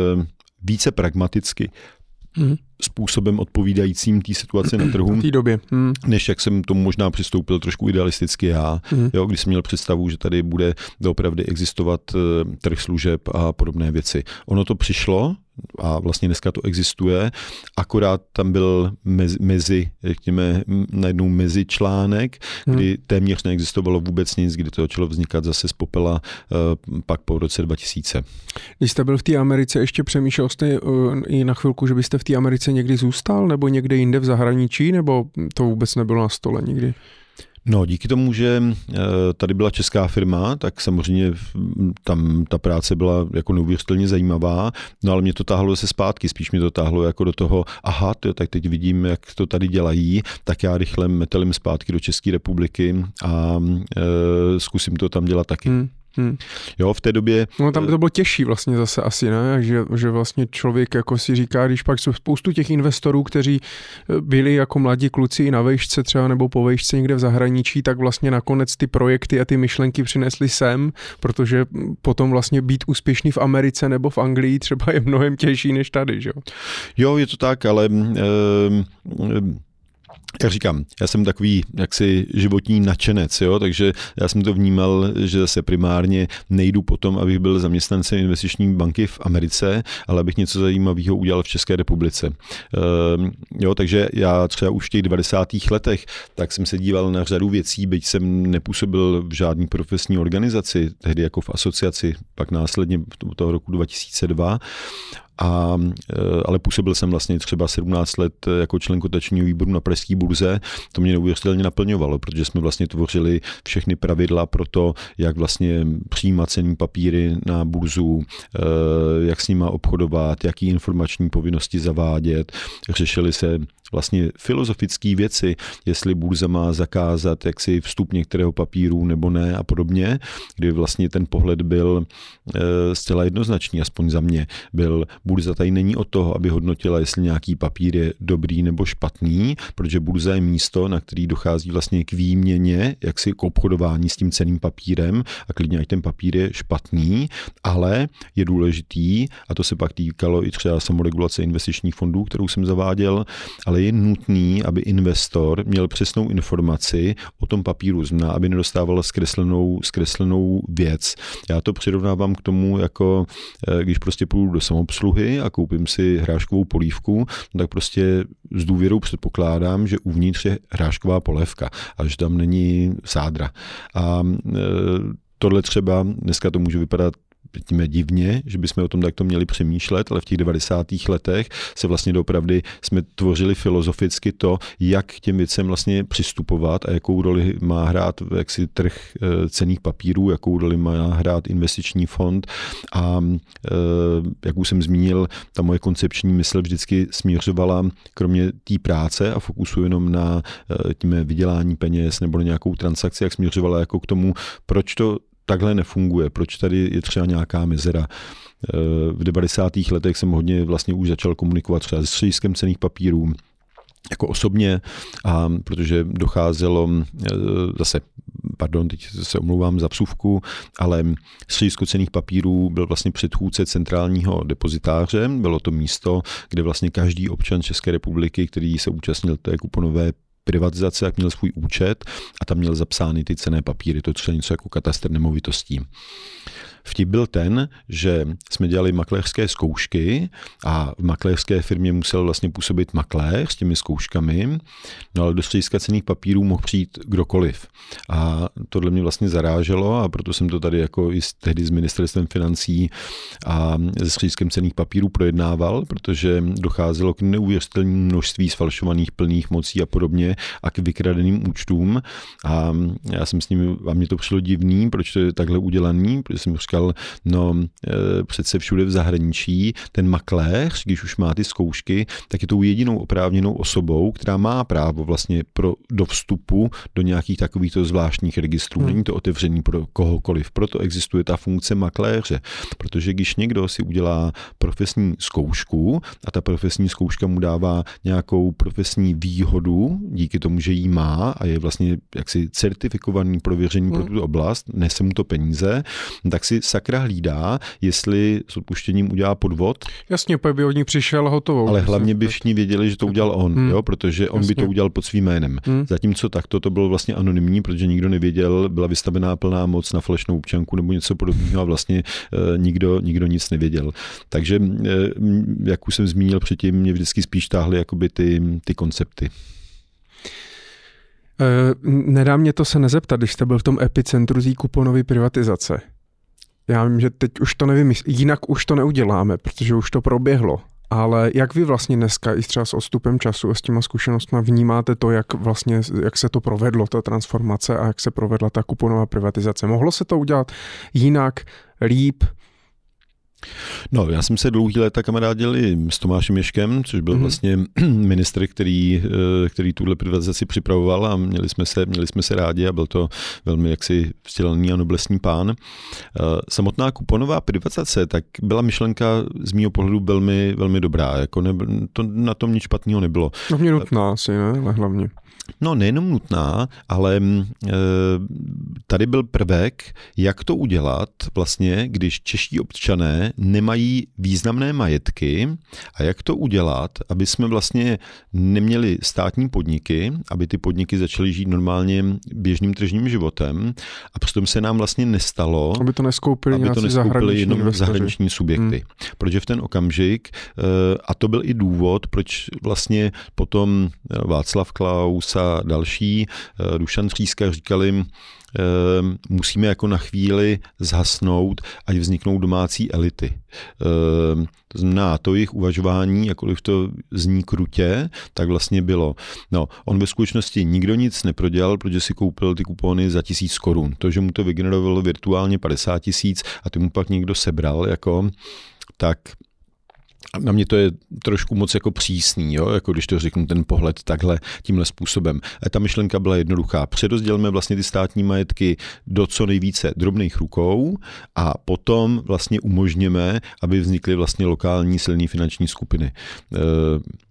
více pragmaticky. Hmm. Způsobem odpovídajícím té situaci na trhu, v té době. Hmm. než jak jsem tomu možná přistoupil trošku idealisticky já, hmm. jo, když jsem měl představu, že tady bude doopravdy existovat trh služeb a podobné věci. Ono to přišlo a vlastně dneska to existuje, akorát tam byl mezi, mezi řekněme, najednou mezičlánek, hmm. kdy téměř neexistovalo vůbec nic, kdy to začalo vznikat zase z popela pak po roce dva tisíce. Když jste byl v té Americe, ještě přemýšlel jste i na chvilku, že byste v té Americe někdy zůstal, nebo někde jinde v zahraničí, nebo to vůbec nebylo na stole nikdy? No, díky tomu, že tady byla česká firma, tak samozřejmě tam ta práce byla jako neuvěřitelně zajímavá, no ale mě to táhlo se zpátky, spíš mě to táhlo jako do toho, aha, to, tak teď vidím, jak to tady dělají, tak já rychle metelím zpátky do České republiky a e, zkusím to tam dělat taky. Hmm. Hmm. Jo, v té době... No tam to bylo těžší vlastně zase asi, ne? Že, že vlastně člověk jako si říká, když pak jsou spoustu těch investorů, kteří byli jako mladí kluci i na vejšce třeba nebo po vejšce někde v zahraničí, tak vlastně nakonec ty projekty a ty myšlenky přinesli sem, protože potom vlastně být úspěšný v Americe nebo v Anglii třeba je mnohem těžší než tady, že jo? Jo, je to tak, ale... E, e, Jak říkám, já jsem takový jaksi životní nadšenec, jo? Takže já jsem to vnímal, že zase primárně nejdu potom, abych byl zaměstnancem investiční banky v Americe, ale abych něco zajímavého udělal v České republice. Ehm, jo, takže já třeba už v těch devadesátých letech, tak jsem se díval na řadu věcí, byť jsem nepůsobil v žádný profesní organizaci, tehdy jako v asociaci, pak následně toho roku dva tisíce dva, A, ale působil jsem vlastně třeba sedmnáct let jako člen kotačního výboru na pražské burze. To mě neuvěřitelně naplňovalo, protože jsme vlastně tvořili všechny pravidla pro to, jak vlastně přijímat cenní papíry na burzu, jak s nima obchodovat, jaký informační povinnosti zavádět. Řešili se vlastně filozofické věci, jestli burza má zakázat jaksi vstup některého papíru nebo ne a podobně, kdy vlastně ten pohled byl e, zcela jednoznačný, aspoň za mě. Byl, burza tady není od toho, aby hodnotila, jestli nějaký papír je dobrý nebo špatný, protože burza je místo, na který dochází vlastně k výměně, jaksi k obchodování s tím cenným papírem a klidně, ať ten papír je špatný, ale je důležitý, a to se pak týkalo i třeba samoregulace investičních fondů, kterou jsem zaváděl, ale ale je nutný, aby investor měl přesnou informaci o tom papíru, znamená, aby nedostával zkreslenou, zkreslenou věc. Já to přirovnávám k tomu, jako když prostě půjdu do samoobsluhy a koupím si hráškovou polívku, tak prostě s důvěrou předpokládám, že uvnitř je hrášková polévka a že tam není sádra. A tohle třeba, dneska to může vypadat tím divně, že bychom o tom takto měli přemýšlet, ale v těch devadesátých letech se vlastně doopravdy jsme tvořili filozoficky to, jak k těm věcem vlastně přistupovat a jakou roli má hrát jaksi trh cenných papírů, jakou roli má hrát investiční fond a jak už jsem zmínil, ta moje koncepční mysl vždycky směřovala kromě té práce a fokusu jenom na tím vydělání peněz nebo na nějakou transakci, jak směřovala jako k tomu, proč to takhle nefunguje, proč tady je třeba nějaká mezera. V devadesátých letech jsem hodně vlastně už začal komunikovat třeba s střediskem cenných papírů, jako osobně, a protože docházelo zase, pardon, teď se omlouvám za vsuvku, ale středisko cenných papírů byl vlastně předchůdce centrálního depozitáře, bylo to místo, kde vlastně každý občan České republiky, který se účastnil té kuponové privatizace, jak měl svůj účet a tam měl zapsány ty cenné papíry, to třeba něco jako katastr nemovitostí. Vtip byl ten, že jsme dělali makléřské zkoušky a v makléřské firmě musel vlastně působit makléř s těmi zkouškami, no ale do střediska cenných papírů mohl přijít kdokoliv. A tohle mě vlastně zaráželo a proto jsem to tady jako i tehdy s ministerstvem financí a se střediskem cenných papírů projednával, protože docházelo k neuvěřitelnému množství sfalšovaných plných mocí a podobně a k vykradeným účtům. A já jsem s nimi, a mě to přišlo divný, proč to je takhle udělaný, protože jsem říkal, no přece všude v zahraničí ten makléř, když už má ty zkoušky, tak je tou jedinou oprávněnou osobou, která má právo vlastně pro, do vstupu do nějakých takovýchto zvláštních registrů. Hmm. Není to otevřený pro kohokoliv. Proto existuje ta funkce makléře. Protože když někdo si udělá profesní zkoušku a ta profesní zkouška mu dává nějakou profesní výhodu, díky tomu, že ji má a je vlastně jaksi certifikovaný, prověřený hmm. pro tuto oblast, nese mu to peníze, tak si sakra hlídá, jestli s odpuštěním udělá podvod. Jasně, by od ní přišel hotovou. Ale hlavně by všichni věděli, že to udělal on, hmm. jo, protože on Jasně. by to udělal pod svým jménem. Hmm. Zatímco takto to bylo vlastně anonymní, protože nikdo nevěděl, byla vystavená plná moc na falešnou občanku nebo něco podobného a vlastně e, nikdo, nikdo nic nevěděl. Takže, e, jak už jsem zmínil předtím, mě vždycky spíš táhly jakoby ty, ty koncepty. E, nedá mě to se nezeptat, když jste byl v tom epicentru té kuponové privatizace. Já vím, že teď už to nevím, jinak už to neuděláme, protože už to proběhlo. Ale jak vy vlastně dneska i třeba s odstupem času a s těma zkušenostmi vnímáte to, jak vlastně, jak se to provedlo, ta transformace a jak se provedla ta kuponová privatizace? Mohlo se to udělat jinak, líp? No, já jsem se dlouhý léta kamarádili s Tomášem Ježkem, což byl mm-hmm. vlastně ministr, který, který tuhle privatizaci připravoval a měli jsme se, měli jsme se rádi a byl to velmi jaksi vzdělaný a noblesní pán. Samotná kuponová privatizace, tak byla myšlenka z mýho pohledu velmi, velmi dobrá. Jako ne, to, na tom nic špatného nebylo. No mě nutná asi, ne? Ale hlavně. No nejenom nutná, ale e, tady byl prvek, jak to udělat vlastně, když čeští občané nemají významné majetky a jak to udělat, aby jsme vlastně neměli státní podniky, aby ty podniky začaly žít normálně běžným tržním životem a přitom se nám vlastně nestalo, aby to neskoupili, aby to neskoupili jenom investoři. zahraniční subjekty. Hmm. Protože v ten okamžik, e, a to byl i důvod, proč vlastně potom Václav Klaus a další, Dušan Tříska říkali, musíme jako na chvíli zhasnout, ať vzniknou domácí elity. To znamená, to jejich uvažování, jakkoliv to zní krutě, tak vlastně bylo. No, on ve skutečnosti nikdo nic neprodělal, protože si koupil ty kupony za tisíc korun. To, že mu to vygenerovalo virtuálně padesát tisíc a ty mu pak někdo sebral, jako, tak na mě to je trošku moc jako přísný, jo? Jako když to řeknu ten pohled takhle, tímhle způsobem. A ta myšlenka byla jednoduchá. Předozdělme vlastně ty státní majetky do co nejvíce drobných rukou a potom vlastně umožněme, aby vznikly vlastně lokální silné finanční skupiny.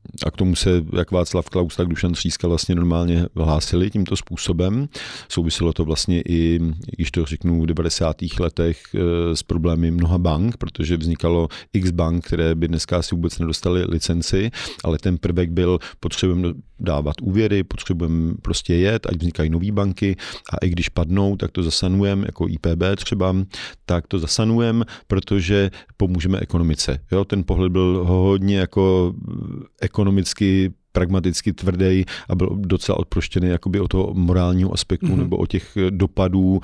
a k tomu se jak Václav Klaus, tak Dušan Tříska vlastně normálně hlásili tímto způsobem. Souviselo to vlastně i, když to řeknu, v devadesátých letech s problémy mnoha bank, protože vznikalo x bank, které by dneska si vůbec nedostaly licenci, ale ten prvek byl, potřebujeme dávat úvěry, potřebujeme prostě jet, ať vznikají nové banky a i když padnou, tak to zasanujeme, jako I P B třeba, tak to zasanujeme, protože pomůžeme ekonomice. Jo, ten pohled byl hodně jako ekonomicky pragmaticky tvrdý a byl docela odproštěný jakoby od toho morálního aspektu mm-hmm. nebo o těch dopadů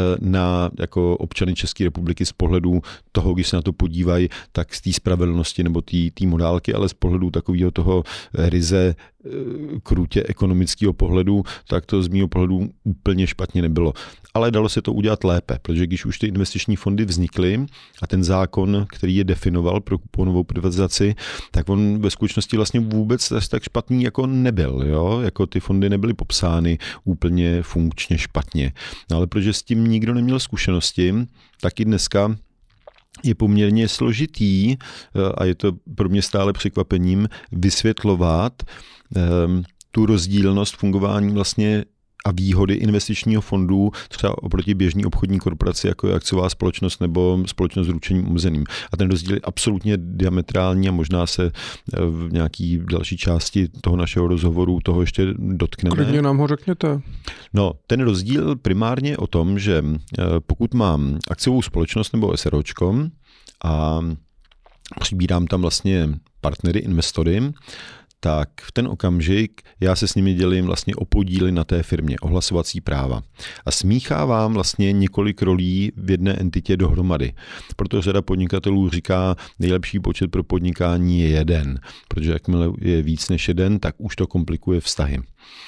na jako občany České republiky z pohledu toho, když se na to podívají, tak z té spravedlnosti nebo té morálky, ale z pohledu takového toho ryze krutě ekonomického pohledu, tak to z mého pohledu úplně špatně nebylo. Ale dalo se to udělat lépe, protože když už ty investiční fondy vznikly a ten zákon, který je definoval pro kuponovou privatizaci, tak on ve skutečnosti vlastně vůbec tak špatný jako nebyl. Jo? Jako ty fondy nebyly popsány úplně funkčně špatně. No, ale protože s tím nikdo neměl zkušenosti, tak i dneska je poměrně složitý a je to pro mě stále překvapením vysvětlovat um, tu rozdílnost fungování vlastně a výhody investičního fondu třeba oproti běžný obchodní korporaci, jako je akciová společnost nebo společnost s ručením omezeným. A ten rozdíl je absolutně diametrální a možná se v nějaký další části toho našeho rozhovoru toho ještě dotkneme. Klidně nám ho řekněte. No, ten rozdíl primárně je o tom, že pokud mám akciovou společnost nebo SROčko a přibírám tam vlastně partnery, investory, tak v ten okamžik já se s nimi dělím vlastně o podíly na té firmě, o hlasovací práva. A smíchávám vlastně několik rolí v jedné entitě dohromady. Proto řada podnikatelů říká, nejlepší počet pro podnikání je jeden, protože jakmile je víc než jeden, tak už to komplikuje vztahy.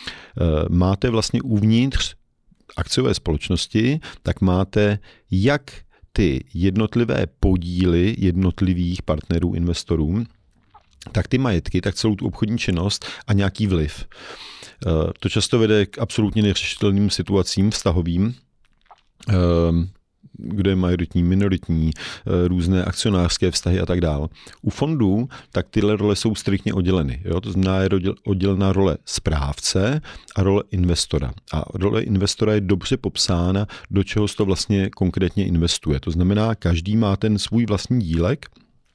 Máte vlastně uvnitř akciové společnosti, tak máte jak ty jednotlivé podíly jednotlivých partnerů, investorů, tak ty majetky, tak celou tu obchodní činnost a nějaký vliv. To často vede k absolutně neřešitelným situacím vztahovým, kde je majoritní, minoritní, různé akcionářské vztahy a tak dále. U fondů tak tyhle role jsou striktně odděleny. Jo? To znamená, je oddělená role správce a role investora. A role investora je dobře popsána, do čeho se to vlastně konkrétně investuje. To znamená, každý má ten svůj vlastní dílek.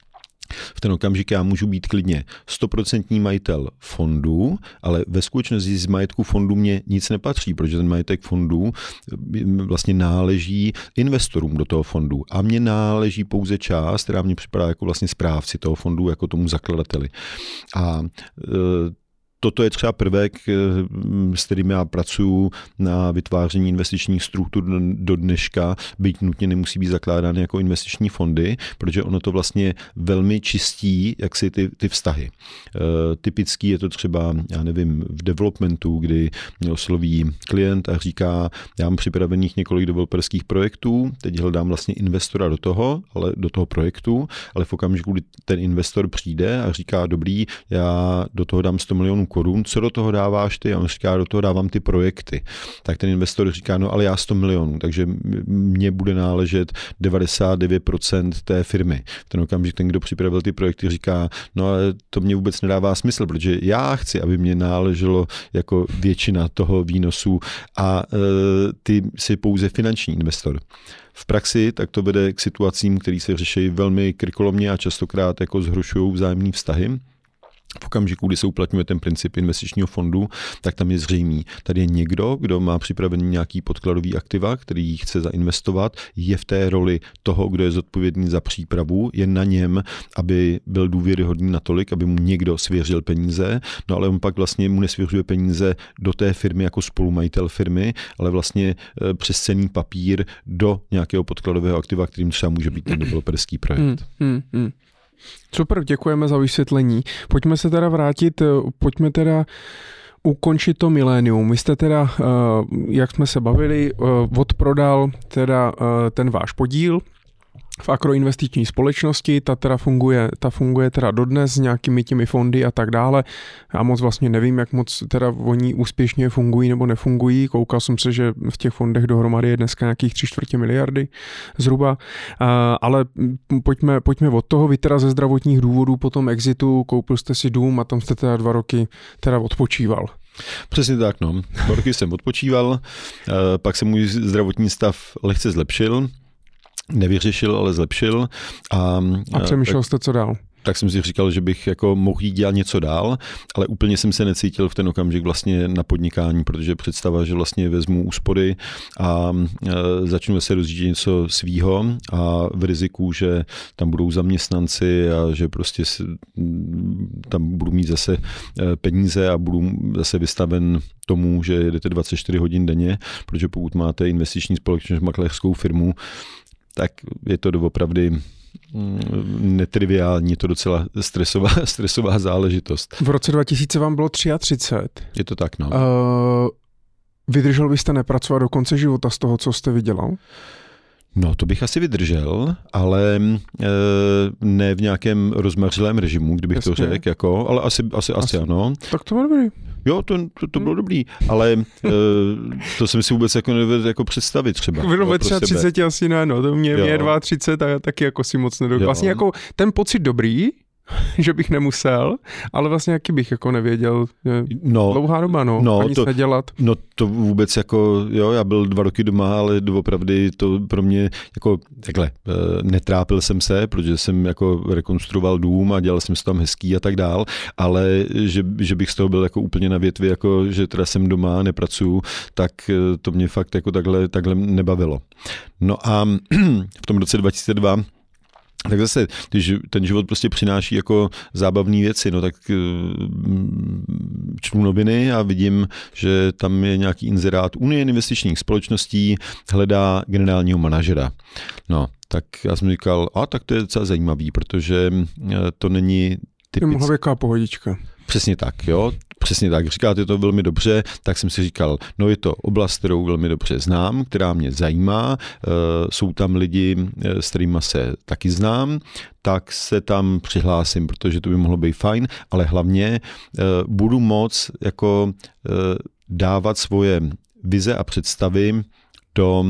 V ten okamžik já můžu být klidně stoprocentní majitel fondů, ale ve skutečnosti z majetku fondu mě nic nepatří, protože ten majetek fondů vlastně náleží investorům do toho fondu a mně náleží pouze část, která mě připadá jako vlastně správci toho fondu, jako tomu zakladateli. A e, Toto je třeba prvek, s kterým já pracuji na vytváření investičních struktur do dneška, byť nutně nemusí být zakládány jako investiční fondy, protože ono to vlastně velmi čistí, jak si ty, ty vztahy. E, typický je to třeba, já nevím, v developmentu, kdy mě osloví klient a říká, já mám připravených několik developerských projektů, teď hledám vlastně investora do toho, ale do toho projektu, ale v okamžiku, kdy ten investor přijde a říká, dobrý, já do toho dám sto milionů korun, co do toho dáváš ty? A on říká, do toho dávám ty projekty. Tak ten investor říká, no ale já sto milionů, takže mně bude náležet devadesát devět procent té firmy. V ten okamžik ten, kdo připravil ty projekty, říká, no ale to mě vůbec nedává smysl, protože já chci, aby mě náleželo jako většina toho výnosu a e, ty jsi pouze finanční investor. V praxi tak to vede k situacím, které se řeší velmi krykolomně a častokrát jako zhoršují vzájemné vztahy. V okamžiku, kdy se uplatňuje ten princip investičního fondu, tak tam je zřejmý. Tady je někdo, kdo má připravený nějaký podkladový aktiva, který chce zainvestovat, je v té roli toho, kdo je zodpovědný za přípravu, je na něm, aby byl důvěryhodný natolik, aby mu někdo svěřil peníze, no ale on pak vlastně mu nesvěřuje peníze do té firmy jako spolumajitel firmy, ale vlastně přes cenný papír do nějakého podkladového aktiva, kterým třeba může být ten developerský projekt. Hmm, hmm, hmm. Super, děkujeme za vysvětlení. Pojďme se teda vrátit, pojďme teda ukončit to milénium. Vy jste teda, jak jsme se bavili, odprodal teda ten váš podíl v agroinvestiční společnosti, ta teda funguje, ta funguje teda dodnes s nějakými těmi fondy a tak dále. Já moc vlastně nevím, jak moc teda oni úspěšně fungují nebo nefungují. Koukal jsem se, že v těch fondech dohromady je dneska nějakých tři čtvrtě miliardy zhruba. Ale pojďme, pojďme od toho. Vy teda ze zdravotních důvodů po tom exitu koupil jste si dům a tam jste teda dva roky teda odpočíval. Přesně tak, no. Dva roky jsem odpočíval, pak se můj zdravotní stav lehce zlepšil. Nevyřešil, ale zlepšil. A, a přemýšlel jste, co dál? Tak jsem si říkal, že bych jako mohl jít dělat něco dál, ale úplně jsem se necítil v ten okamžik vlastně na podnikání, protože představa, že vlastně vezmu úspory a začnu se rozjíždět něco svýho a v riziku, že tam budou zaměstnanci a že prostě tam budu mít zase peníze a budu zase vystaven tomu, že jedete dvacet čtyři hodin denně, protože pokud máte investiční společnost, makléřskou firmu, tak je to doopravdy netriviální, to docela stresová, stresová záležitost. V roce dva tisíce vám bylo třicet tři. Je to tak, no. Uh, vydržel byste nepracovat do konce života z toho, co jste vydělal? No, to bych asi vydržel, ale e, ne v nějakém rozmařilém režimu, kdybych Jasně. to řekl, jako, ale asi, asi, asi, asi ano. Tak to bylo dobrý. Jo, to, to, to bylo hmm. dobrý, ale e, to jsem si vůbec jako nevěděl jako představit třeba. Bylo ve třiceti asi ne, no, to mě, mě je třicet dva a taky jako si moc nedokážu. Vlastně jako ten pocit dobrý, že bych nemusel, ale vlastně jaký bych jako nevěděl. No, dlouhá doba, no, no a nic to, nedělat. No to vůbec jako, jo, já byl dva roky doma, ale doopravdy to pro mě jako takhle, netrápil jsem se, protože jsem jako rekonstruoval dům a dělal jsem si tam hezký a tak dál, ale že, že bych z toho byl jako úplně na větvi, jako že teda jsem doma, nepracuju, tak to mě fakt jako takhle, takhle nebavilo. No a v tom roce dva tisíce dva tak zase, když ten život prostě přináší jako zábavné věci, no tak čtu noviny a vidím, že tam je nějaký inzerát Unie investičních společností, hledá generálního manažera. No, tak já jsem říkal, a tak to je docela zajímavý, protože to není typické. Je mohla věká pohodička. Přesně tak, jo. Přesně tak, říkáte to velmi dobře, tak jsem si říkal, no je to oblast, kterou velmi dobře znám, která mě zajímá, jsou tam lidi, s kterými se taky znám, tak se tam přihlásím, protože to by mohlo být fajn, ale hlavně budu moc jako dávat svoje vize a představy do,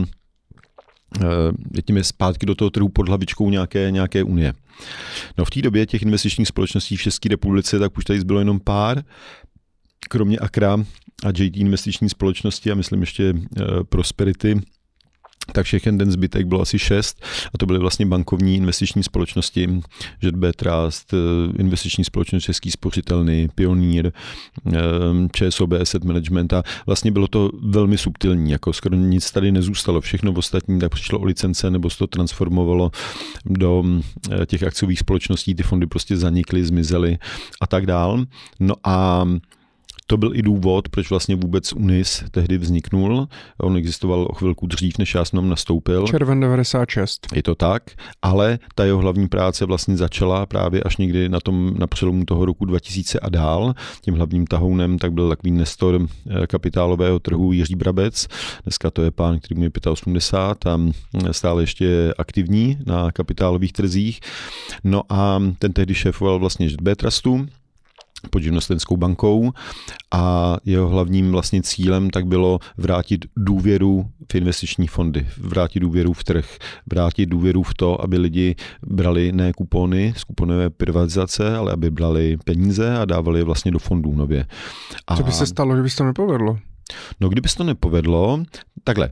řekněme, zpátky do toho trhu pod hlavičkou nějaké, nějaké unie. No v té době těch investičních společností v České republice, tak už tady zbylo jenom pár, kromě Akra a J T investiční společnosti a myslím ještě Prosperity, tak všechen ten zbytek bylo asi šest a to byly vlastně bankovní investiční společnosti, J B Trust, investiční společnost Český spořitelny, Pionýr, ČSOB Asset Management a vlastně bylo to velmi subtilní, jako skoro nic tady nezůstalo, všechno ostatní tak přišlo o licence nebo se to transformovalo do těch akciových společností, ty fondy prostě zanikly, zmizely a tak dál. No a to byl i důvod, proč vlastně vůbec Unis tehdy vzniknul. On existoval o chvilku dřív, než já jsem tam nastoupil. Červen devadesát šest. Je to tak, ale ta jeho hlavní práce vlastně začala právě až někdy na tom na přelomu toho roku dva tisíce a dál. Tím hlavním tahounem tak byl takový nestor kapitálového trhu Jiří Brabec. Dneska to je pán, který mu je osmdesát pět a stále ještě je aktivní na kapitálových trzích. No a ten tehdy šéfoval vlastně J B Trustu pod živnostenskou bankou a jeho hlavním vlastně cílem tak bylo vrátit důvěru v investiční fondy, vrátit důvěru v trh, vrátit důvěru v to, aby lidi brali ne kupony z kuponové privatizace, ale aby brali peníze a dávali je vlastně do fondů nově. A co by se stalo, kdyby se to nepovedlo? No kdyby se to nepovedlo, takhle,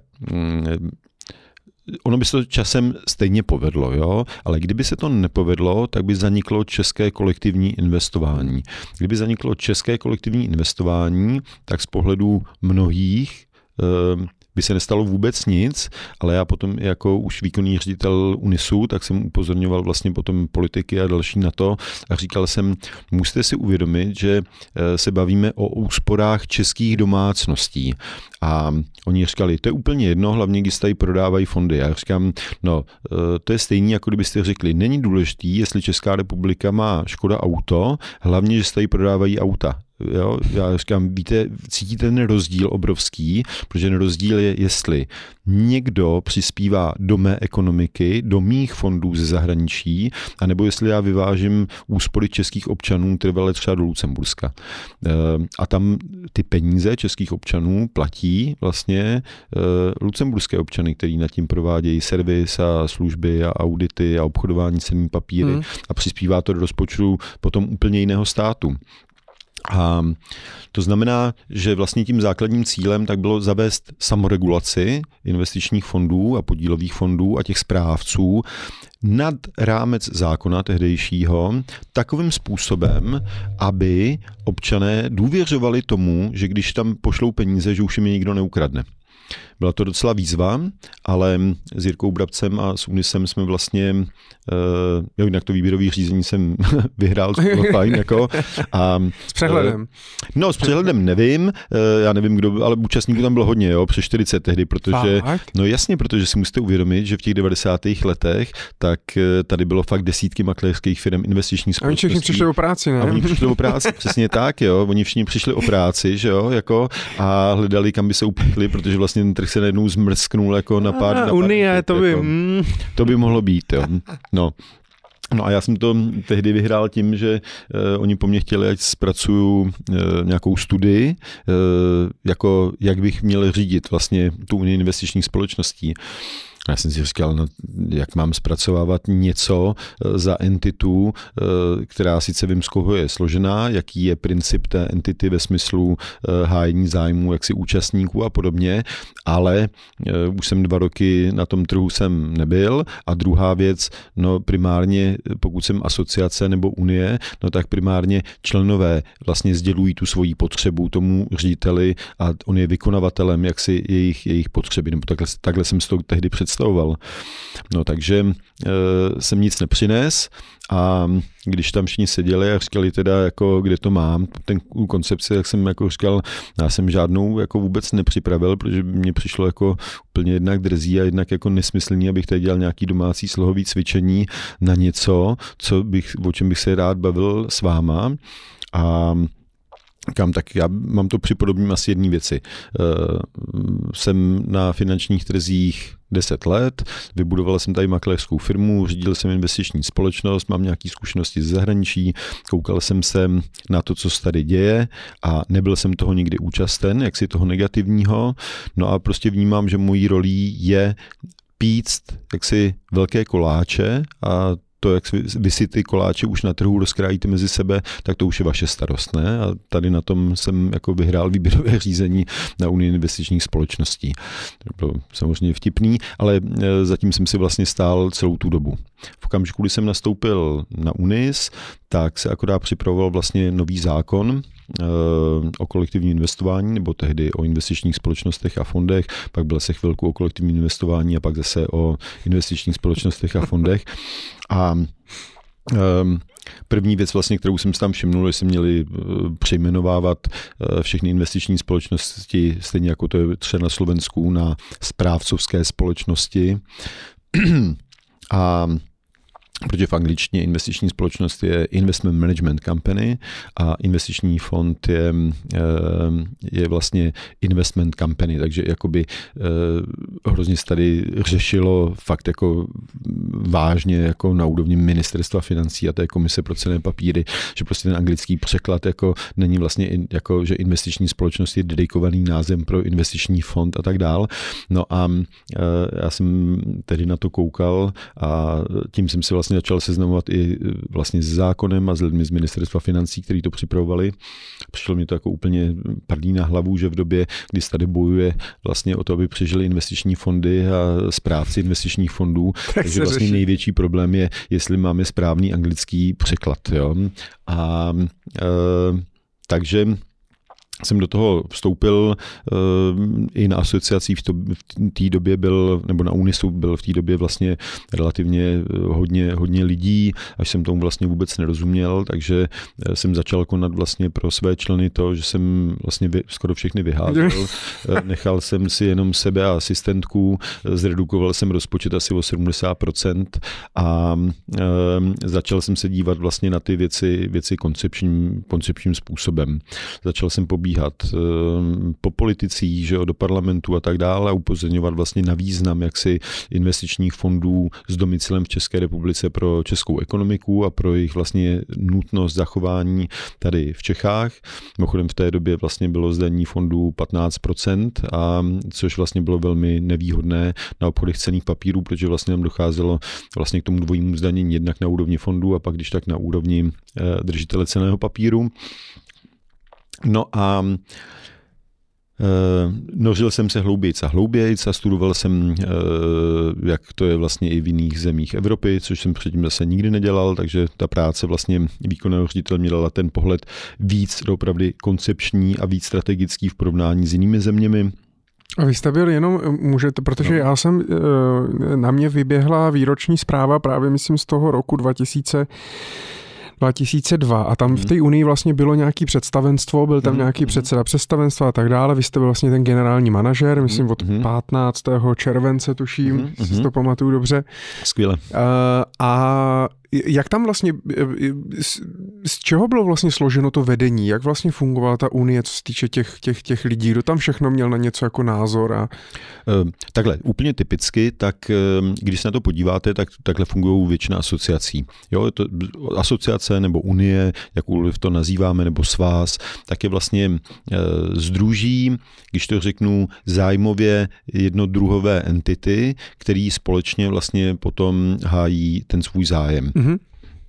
ono by se to časem stejně povedlo, jo? Ale kdyby se to nepovedlo, tak by zaniklo české kolektivní investování. Kdyby zaniklo české kolektivní investování, tak z pohledu mnohých eh, by se nestalo vůbec nic, ale já potom jako už výkonný ředitel Unisu, tak jsem upozorňoval vlastně potom politiky a další na to a říkal jsem, musíte si uvědomit, že se bavíme o úsporách českých domácností. A oni říkali, to je úplně jedno, hlavně když tady prodávají fondy. Já říkám, no, to je stejný, jako kdybyste řekli, není důležitý, jestli Česká republika má Škoda auto, hlavně, že se tady prodávají auta. Jo, já říkám, víte, cítíte ten rozdíl obrovský, protože ten rozdíl je, jestli někdo přispívá do mé ekonomiky, do mých fondů ze zahraničí, anebo jestli já vyvážím úspory českých občanů trvale třeba do Lucemburska. A tam ty peníze českých občanů platí vlastně lucemburské občany, který nad tím provádějí servis a služby a audity a obchodování cennými papíry hmm. a přispívá to do rozpočtu potom úplně jiného státu. A to znamená, že vlastně tím základním cílem tak bylo zavést samoregulaci investičních fondů a podílových fondů a těch správců nad rámec zákona tehdejšího takovým způsobem, aby občané důvěřovali tomu, že když tam pošlou peníze, že už jim je nikdo neukradne. Byla to docela výzva, ale s Jirkou Brabcem a s Unisem jsme vlastně, uh, jinak to výběrový řízení jsem vyhrál, to bylo fajn, jako. A, s přehledem. Uh, no, s přehledem nevím, uh, já nevím, kdo, ale účastníků tam bylo hodně, jo, přes čtyřicet tehdy, protože, fakt? No jasně, protože si musíte uvědomit, že v těch devadesátých letech, tak uh, tady bylo fakt desítky makléřských firm, investičních společností. A oni všichni přišli o práci, ne? A oni přišli o práci, přesně tak, jo, oni všichni přišli o práci, že jo, jako, a hledali, kam by se upekli, protože vlastně ten trh se najednou zmrsknul jako na pár... A, na Unie, pár, to by... Jako, mm. To by mohlo být, jo. No. No a já jsem to tehdy vyhrál tím, že uh, oni po mně chtěli, ať zpracuju uh, nějakou studii, uh, jako jak bych měl řídit vlastně tu unii investičních společností. Já jsem si říkal, no, jak mám zpracovávat něco za entitu, která sice vím, z koho je složená, jaký je princip té entity ve smyslu hájení zájmu jaksi účastníků a podobně, ale už jsem dva roky na tom trhu jsem nebyl. A druhá věc, no primárně, pokud jsem asociace nebo unie, no tak primárně členové vlastně sdělují tu svoji potřebu tomu řediteli a on je vykonavatelem jaksi jejich, jejich potřeby, nebo takhle, takhle jsem si to tehdy představil. No takže e, jsem nic nepřines a když tam všichni seděli a říkali teda, jako, kde to mám, ten koncepci, jak jsem jako říkal, já jsem žádnou jako vůbec nepřipravil, protože mně přišlo jako úplně jednak drzí a jednak jako nesmyslný, abych tady dělal nějaký domácí slohový cvičení na něco, co bych, o čem bych se rád bavil s váma. A kam, tak já mám to připodobním asi jedné věci. Jsem na finančních trzích deset let, vybudoval jsem tady makléřskou firmu, řídil jsem investiční společnost, mám nějaké zkušenosti ze zahraničí, koukal jsem se na to, co se tady děje a nebyl jsem toho nikdy účasten, jaksi toho negativního, no a prostě vnímám, že mojí rolí je píct jaksi velké koláče a to, jak vy si ty koláče už na trhu rozkrájíte mezi sebe, tak to už je vaše starost, ne? A tady na tom jsem jako vyhrál výběrové řízení na Unii investičních společností. To bylo samozřejmě vtipný, ale zatím jsem si vlastně stál celou tu dobu. V okamžiku, kdy jsem nastoupil na Unis, tak se akorát připravoval vlastně nový zákon o kolektivním investování, nebo tehdy o investičních společnostech a fondech, pak byla se chvilku o kolektivním investování a pak zase o investičních společnostech a fondech. A um, první věc, vlastně, kterou jsem si tam všimnul, že si měli přejmenovávat všechny investiční společnosti, stejně jako to je třeba na Slovensku, na správcovské společnosti. A protože v angličtině investiční společnost je Investment Management Company a investiční fond je, je vlastně Investment Company, takže jakoby hrozně se tady řešilo fakt jako vážně jako na úrovni ministerstva financí a té komise pro cenné papíry, že prostě ten anglický překlad jako není vlastně jako, že investiční společnost je dedikovaný název pro investiční fond a tak dál. No a já jsem tedy na to koukal a tím jsem si vlastně začal seznamovat i vlastně s zákonem a s lidmi z ministerstva financí, kteří to připravovali. Přišlo mi to jako úplně prdí na hlavu, že v době, kdy se tady bojuje vlastně o to, aby přežili investiční fondy a správci investičních fondů, tak takže vlastně řeší. Největší problém je, jestli máme správný anglický překlad. Jo? A e, takže jsem do toho vstoupil i na asociací v té době byl, nebo na Unisu byl v té době vlastně relativně hodně, hodně lidí, až jsem tomu vlastně vůbec nerozuměl, takže jsem začal konat vlastně pro své členy to, že jsem vlastně vy, skoro všechny vyházel. Nechal jsem si jenom sebe a asistentku, zredukoval jsem rozpočet asi o sedmdesát procent a e, začal jsem se dívat vlastně na ty věci, věci koncepčním, koncepčním způsobem. Začal jsem pobíhat po politicích, že jo, do parlamentu a tak dále a upozorňovat vlastně na význam jaksi investičních fondů s domicilem v České republice pro českou ekonomiku a pro jejich vlastně nutnost zachování tady v Čechách. Mimochodem v té době vlastně bylo zdanění fondů patnáct procent, a což vlastně bylo velmi nevýhodné na obchodech cenných papírů, protože vlastně nám docházelo vlastně k tomu dvojímu zdanění jednak na úrovni fondů a pak když tak na úrovni držitele cenného papíru. No a e, nořil jsem se hloubějc a hloubějc a studoval jsem, e, jak to je vlastně i v jiných zemích Evropy, což jsem předtím zase nikdy nedělal, takže ta práce vlastně výkonného ředitele mě dala ten pohled víc opravdu koncepční a víc strategický v porovnání s jinými zeměmi. A vy jste byl jenom, můžete, protože no. já jsem, na mě vyběhla výroční zpráva právě myslím z toho roku dva tisíce dva tisíce dva a tam v té unii vlastně bylo nějaký představenstvo, byl tam mm, nějaký mm. předseda představenstva a tak dále, vy jste byl vlastně ten generální manažer, myslím od mm. patnáctého července tuším, mm, si mm. to pamatuju dobře. Skvěle. Uh, a jak tam vlastně, z, z čeho bylo vlastně složeno to vedení? Jak vlastně fungovala ta unie, co se týče těch, těch, těch lidí? Kdo tam všechno měl na něco jako názor? A... Takhle, úplně typicky, tak když se na to podíváte, tak takhle fungují většina asociací. Jo, to, asociace nebo unie, jakkoliv to nazýváme, nebo svaz, tak je vlastně e, sdruží, když to řeknu, zájmově jednodruhové entity, který společně vlastně potom hájí ten svůj zájem. Mm-hmm.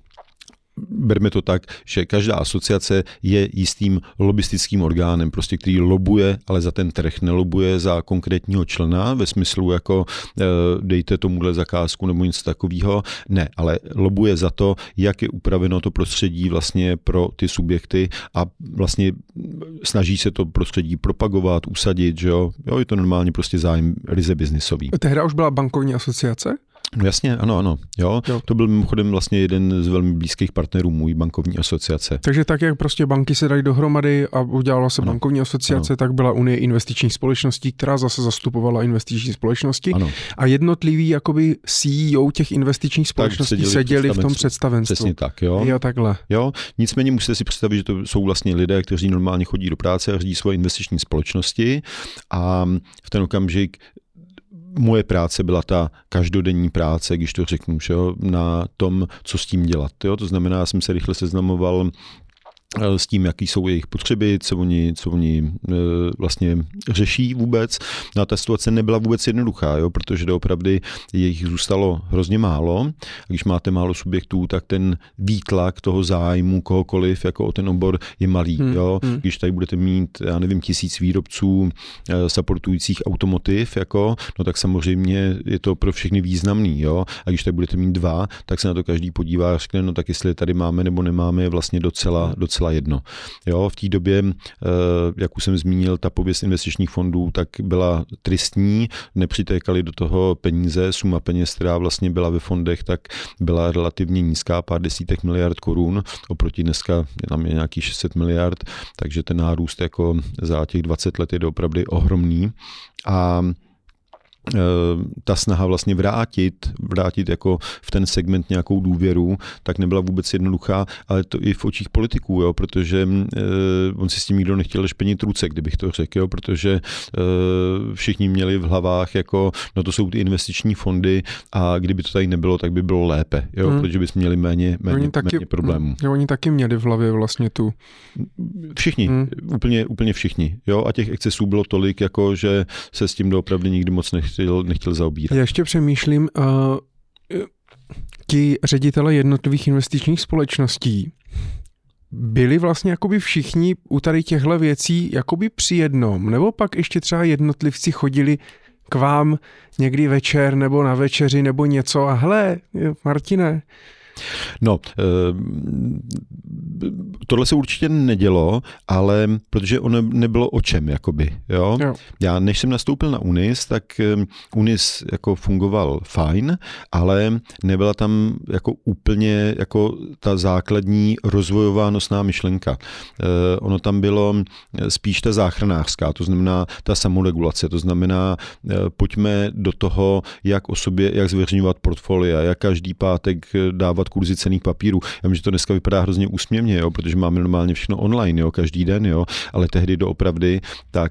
Berme to tak, že každá asociace je jistým lobistickým orgánem, prostě který lobuje, ale za ten trh, nelobuje za konkrétního člena ve smyslu jako dejte tomuhle zakázku nebo něco takového. Ne, ale lobuje za to, jak je upraveno to prostředí vlastně pro ty subjekty a vlastně snaží se to prostředí propagovat, usadit, že jo. Jo, je to normálně prostě zájem ryze biznisový. Tehdy už byla bankovní asociace? No jasně, ano, ano. Jo. Jo. To byl mimochodem vlastně jeden z velmi blízkých partnerů můj bankovní asociace. Takže tak, jak prostě banky se dají dohromady a udělala se ano. bankovní asociace, ano. tak byla Unie investičních společností, která zase zastupovala investiční společnosti. Ano. A jednotliví jakoby C E O těch investičních společností seděli, seděli v tom představenstvu. Přesně tak, jo. Jo, takhle. Jo, nicméně musíte si představit, že to jsou vlastně lidé, kteří normálně chodí do práce a řídí svoje investiční společnosti a v ten okamžik moje práce byla ta každodenní práce, když to řeknu, že jo, na tom, co s tím dělat. Jo? To znamená, já jsem se rychle seznamoval s tím, jaký jsou jejich potřeby, co oni, co oni e, vlastně řeší vůbec. No a ta situace nebyla vůbec jednoduchá, jo, protože doopravdy jich zůstalo hrozně málo. A když máte málo subjektů, tak ten výtlak toho zájmu kohokoliv jako o ten obor je malý. Hmm, jo. Hmm. Když tady budete mít, já nevím, tisíc výrobců e, supportujících automotiv, jako, no tak samozřejmě je to pro všechny významný. Jo. A když tady budete mít dva, tak se na to každý podívá a řekne, no tak jestli tady máme nebo nemáme, je vlastně docela, docela jedno. Jo, v té době, jak už jsem zmínil, ta pověst investičních fondů tak byla tristní, nepřitékaly do toho peníze, suma peněz, která vlastně byla ve fondech, tak byla relativně nízká, pár desítek miliard korun, oproti dneska tam je nějakých šest set miliard, takže ten nárůst jako za těch dvacet let je opravdu ohromný. A ta snaha vlastně vrátit, vrátit jako v ten segment nějakou důvěru, tak nebyla vůbec jednoduchá, ale to i v očích politiků, jo, protože eh, on si s tím nikdo nechtěl špenit ruce, kdybych to řekl, jo, protože eh, všichni měli v hlavách jako, no to jsou ty investiční fondy a kdyby to tady nebylo, tak by bylo lépe, jo, hmm. protože bychom měli méně, méně, oni taky, méně problémů. Jo, oni taky měli v hlavě vlastně tu... Všichni, hmm. úplně, úplně všichni, jo, a těch excesů bylo tolik, jako že se s tím doopravdy nikdy moc nechtěl Nechtěl, nechtěl zaobírat. Já ještě přemýšlím, uh, ti ředitele jednotlivých investičních společností byli vlastně jakoby všichni u tady těchto věcí jakoby při jednom, nebo pak ještě třeba jednotlivci chodili k vám někdy večer nebo na večeři nebo něco a hele, Martine, No, tohle se určitě nedělo, ale protože ono nebylo o čem, jakoby, jo? Jo. Já než jsem nastoupil na UNIS, tak UNIS jako fungoval fajn, ale nebyla tam jako úplně jako ta základní rozvojová nosná myšlenka. Ono tam bylo spíš ta záchranářská, to znamená ta samoregulace, to znamená pojďme do toho, jak o sobě, jak zveřejňovat portfolia, jak každý pátek dávat kurzy cenných papírů. Já vím, že to dneska vypadá hrozně úsměvně, jo, protože máme normálně všechno online, jo, každý den, jo, ale tehdy doopravdy, tak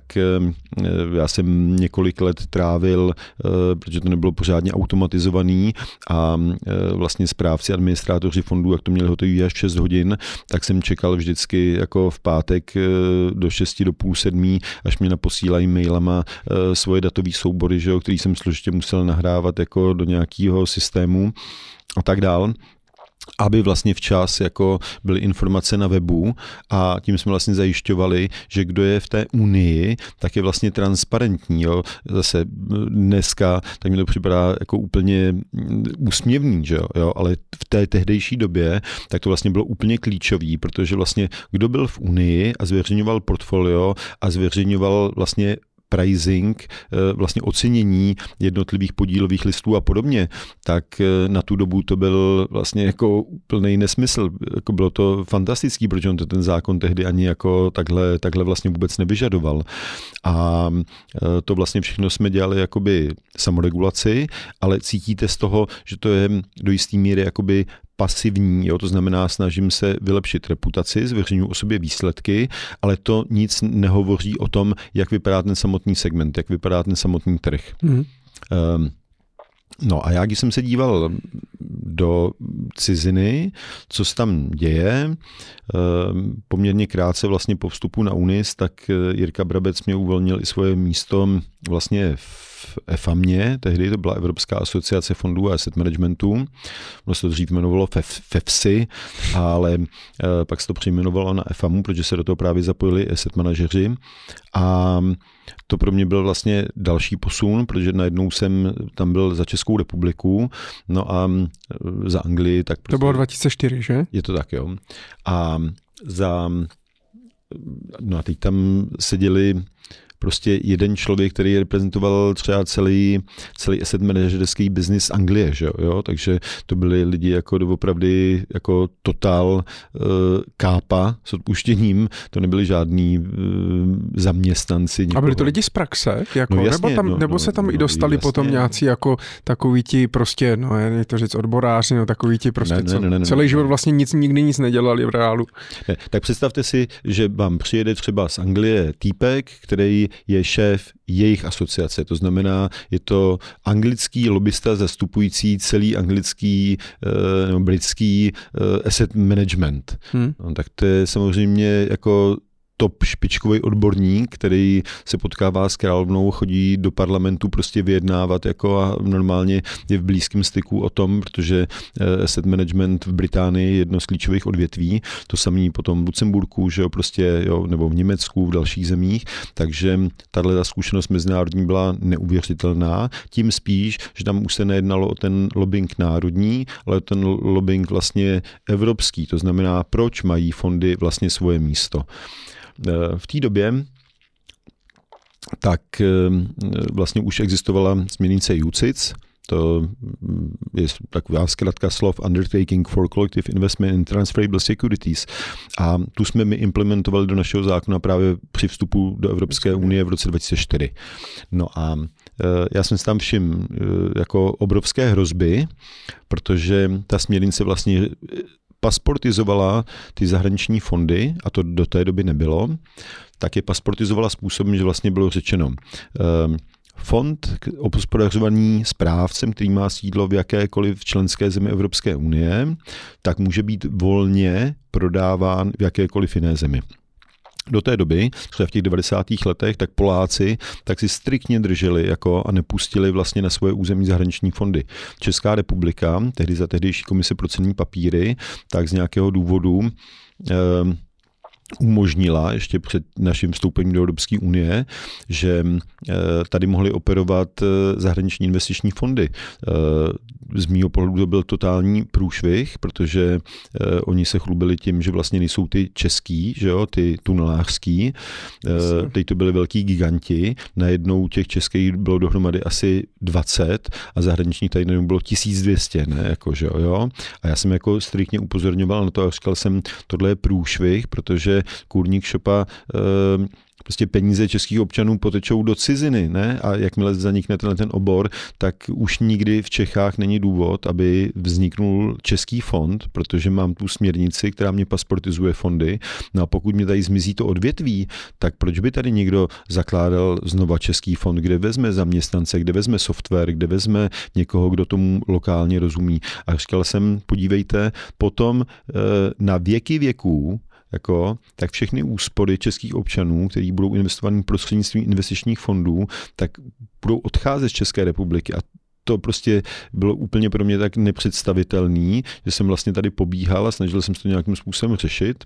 já jsem několik let trávil, protože to nebylo pořádně automatizovaný a vlastně správci, administrátoři fondů, jak to měli hotový až šest hodin, tak jsem čekal vždycky jako v pátek do šesti, do půl sedmí, až mě naposílají mailama svoje datové soubory, že jo, který jsem složitě musel nahrávat jako do nějakého systému a tak dál, aby vlastně včas jako byly informace na webu a tím jsme vlastně zajišťovali, že kdo je v té unii, tak je vlastně transparentní. Jo. Zase dneska, tak mi to připadá jako úplně úsměvný, že jo, ale v té tehdejší době, tak to vlastně bylo úplně klíčový, protože vlastně kdo byl v unii a zveřejňoval portfolio a zveřejňoval vlastně pricing, vlastně ocenění jednotlivých podílových listů a podobně, tak na tu dobu to byl vlastně jako úplný nesmysl. Jako bylo to fantastický, protože on to ten zákon tehdy ani jako takhle, takhle vlastně vůbec nevyžadoval. A to vlastně všechno jsme dělali jakoby samoregulaci, ale cítíte z toho, že to je do jistý míry jakoby pasivní, jo? To znamená, snažím se vylepšit reputaci, zveřejňuji o sobě výsledky, ale to nic nehovoří o tom, jak vypadá ten samotný segment, jak vypadá ten samotný trh. Mm. Um, No a já, když jsem se díval do ciziny, co se tam děje, poměrně krátce vlastně po vstupu na UNIS, tak Jirka Brabec mě uvolnil i svoje místo vlastně v EFAMě, tehdy to byla Evropská asociace fondů a asset managementu, ono se to dřív jmenovalo FEFSI, ale pak se to přejmenovalo na EFAMu, protože se do toho právě zapojili asset manažeři a to pro mě byl vlastně další posun, protože najednou jsem tam byl za Českou republiku, no a za Anglii. Tak prostě, to bylo dva tisíce čtyři, že? Je to tak, jo. A za, no a teď tam seděli prostě jeden člověk, který reprezentoval třeba celý, celý asset managerský biznis Anglie, že jo, takže to byli lidi jako doopravdy jako totál uh, kápa s odpuštěním, to nebyli žádní uh, zaměstnanci. Někoho. A byli to lidi z praxe? Jako, no jasně, nebo tam, no, nebo no, se tam no, i dostali jasně. potom nějací jako takový ti prostě, no je to říct odboráři, no takový ti prostě, ne, ne, co ne, ne, ne, celý ne, život ne. vlastně nic, nikdy nic nedělali v reálu. Ne, tak představte si, že vám přijede třeba z Anglie týpek, který je šéf jejich asociace. To znamená, je to anglický lobista zastupující celý anglický nebo britský asset management. Hmm. No, tak to je samozřejmě jako top špičkový odborník, který se potkává s královnou, chodí do parlamentu prostě vyjednávat jako a normálně je v blízkém styku o tom, protože asset management v Británii je jedno z klíčových odvětví, to samé potom v Lucemburku, že jo, prostě, jo, nebo v Německu, v dalších zemích, takže tato zkušenost mezinárodní byla neuvěřitelná, tím spíš, že tam už se nejednalo o ten lobbying národní, ale o ten lobbying vlastně evropský, to znamená, proč mají fondy vlastně svoje místo. V té době tak vlastně už existovala směrnice U C I T S, to je taková zkratka slov Undertaking for Collective Investment in Transferable Securities a tu jsme my implementovali do našeho zákona právě při vstupu do Evropské unie v roce dva tisíce čtyři. No a já jsem si tam všiml jako obrovské hrozby, protože ta směrnice vlastně pasportizovala ty zahraniční fondy, a to do té doby nebylo, tak je pasportizovala způsobem, že vlastně bylo řečeno, fond obhospodařovaný správcem, který má sídlo v jakékoliv členské zemi Evropské unie, tak může být volně prodáván v jakékoliv jiné zemi. Do té doby, třeba v těch devadesátých letech, tak Poláci tak si striktně drželi jako a nepustili vlastně na svoje území zahraniční fondy. Česká republika, tehdy za tehdejší komise pro cenní papíry, tak z nějakého důvodu eh, umožnila ještě před naším vstoupením do Evropské unie, že tady mohly operovat zahraniční investiční fondy. Z mýho pohledu to byl totální průšvih, protože oni se chlubili tím, že vlastně nejsou ty český, že jo, ty tunelářský. Teď to byly velký giganti. Najednou těch českých bylo dohromady asi dvacet a zahraničních tady najednou bylo tisíc dvě stě, ne, jako, že jo. A já jsem jako striktně upozorňoval na to a říkal jsem, tohle je průšvih, protože kurník šopa e, prostě peníze českých občanů potečou do ciziny, ne? A jakmile zanikne tenhle ten obor, tak už nikdy v Čechách není důvod, aby vzniknul český fond, protože mám tu směrnici, která mě pasportizuje fondy. No a pokud mě tady zmizí to odvětví, tak proč by tady někdo zakládal znova český fond, kde vezme zaměstnance, kde vezme software, kde vezme někoho, kdo tomu lokálně rozumí. A říkal jsem, podívejte, potom na věky věků, Jako, tak všechny úspory českých občanů, kteří budou investovaní prostřednictvím investičních fondů, tak budou odcházet z České republiky a to prostě bylo úplně pro mě tak nepředstavitelný, že jsem vlastně tady pobíhal a snažil jsem se to nějakým způsobem řešit.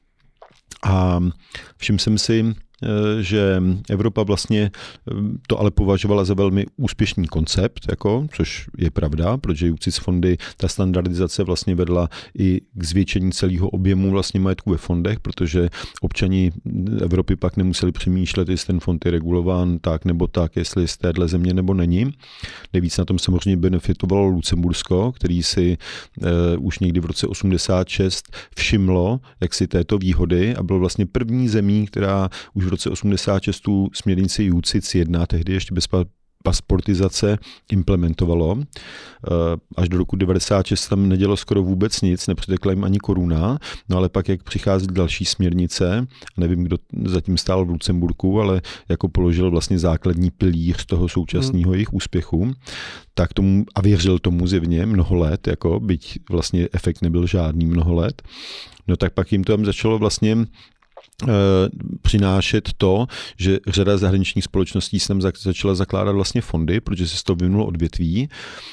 A všiml jsem si, že Evropa vlastně to ale považovala za velmi úspěšný koncept, jako, což je pravda, protože U C I T S fondy, ta standardizace vlastně vedla i k zvětšení celého objemu vlastně majetku ve fondech, protože občani Evropy pak nemuseli přemýšlet, jestli ten fond je regulován tak nebo tak, jestli z téhle země nebo není. Nejvíc na tom samozřejmě benefitovalo Lucembursko, který si uh, už někdy v roce osmdesát šest všimlo, jak si této výhody a bylo vlastně první zemí, která už v roce osmdesát šest tu směrnici U C I T S jedna, tehdy ještě bez pasportizace, implementovalo. Až do roku devadesát šest tam nedělo skoro vůbec nic, nepřitekla jim ani koruna, no ale pak, jak přichází další směrnice, nevím, kdo zatím stál v Lucemburku, ale jako položil vlastně základní pilíř toho současného hmm. jejich úspěchu, tak tomu, a věřil tomu zjevně mnoho let, jako byť vlastně efekt nebyl žádný mnoho let, no tak pak jim to tam začalo vlastně přinášet to, že řada zahraničních společností se tam začala zakládat vlastně fondy, protože se z toho vyvinulo odvětví.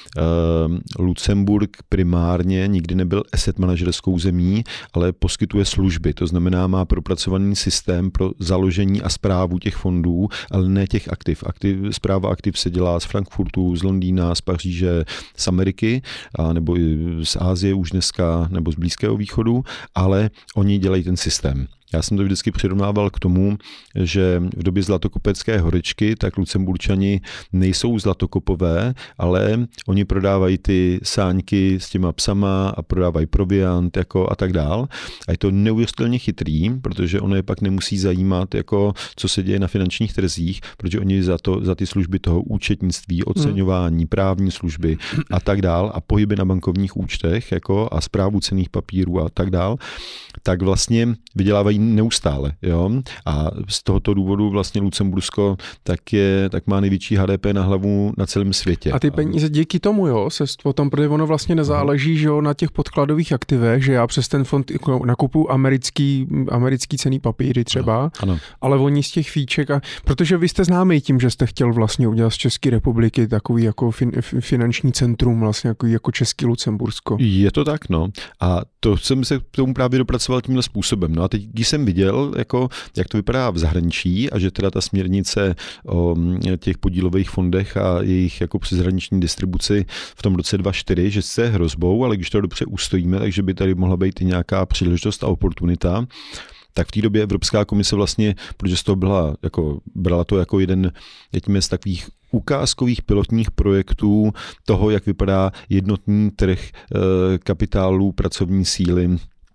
Lucemburk primárně nikdy nebyl asset manažerskou zemí, ale poskytuje služby, to znamená má propracovaný systém pro založení a správu těch fondů, ale ne těch aktiv. aktiv správa aktiv se dělá z Frankfurtu, z Londýna, z Paříže, z Ameriky, a nebo i z Asie už dneska, nebo z Blízkého východu, ale oni dělají ten systém. Já jsem to vždycky přirovnával k tomu, že v době zlatokopecké horečky, tak Lucemburčani nejsou zlatokopové, ale oni prodávají ty sáňky s těma psama a prodávají proviant jako a tak dál. A je to neuvěřitelně chytrý, protože ono je pak nemusí zajímat, jako, co se děje na finančních trzích, protože oni za, to, za ty služby toho účetnictví, oceňování, právní služby a tak dál a pohyby na bankovních účtech jako, a správu cenných papírů a tak dál, tak vlastně vydělávají neustále. Jo? A z tohoto důvodu vlastně Lucembursko tak, je, tak má největší H D P na hlavu na celém světě. A ty peníze díky tomu, jo, se potom, protože ono vlastně nezáleží, že jo, na těch podkladových aktivech, že já přes ten fond nakupuju americký, americký cenný papíry třeba, ano, ano. Ale oni z těch fíček, a, protože vy jste známý tím, že jste chtěl vlastně udělat z České republiky takový jako fin, finanční centrum, vlastně jako, jako Český Lucembursko. Je to tak, no. A to jsem se k tomu právě dopracoval tímhle způsobem. No a teď, když jsem viděl, jako, jak to vypadá v zahraničí a že teda ta směrnice o těch podílových fondech a jejich jako přeshraniční distribuci v tom roce dva tisíce čtyři, že se hrozbou, ale když to dobře ustojíme, takže by tady mohla být i nějaká příležitost a oportunita, tak v té době Evropská komise vlastně, protože z toho byla, jako, brala to jako jeden z takových ukázkových pilotních projektů toho, jak vypadá jednotný trh kapitálu, pracovní síly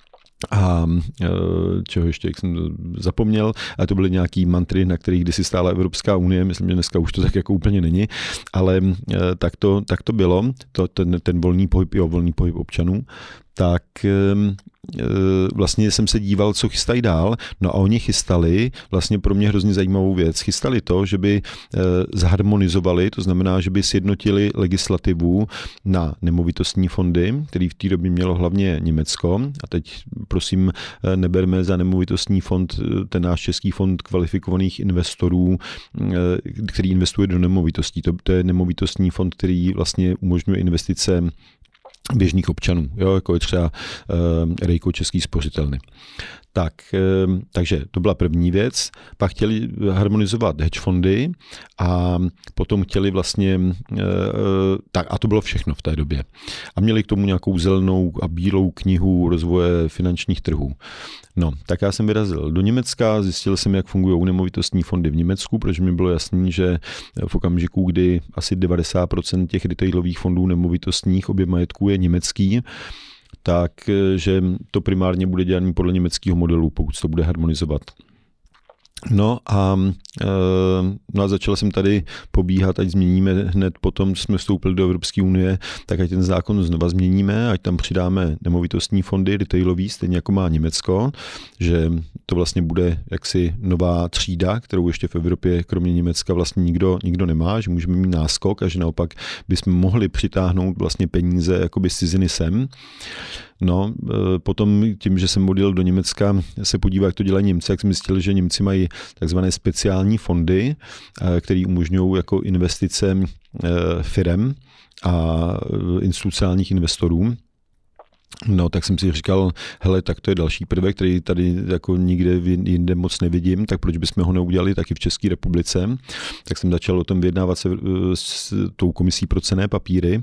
a čeho ještě, jak jsem zapomněl, a to byly nějaký mantry, na kterých kdysi stála Evropská unie, myslím, že dneska už to tak jako úplně není, ale tak to, tak to bylo, to, ten, ten volný pohyb, jo, volný pohyb občanů, tak vlastně jsem se díval, co chystají dál, no a oni chystali vlastně pro mě hrozně zajímavou věc. Chystali to, že by zharmonizovali, to znamená, že by sjednotili legislativu na nemovitostní fondy, který v té době mělo hlavně Německo. A teď prosím, neberme za nemovitostní fond ten náš český fond kvalifikovaných investorů, který investuje do nemovitostí. To, to je nemovitostní fond, který vlastně umožňuje investice běžných občanů, jo, jako je třeba uh, Rejko Český spořitelny. Tak, takže to byla první věc. Pak chtěli harmonizovat hedge fondy a potom chtěli vlastně, tak a to bylo všechno v té době. A měli k tomu nějakou zelenou a bílou knihu rozvoje finančních trhů. No, tak já jsem vyrazil do Německa, zjistil jsem, jak fungují nemovitostní fondy v Německu, protože mi bylo jasný, že v okamžiku, kdy asi devadesát procent těch retailových fondů nemovitostních objem majetků je německý, takže to primárně bude dělané podle německého modelu, pokud se to bude harmonizovat. No a, no a začal jsem tady pobíhat, ať změníme hned potom, co jsme vstoupili do Evropské unie, tak ať ten zákon znova změníme, ať tam přidáme nemovitostní fondy, retailový, stejně jako má Německo, že to vlastně bude jaksi nová třída, kterou ještě v Evropě kromě Německa vlastně nikdo, nikdo nemá, že můžeme mít náskok a že naopak bychom mohli přitáhnout vlastně peníze jakoby z ciziny sem. No, potom tím, že jsem odjel do Německa se podívat, jak to dělají Němci, jak jsem zjistil, že Němci mají takzvané speciální fondy, které umožňují jako investice firem a institucionálních investorů. No, tak jsem si říkal, hele, tak to je další prvek, který tady jako nikde jinde moc nevidím, tak proč bychom ho neudělali taky v České republice. Tak jsem začal o tom vyjednávat se s tou komisí pro cenné papíry,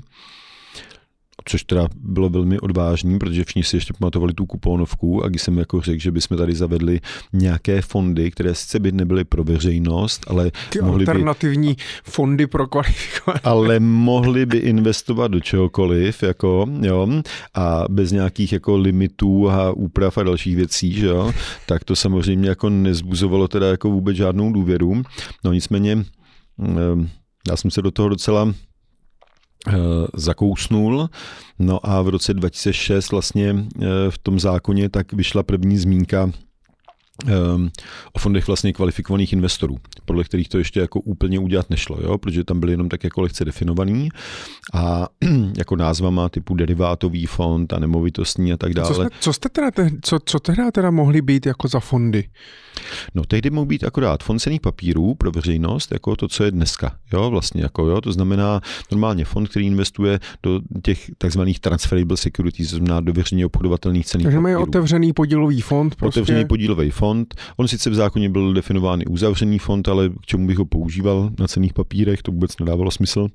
což teda bylo velmi odvážný, protože všichni si ještě pamatovali tu kuponovku a když jsem jako řekl, že bychom tady zavedli nějaké fondy, které sice by nebyly pro veřejnost, ale Ty mohly alternativní by, fondy pro kvalifikované. ale mohli by investovat do čehokoliv, jako, jo, a bez nějakých jako limitů a úprav a dalších věcí, že jo, tak to samozřejmě jako nezbuzovalo teda jako vůbec žádnou důvěru. No nicméně já jsem se do toho docela zakousnul. No a v roce dva tisíce šest vlastně v tom zákoně tak vyšla první zmínka o fondech vlastně kvalifikovaných investorů, podle kterých to ještě jako úplně udělat nešlo, jo? Protože tam byly jenom tak jako lehce definovaný a jako názvama typu derivátový fond a nemovitostní a tak dále. Co, jsme, co jste teda, co, co teda, teda mohly být jako za fondy? No tehdy mohl být akorát fond cenných papírů pro veřejnost, jako to, co je dneska, jo, vlastně jako jo, to znamená normálně fond, který investuje do těch takzvaných transferable securities, to znamená do veřejně obchodovatelných cenných Takže papírů. mají otevřený podílový fond. Prostě. Otevřený podílový fond. On sice v zákoně byl definován i uzavřený fond, ale k čemu bych ho používal na cenných papírech, to vůbec nedávalo smysl.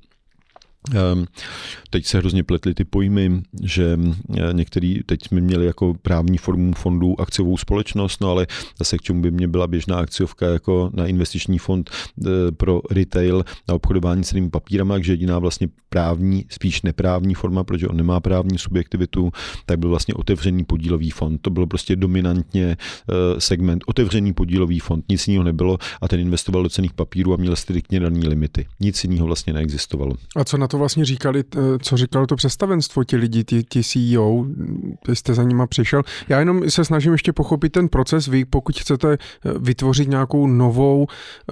Teď se hrozně pletly ty pojmy, že některý, teď jsme měli jako právní formu fondu akciovou společnost, no ale zase k čemu by mě byla běžná akciovka jako na investiční fond pro retail na obchodování cennými papírama, takže jediná vlastně právní, spíš neprávní forma, protože on nemá právní subjektivitu, tak byl vlastně otevřený podílový fond. To bylo prostě dominantně segment otevřený podílový fond, nic jiného nebylo a ten investoval do cenných papírů a měl striktně daný limity. Nic jiného vlastně neexistovalo. A co na to vlastně říkali, co říkalo to představenstvo, ti lidi, ti, ti C E O, vy jste za nima přišel. Já jenom se snažím ještě pochopit ten proces. Vy, pokud chcete vytvořit nějakou novou uh,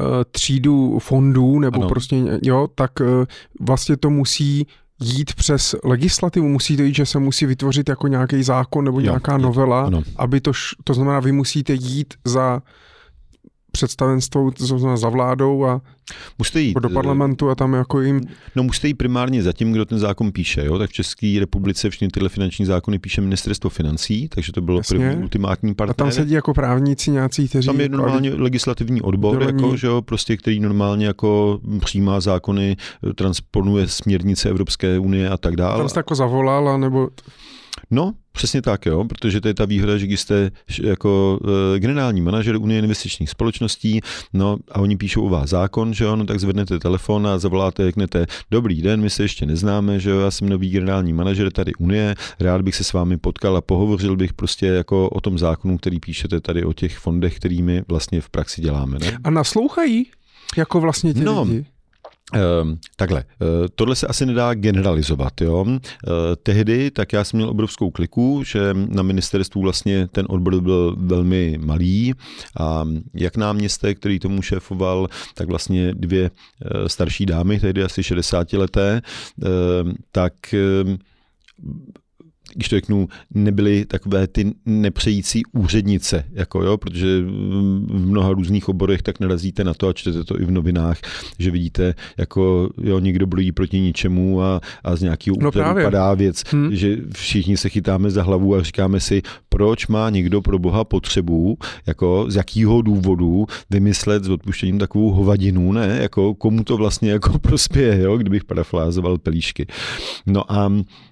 třídu fondů, nebo ano. prostě, jo, tak uh, vlastně to musí jít přes legislativu, musí to jít, že se musí vytvořit jako nějaký zákon nebo nějaká jo, novela, ano. aby to, š, to znamená, vy musíte jít za představenstvo, to znamená za vládou a musíte jít do parlamentu a tam jako jim... No musíte jít primárně za tím, kdo ten zákon píše, jo? Tak v České republice všechny tyhle finanční zákony píše Ministerstvo financí, takže to bylo Jasně. první ultimátní partner. A tam sedí jako právníci nějací, kteří... Tam je normálně jako legislativní odbor, jako, že jo, prostě, který normálně jako přijímá zákony, transponuje směrnice Evropské unie a tak dále. Tam jste jako zavolal, a nebo... No, přesně tak, jo, protože to je ta výhoda, že když jste jako e, generální manažer Unie investičních společností, no a oni píšou u vás zákon, že jo, no tak zvednete telefon a zavoláte, řeknete, dobrý den, my se ještě neznáme, že jo, já jsem nový generální manažer tady Unie, rád bych se s vámi potkal a pohovořil bych prostě jako o tom zákonu, který píšete tady o těch fondech, kterými vlastně v praxi děláme, ne? A naslouchají jako vlastně ti no, lidi? Uh, takhle, uh, tohle se asi nedá generalizovat, jo. Uh, tehdy, tak já jsem měl obrovskou kliku, že na ministerstvu vlastně ten odbor byl velmi malý a jak náměstek, který tomu šéfoval, tak vlastně dvě uh, starší dámy, tehdy asi šedesátileté, uh, tak uh, když to řeknu, nebyly takové ty nepřející úřednice, jako jo, protože v mnoha různých oborech tak narazíte na to a čtete to i v novinách, že vidíte, jako jo, někdo brojí proti ničemu a, a z nějakého no úřadu padá věc, hmm. že všichni se chytáme za hlavu a říkáme si, proč má někdo pro boha potřebu, jako z jakého důvodu vymyslet s odpuštěním takovou hovadinu, ne, jako komu to vlastně jako prospěje, jo, kdybych parafrázoval Pelíšky. No a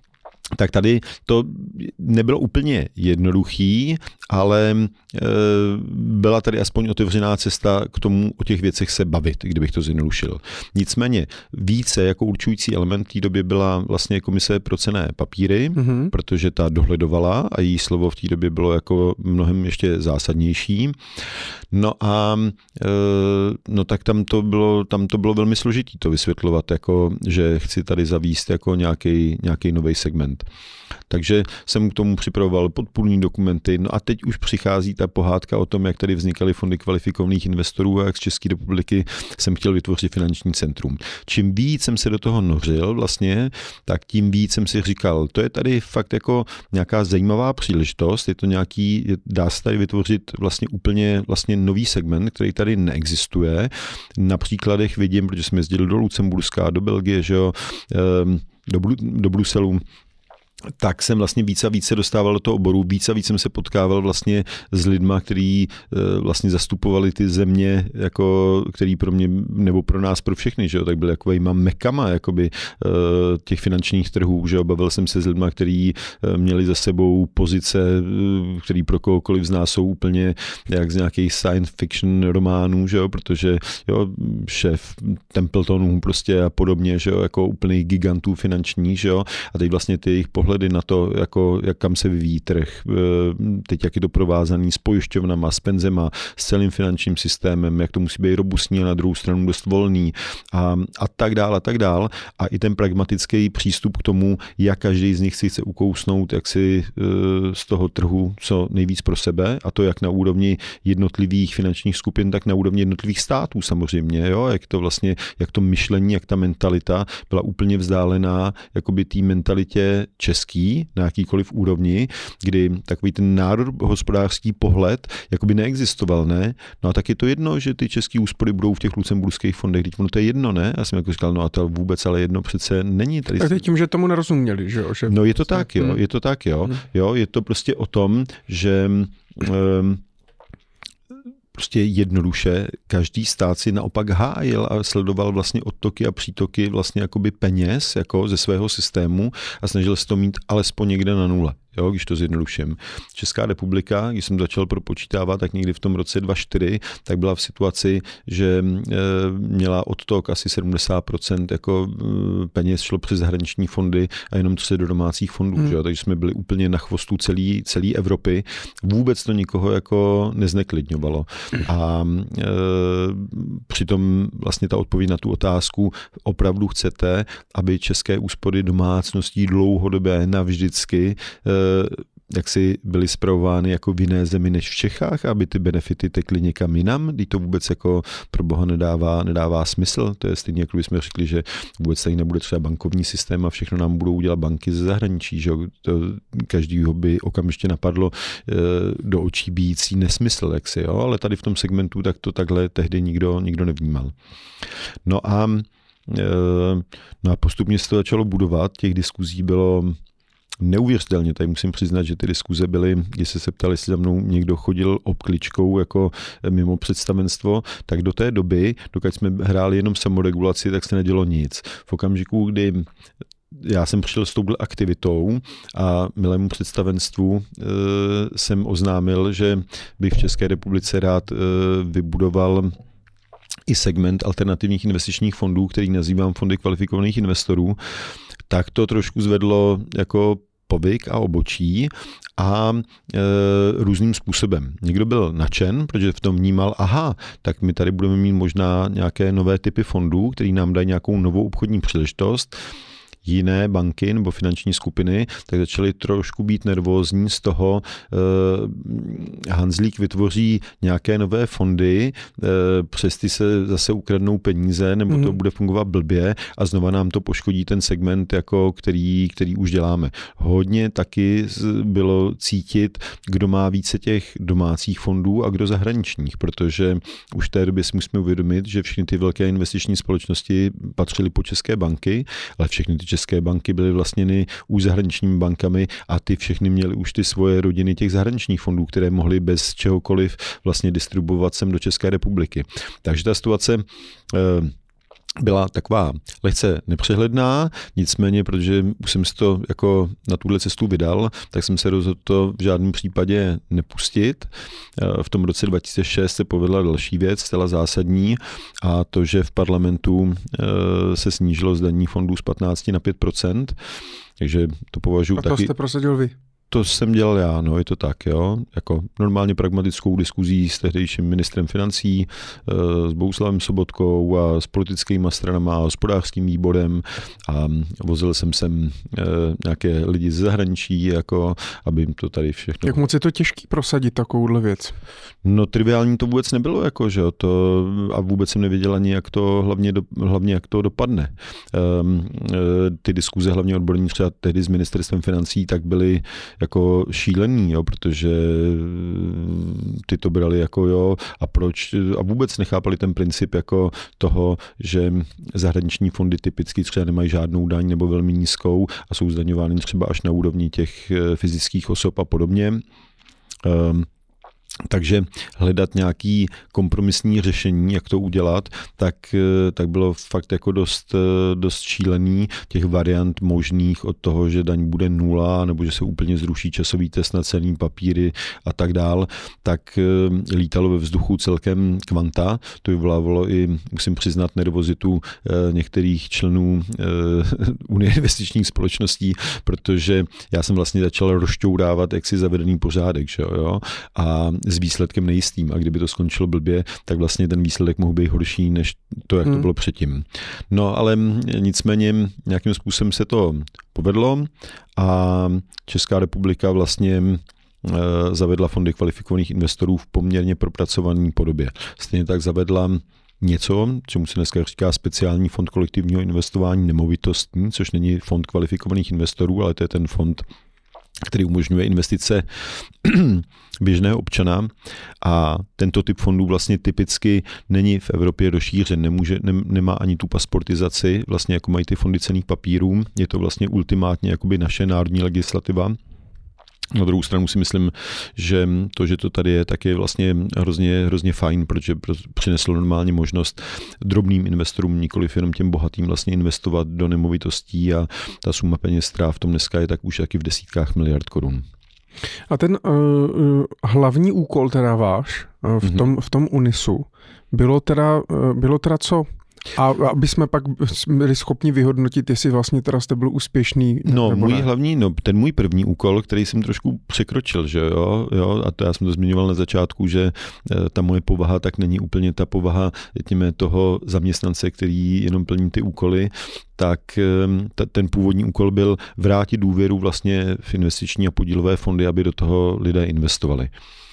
tak tady to nebylo úplně jednoduchý, ale e, byla tady aspoň otevřená cesta k tomu o těch věcech se bavit, kdybych to zjednodušil. Nicméně více jako určující element v té době byla vlastně komise pro cenné papíry, mm-hmm. protože ta dohledovala a její slovo v té době bylo jako mnohem ještě zásadnější. No a e, no tak tam to bylo, tam to bylo velmi složitý to vysvětlovat, jako, že chci tady zavíst jako nějaký nějaký nový segment. Takže jsem k tomu připravoval podpůrní dokumenty. No a teď už přichází ta pohádka o tom, jak tady vznikaly fondy kvalifikovaných investorů a jak z České republiky jsem chtěl vytvořit finanční centrum. Čím víc jsem se do toho nořil vlastně, tak tím víc jsem si říkal, to je tady fakt jako nějaká zajímavá příležitost, je to nějaký, dá se tady vytvořit vlastně úplně vlastně nový segment, který tady neexistuje. Na příkladech vidím, protože jsme jezdili do Lucemburska, do Belgie, že jo, do, do Bruselu, tak jsem vlastně víc a víc se dostával do toho oboru, víc a víc jsem se potkával vlastně s lidma, kteří vlastně zastupovali ty země, jako, který pro mě, nebo pro nás, pro všechny, že jo, tak byly takovejma mekama, jakoby těch finančních trhů, že jo, bavil jsem se s lidma, kteří měli za sebou pozice, který pro kohokoliv z nás jsou úplně jak z nějakých science fiction románů, že jo, protože jo, šéf Templetonů prostě a podobně, že jo, jako úplných gigantů finančních, že jo, a teď vlastně ty jejich pohledy na to, jako, jak kam se vyvíjí trh, teď jak je to provázaný s pojišťovnama, s penzema, s celým finančním systémem, jak to musí být robustní a na druhou stranu dost volný a, a tak dál a tak dál. A i ten pragmatický přístup k tomu, jak každý z nich si chce ukousnout, jak si z toho trhu co nejvíc pro sebe, a to jak na úrovni jednotlivých finančních skupin, tak na úrovni jednotlivých států samozřejmě, jo? Jak to vlastně, jak to myšlení, jak ta mentalita byla úplně vzdálená jakoby té mentalitě český na jakýkoliv úrovni, kdy takový ten národohospodářský pohled jakoby neexistoval, ne? No a tak je to jedno, že ty český úspory budou v těch lucemburských fondech, teď ono to je jedno, ne? Já jsem jako říkal, no a to vůbec ale jedno přece není. Tady... Tak tím, že tomu nerozuměli, že jo? Že no je to tak, jo, je to tak, jo. Jo, je to prostě o tom, že um, prostě jednoduše každý stát si naopak hájil a sledoval vlastně odtoky a přítoky vlastně jakoby peněz jako ze svého systému a snažil se to mít alespoň někde na nule. Jo, když to zjednoduším. Česká republika, když jsem začal propočítávat, tak někdy v tom roce dva tisíce čtyři, tak byla v situaci, že e, měla odtok asi sedmdesát procent jako e, peněz šlo přes zahraniční fondy a jenom třicet do domácích fondů. Hmm. Že? Takže jsme byli úplně na chvostu celé celé Evropy. Vůbec to nikoho jako nezneklidňovalo. A e, přitom vlastně ta odpověď na tu otázku, opravdu chcete, aby české úspory domácností dlouhodobé navždycky e, jak si byly spravovány jako v jiné zemi než v Čechách, aby ty benefity tekly někam jinam, když to vůbec jako pro boha nedává, nedává smysl. To je stejně, jako bychom řekli, že vůbec tady nebude třeba bankovní systém a všechno nám budou udělat banky ze zahraničí. Že? To každýho by okamžitě napadlo do očí bíjící nesmysl, jak si, jo? Ale tady v tom segmentu tak to takhle tehdy nikdo, nikdo nevnímal. No a, no a postupně se to začalo budovat, těch diskuzí bylo neuvěřitelně, tady musím přiznat, že ty diskuze byly, když se ptali, jestli za mnou někdo chodil obkličkou jako mimo představenstvo, tak do té doby, dokud jsme hráli jenom samoregulaci, tak se nedělo nic. V okamžiku, kdy já jsem přišel s touhle aktivitou a milému představenstvu e, jsem oznámil, že bych v České republice rád e, vybudoval i segment alternativních investičních fondů, který nazývám fondy kvalifikovaných investorů, tak to trošku zvedlo jako povyk a obočí a e, různým způsobem. Někdo byl nadšen, protože v tom vnímal, aha, tak my tady budeme mít možná nějaké nové typy fondů, které nám dají nějakou novou obchodní příležitost. jiné banky nebo finanční skupiny, tak začaly trošku být nervózní z toho, Hanzlík vytvoří nějaké nové fondy, přes ty se zase ukradnou peníze, nebo to bude fungovat blbě a znova nám to poškodí ten segment, jako který, který už děláme. Hodně taky bylo cítit, kdo má více těch domácích fondů a kdo zahraničních, protože už v té době si musíme uvědomit, že všechny ty velké investiční společnosti patřily po české banky, ale všechny ty české banky byly vlastněny už zahraničními bankami a ty všechny měly už ty svoje rodiny těch zahraničních fondů, které mohly bez čehokoliv vlastně distribuovat sem do České republiky. Takže ta situace byla taková lehce nepřehledná, nicméně, protože už jsem si to jako na tuhle cestu vydal, tak jsem se rozhodl to v žádném případě nepustit. V tom roce dva tisíce šest se povedla další věc, zcela zásadní, a to, že v parlamentu se snížilo zdanění fondů z patnáct na pět procent, takže to považuji taky... A to jste prosadil vy? To jsem dělal já, no, je to tak, jo. Jako normálně pragmatickou diskuzí s tehdejším ministrem financí, s Bohuslavem Sobotkou a s politickými stranama a hospodářským výborem a vozil jsem sem nějaké lidi z zahraničí, jako, aby jim to tady všechno... Jak moc je to těžký prosadit takovouhle věc? No triviální to vůbec nebylo, jako, že jo, to, a vůbec jsem nevěděl ani, jak to hlavně, do, hlavně jak to dopadne. Um, ty diskuze hlavně odborní třeba tehdy s ministerstvem financí, tak byly jako šílený, jo, protože ty to brali jako jo a proč a vůbec nechápali ten princip jako toho, že zahraniční fondy typicky třeba nemají žádnou daň nebo velmi nízkou a jsou zdaňovány třeba až na úrovni těch fyzických osob a podobně. Um, Takže hledat nějaký kompromisní řešení, jak to udělat, tak, tak bylo fakt jako dost, dost šílený těch variant možných od toho, že daň bude nula, nebo že se úplně zruší časový test na cenný papíry a tak dál, tak lítalo ve vzduchu celkem kvanta. To vyvolávalo i, musím přiznat, nervozitu některých členů Unie investičních společností, protože já jsem vlastně začal rozšťourávat jaksi zavedený pořádek, že jo, a s výsledkem nejistým. A kdyby to skončilo blbě, tak vlastně ten výsledek mohl být horší, než to, jak to bylo předtím. No, ale nicméně nějakým způsobem se to povedlo a Česká republika vlastně zavedla fondy kvalifikovaných investorů v poměrně propracované podobě. Stejně tak zavedla něco, čemu se dneska říká speciální fond kolektivního investování nemovitostní, což není fond kvalifikovaných investorů, ale to je ten fond, který umožňuje investice běžného občana, a tento typ fondů vlastně typicky není v Evropě rozšířen, nemůže, ne, nemá ani tu pasportizaci, vlastně jako mají ty fondy cenných papírů, je to vlastně ultimátně jakoby naše národní legislativa. Na druhou stranu si myslím, že to, že to tady je, tak je vlastně hrozně, hrozně fajn, protože přineslo normálně možnost drobným investorům, nikoliv jenom těm bohatým, vlastně investovat do nemovitostí, a ta suma peněz, která v tom dneska je, tak už taky v desítkách miliard korun. A ten uh, hlavní úkol teda váš uh, v, tom, v tom Unisu bylo teda, uh, bylo teda co? A aby jsme pak byli schopni vyhodnotit, jestli vlastně teda jste byl úspěšný. No, můj ne. hlavní, no, ten můj první úkol, který jsem trošku překročil, že jo, jo, a to já jsem to zmiňoval na začátku, že ta moje povaha tak není úplně ta povaha, řekněme, toho zaměstnance, který jenom plní ty úkoly, tak ta, ten původní úkol byl vrátit důvěru vlastně v investiční a podílové fondy, aby do toho lidé investovali.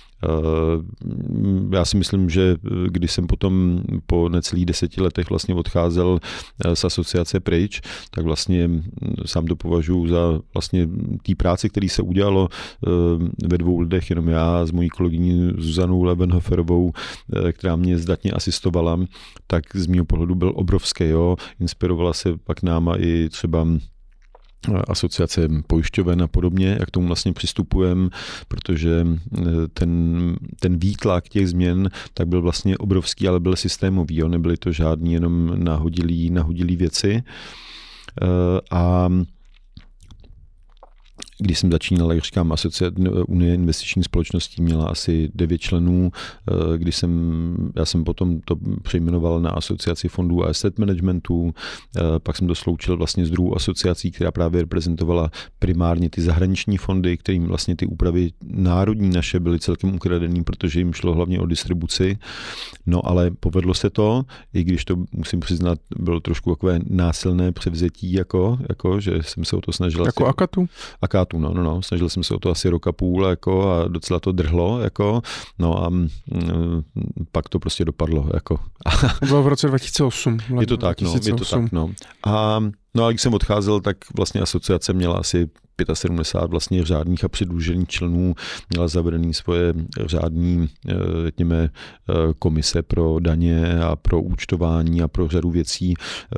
Já si myslím, že když jsem potom po necelých deseti letech vlastně odcházel z asociace pryč, tak vlastně sám to považuji za vlastně té práce, který se udělalo ve dvou lidech, jenom já s mojí kolegyní Zuzanou Levenhoferovou, která mě zdatně asistovala, tak z mého pohledu byl obrovský. Jo. Inspirovala se pak náma i třeba asociace pojišťoven a podobně, jak tomu vlastně přistupujeme, protože ten, ten výtlak těch změn tak byl vlastně obrovský, ale byl systémový, jo? Nebyly to žádný jenom nahodilý, nahodilý věci. A Když jsem začínal, jak říkám, asociace Unie investičních společností měla asi devět členů, když jsem, já jsem potom to přejmenoval na asociaci fondů a asset managementu, pak jsem to sloučil vlastně s druhou asociací, která právě reprezentovala primárně ty zahraniční fondy, kterým vlastně ty úpravy národní naše byly celkem ukradený, protože jim šlo hlavně o distribuci. No ale povedlo se to, i když to musím přiznat, bylo trošku takové násilné převzetí, jako, jako že jsem se o to snažil. Jako asi, Akatu? Akatu, no, no, no. Snažil jsem se o to asi roka půl jako, a docela to drhlo. Jako, no a m, pak to prostě dopadlo. Jako. To bylo v roce dva tisíce osm. Je to tak, no. Je to tak, no. A no a když jsem odcházel, tak vlastně asociace měla asi sedmdesát pět vlastně řádných a předlužených členů, měla zavedený svoje řádní, řekněme, komise pro daně a pro účtování a pro řadu věcí.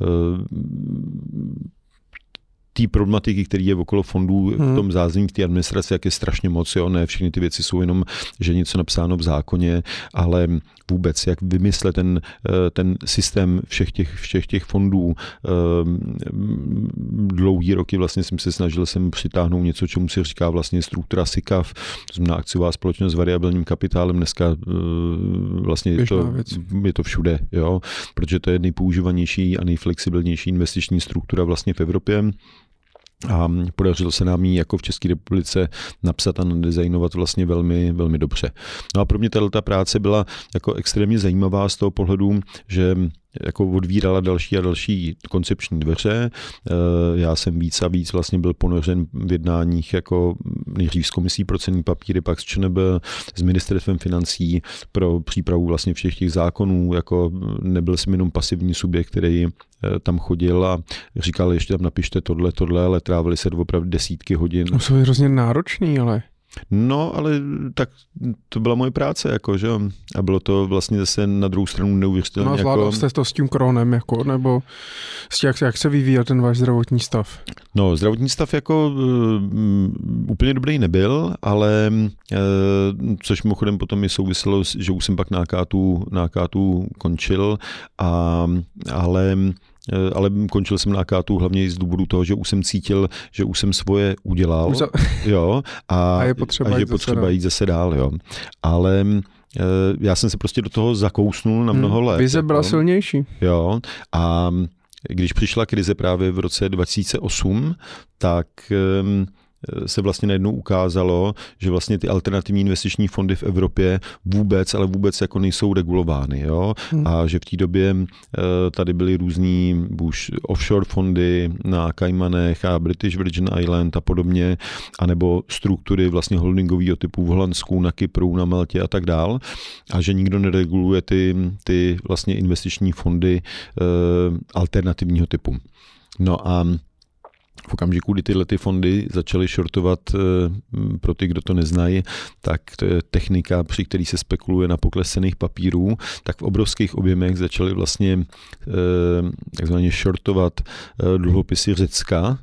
Té problematiky, který je okolo fondů hmm. v tom zázemí, v té administraci, jak je strašně moc, jo, ne všechny ty věci jsou jenom, že něco napsáno v zákoně, ale vůbec, jak vymyslet ten, ten systém všech těch, všech těch fondů. Dlouhý roky vlastně jsem se snažil jsem přitáhnout něco, čemu se říká vlastně struktura S I C A F, to znamená akciová společnost s variabilním kapitálem, dneska vlastně je to, je to všude, jo, protože to je nejpoužívanější a nejflexibilnější investiční struktura vlastně v Evropě. A podařilo se nám ji jako v České republice napsat a nadizajnovat vlastně velmi, velmi dobře. No a pro mě tato práce byla jako extrémně zajímavá z toho pohledu, že jako odvírala další a další koncepční dveře. Já jsem víc a víc vlastně byl ponořen v jednáních jako nejdřív s komisí pro cenný papíry, pak s ČNB, s ministerstvem financí pro přípravu vlastně všech těch zákonů. Jako nebyl jsem jenom pasivní subjekt, který tam chodil a říkal, ještě tam napište tohle, tohle, ale trávili se opravdu desítky hodin. To jsou hrozně náročný, ale... No, ale tak to byla moje práce, jako, že? A bylo to vlastně zase na druhou stranu neuvěřitelně. No a zvládal jste to s tím koronem, jako, nebo jak, jak se vyvíjel ten váš zdravotní stav? No, zdravotní stav jako uh, úplně dobrý nebyl, ale uh, což mimochodem potom mi souviselo, že už jsem pak na Akátu, na Akátu končil, a, ale ale končil jsem na Akátu hlavně z důvodu toho, že už jsem cítil, že už jsem svoje udělal, za... jo, a, a je potřeba, a jít, je potřeba zase jít zase dál, jo. Ale já jsem se prostě do toho zakousnul na mnoho let. Vize byla jako, silnější. Jo, a když přišla krize právě v roce dva tisíce osm, tak se vlastně najednou ukázalo, že vlastně ty alternativní investiční fondy v Evropě vůbec, ale vůbec jako nejsou regulovány. Jo? Hmm. A že v té době tady byly různý buď offshore fondy na Kajmanech a British Virgin Island a podobně, anebo struktury vlastně holdingového typu v Holandsku, na Kypru, na Maltě a tak dál. A že nikdo nereguluje ty, ty vlastně investiční fondy uh, alternativního typu. No a v okamžiku, kdy tyhle ty fondy začaly shortovat, pro ty, kdo to neznají, tak to je technika, při který se spekuluje na pokles cenných papírů, tak v obrovských objemech začaly vlastně takzvaně shortovat dluhopisy Řecka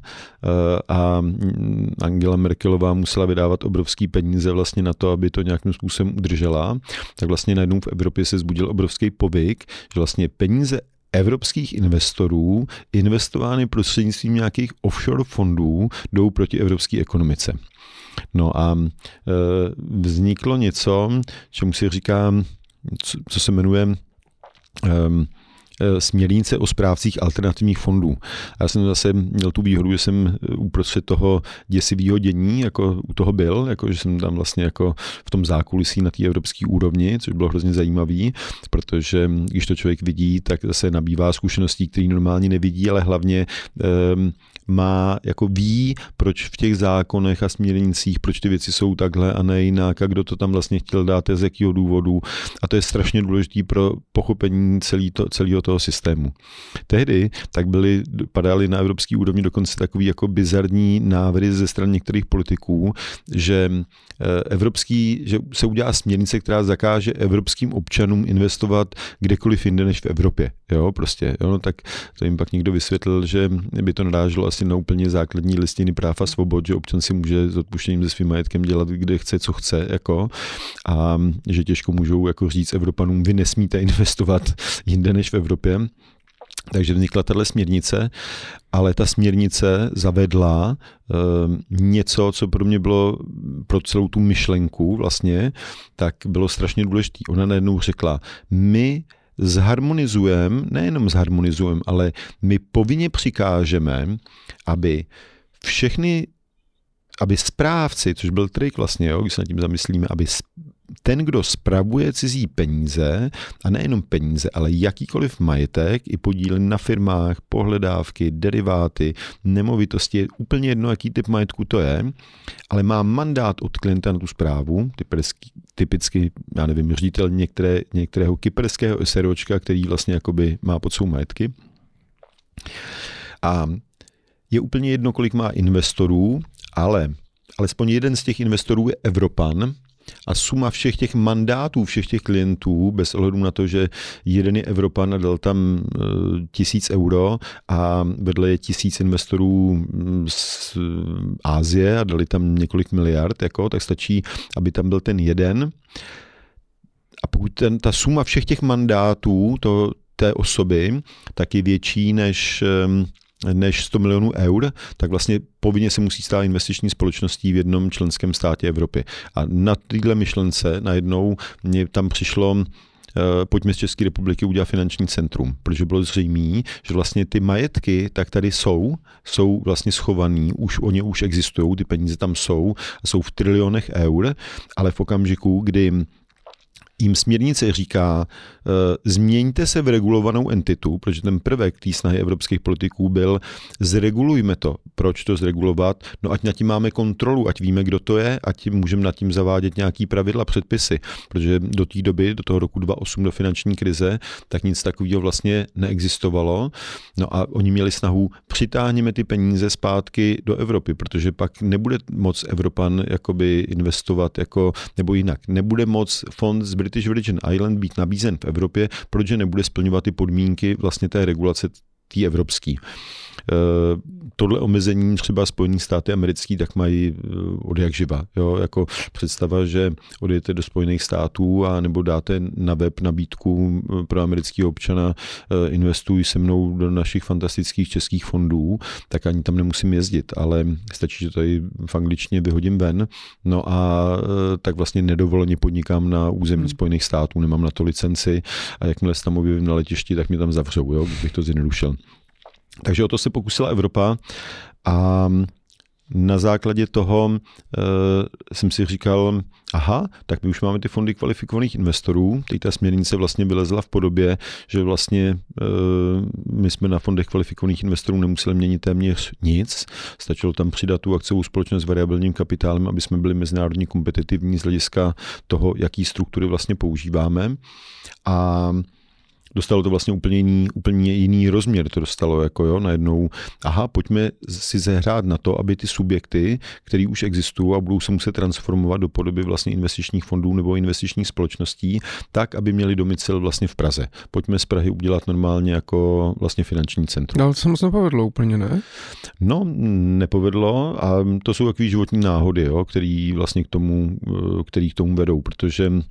a Angela Merkelová musela vydávat obrovský peníze vlastně na to, aby to nějakým způsobem udržela. Tak vlastně najednou v Evropě se zbudil obrovský povyk, že vlastně peníze evropských investorů investovány prostřednictvím nějakých offshore fondů jdou proti evropské ekonomice. No a e, vzniklo něco, čemu se říká, co, co se jmenuje e, směrnice o správcích alternativních fondů. Já jsem zase měl tu výhodu, že jsem uprostřed toho děsivého dění, jako u toho byl, jako že jsem tam vlastně jako v tom zákulisí na té evropské úrovni, což bylo hrozně zajímavý, protože když to člověk vidí, tak zase nabývá zkušeností, které normálně nevidí, ale hlavně um, má, jako ví, proč v těch zákonech a směrnicích, proč ty věci jsou takhle a ne jinak, a kdo to tam vlastně chtěl dát, z jakého důvodu. A to je strašně důležité pro pochopení celý to, celého toho systému. Tehdy tak byly, padaly na evropské úrovni dokonce takový jako bizarní návrhy ze strany některých politiků, že evropský, že se udělá směrnice, která zakáže evropským občanům investovat kdekoliv jinde než v Evropě. Jo, prostě, jo, tak to jim pak někdo vysvětlil, že by to naráželo asi na úplně základní listiny práv a svobod, že občan si může s odpuštěním se svým majetkem dělat, kde chce, co chce, jako, a že těžko můžou jako říct Evropanům, vy nesmíte investovat jinde než v Evropě. Takže vznikla tato směrnice, ale ta směrnice zavedla e, něco, co pro mě bylo pro celou tu myšlenku vlastně, tak bylo strašně důležité. Ona najednou řekla, my zharmonizujeme, nejenom zharmonizujeme, ale my povinně přikážeme, aby všechny, aby správci, což byl trik vlastně, jo, když se nad tím zamyslíme, aby ten, kdo spravuje cizí peníze, a nejenom peníze, ale jakýkoliv majetek, i podíly na firmách, pohledávky, deriváty, nemovitosti, je úplně jedno, jaký typ majetku to je, ale má mandát od klienta na tu správu, typicky, typicky já nevím, ředitel některé, některého kyperského SROčka, který vlastně jakoby má pod svou majetky. A je úplně jedno, kolik má investorů, ale alespoň jeden z těch investorů je Evropan, a suma všech těch mandátů, všech těch klientů, bez ohledu na to, že jeden je Evropan a dal tam tisíc euro a vedle je tisíc investorů z Asie a dali tam několik miliard, jako, tak stačí, aby tam byl ten jeden. A pokud ten, ta suma všech těch mandátů to, té osoby, tak je větší než než sto milionů eur, tak vlastně povinně se musí stát investiční společností v jednom členském státě Evropy. A na téhle myšlence najednou mě tam přišlo, pojďme z České republiky udělat finanční centrum, protože bylo zřejmé, že vlastně ty majetky tak tady jsou, jsou vlastně schovaný, už oni už existují, ty peníze tam jsou, jsou v trilionech eur, ale v okamžiku, kdy jim směrnice říká, změňte se v regulovanou entitu, protože ten prvek té snahy evropských politiků byl, zregulujme to. Proč to zregulovat? No ať nad tím máme kontrolu, ať víme, kdo to je, ať můžeme nad tím zavádět nějaký pravidla, předpisy, protože do té doby, do toho roku dva tisíce osm, do finanční krize, tak nic takového vlastně neexistovalo. No a oni měli snahu, přitáhneme ty peníze zpátky do Evropy, protože pak nebude moc Evropan jakoby investovat jako, nebo jinak, nebude moc fond z British Virgin Island být nabízen v Evropě, protože nebude splňovat ty podmínky vlastně té regulace té evropské. Tohle omezení třeba Spojených států amerických tak mají od jak živa. Jo? Jako představa, že odjedete do Spojených států a nebo dáte na web nabídku pro amerického občana investuj se mnou do našich fantastických českých fondů, tak ani tam nemusím jezdit, ale stačí, že tady v angličtině vyhodím ven. No a tak vlastně nedovoleně podnikám na území hmm. Spojených států, nemám na to licenci a jakmile se tam objevím na letišti, tak mě tam zavřou, jo? Kdybych to zjednodušil. Takže o to se pokusila Evropa a na základě toho uh, jsem si říkal, aha, tak my už máme ty fondy kvalifikovaných investorů. Teď ta směrnice vlastně vylezla v podobě, že vlastně uh, my jsme na fondech kvalifikovaných investorů nemuseli měnit téměř nic. Stačilo tam přidat tu akciovou společnost s variabilním kapitálem, aby jsme byli mezinárodně kompetitivní z hlediska toho, jaký struktury vlastně používáme. A dostalo to vlastně úplně jiný, úplně jiný rozměr, to dostalo jako jo, najednou, aha, pojďme si zahrát na to, aby ty subjekty, které už existují a budou se muset transformovat do podoby vlastně investičních fondů nebo investičních společností, tak, aby měli domicil vlastně v Praze. Pojďme z Prahy udělat normálně jako vlastně finanční centrum. No, ale to se moc nepovedlo úplně, ne? No, nepovedlo a to jsou takový životní náhody, jo, který vlastně k tomu, který k tomu vedou, protože um,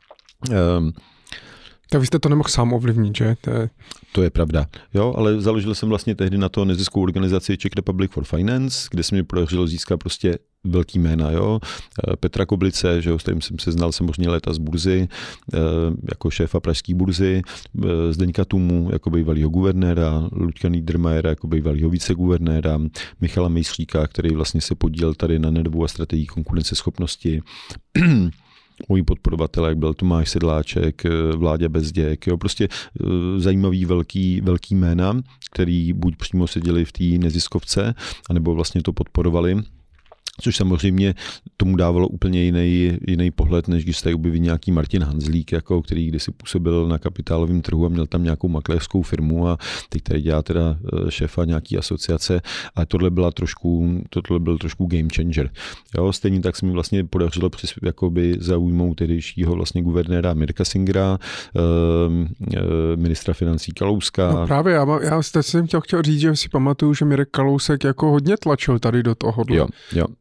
tak vy jste to nemohl sám ovlivnit, že? To je... to je pravda. Jo, ale založil jsem vlastně tehdy na to neziskovou organizaci Czech Republic for Finance, kde se mi podařilo získat prostě velký jména, jo. Petra Koblice, že jo, s kterým jsem se znal samozřejmě léta z burzy, jako šéfa pražské burzy, Zdeňka Tumu jako bývalýho guvernéra, Luďka Niedermayera jako bývalýho viceguvernéra, Michala Mejstříka, který vlastně se podílel tady na Nedvu a strategii konkurenceschopnosti. Moji podporovatelé, jak byl Tomáš Sedláček, Vláďa Bezděk, jo, prostě zajímavý velký, velký jména, který buď přímo seděli v té neziskovce, anebo vlastně to podporovali. Což samozřejmě tomu dávalo úplně jiný, jiný pohled, než když se tady objeví nějaký Martin Hanzlík, jako, který kdysi působil na kapitálovém trhu a měl tam nějakou makléřskou firmu a teď tady dělá teda šéfa nějaký asociace, ale tohle byla trošku, tohle byl trošku game changer. Jo, stejně tak se mi vlastně podařilo přes, jakoby zaujmout tehdejšího vlastně guvernéra Mirka Singera, ministra financí Kalouska. No právě, já, já jsem chtěl, chtěl říct, že si pamatuju, že Mirek Kalousek jako hodně tlačil tady do tohohle. Jo, jo.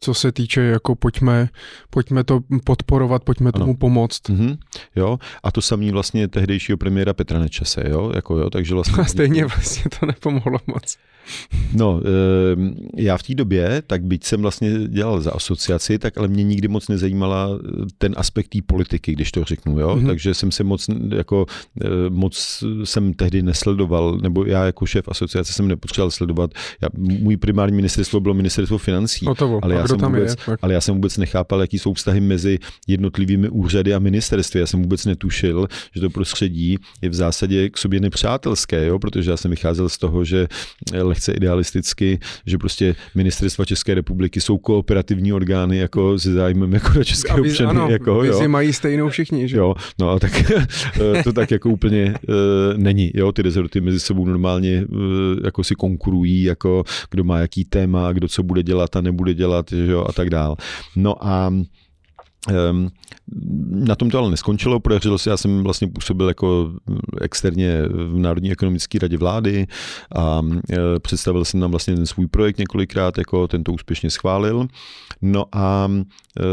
co se týče jako pojďme, pojďme to podporovat, pojďme ano. tomu pomoct. Mm-hmm. Jo, a to samý vlastně tehdejšího premiéra Petra Nečase, jo, jako jo, takže vlastně... A stejně vlastně to nepomohlo moc. No, já v té době, tak byť jsem vlastně dělal za asociaci, tak ale mě nikdy moc nezajímala ten aspekt té politiky, když to řeknu, jo, mm-hmm. takže jsem se moc, jako, moc jsem tehdy nesledoval, nebo já jako šéf asociace jsem nepotřeboval sledovat, já, můj primární ministerstvo bylo ministerstvo financí, ale já, jsem vůbec, je, ale já jsem vůbec nechápal, jaký jsou vztahy mezi jednotlivými úřady a ministerstvy, já jsem vůbec netušil, že to prostředí je v zásadě k sobě nepřátelské, jo, protože já jsem vycházel z toho, že lehce idealisticky, že prostě ministerstva České republiky jsou kooperativní orgány jako se zájmem jako na české vy, občany. Ano, jako, jo. mají stejnou všichni, že? Jo, no a tak to tak jako úplně uh, není, jo, ty rezorty mezi sebou normálně uh, jako si konkurují, jako kdo má jaký téma, kdo co bude dělat a nebude dělat, že jo, a tak dál. No a Um, na tom to ale neskončilo, podařilo se, já jsem vlastně působil jako externě v Národní ekonomické radě vlády a e, představil jsem nám vlastně ten svůj projekt několikrát, jako ten to úspěšně schválil. No a e,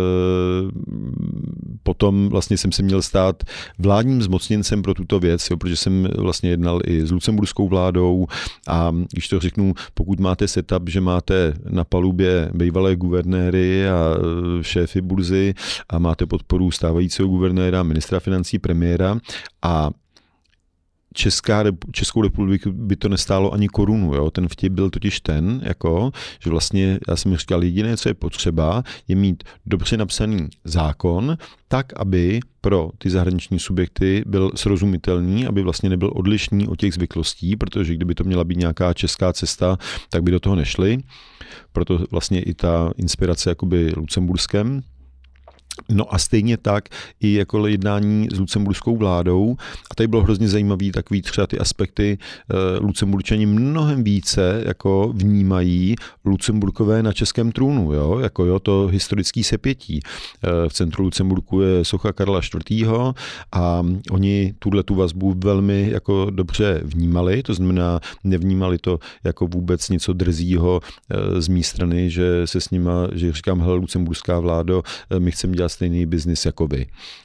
potom vlastně jsem se měl stát vládním zmocněncem pro tuto věc, jo, protože jsem vlastně jednal i s lucemburskou vládou a když to řeknu, pokud máte setup, že máte na palubě bývalé guvernéry a šéfy burzy, a máte podporu stávajícího guvernéra, ministra financí, premiéra a Česká, Českou republiku by to nestálo ani korunu. Jo? Ten vtip byl totiž ten, jako, že vlastně, já jsem říkal, jediné, co je potřeba, je mít dobře napsaný zákon, tak, aby pro ty zahraniční subjekty byl srozumitelný, aby vlastně nebyl odlišný od těch zvyklostí, protože kdyby to měla být nějaká česká cesta, tak by do toho nešli. Proto vlastně i ta inspirace jakoby Lucemburskem. No a stejně tak i jako jednání s lucemburskou vládou. A tady bylo hrozně zajímavý takový třeba ty aspekty. E, Lucemburčani mnohem více jako vnímají Lucemburkové na českém trůnu, jo? Jako jo, to historický sepětí. E, v centru Lucemburku je socha Karla čtvrtého. a oni tuhletu vazbu velmi jako dobře vnímali, to znamená nevnímali to jako vůbec něco drzího e, z mé strany, že se s nima, že říkám, hele, lucemburská vládo, e, my chceme dělat stejný biznis jako vy. E,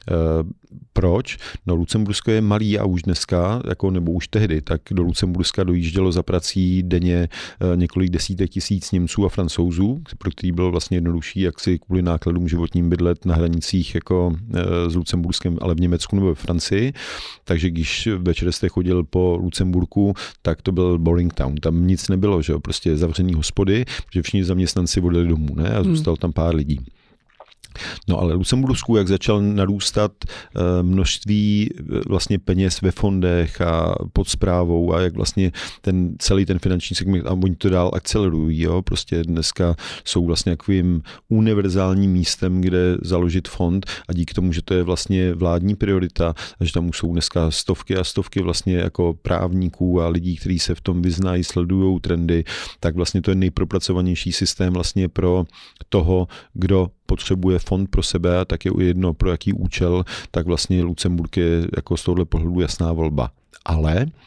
proč? No Lucembursko je malý a už dneska, jako, nebo už tehdy, tak do Lucemburska dojíždělo za prací denně e, několik desítek tisíc Němců a Francouzů, pro který bylo vlastně jednodušší, jak si kvůli nákladům životním bydlet na hranicích jako e, s Lucemburskem, ale v Německu nebo ve Francii. Takže když večer jste chodil po Lucemburku, tak to byl boring town. Tam nic nebylo, že jo? Prostě zavřený hospody, protože všichni zaměstnanci odjeli domů, ne? A zůstalo tam pár lidí. No ale Lucembursku, jak začal narůstat množství vlastně peněz ve fondech a pod správou a jak vlastně ten celý ten finanční segment, a oni to dál akcelerují, jo, prostě dneska jsou vlastně takovým univerzálním místem, kde založit fond a díky tomu, že to je vlastně vládní priorita a že tam už jsou dneska stovky a stovky vlastně jako právníků a lidí, kteří se v tom vyznají, sledují trendy, tak vlastně to je nejpropracovanější systém vlastně pro toho, kdo potřebuje fond pro sebe a tak je jedno pro jaký účel, tak vlastně Lucemburk je jako z tohohle pohledu jasná volba. Ale e,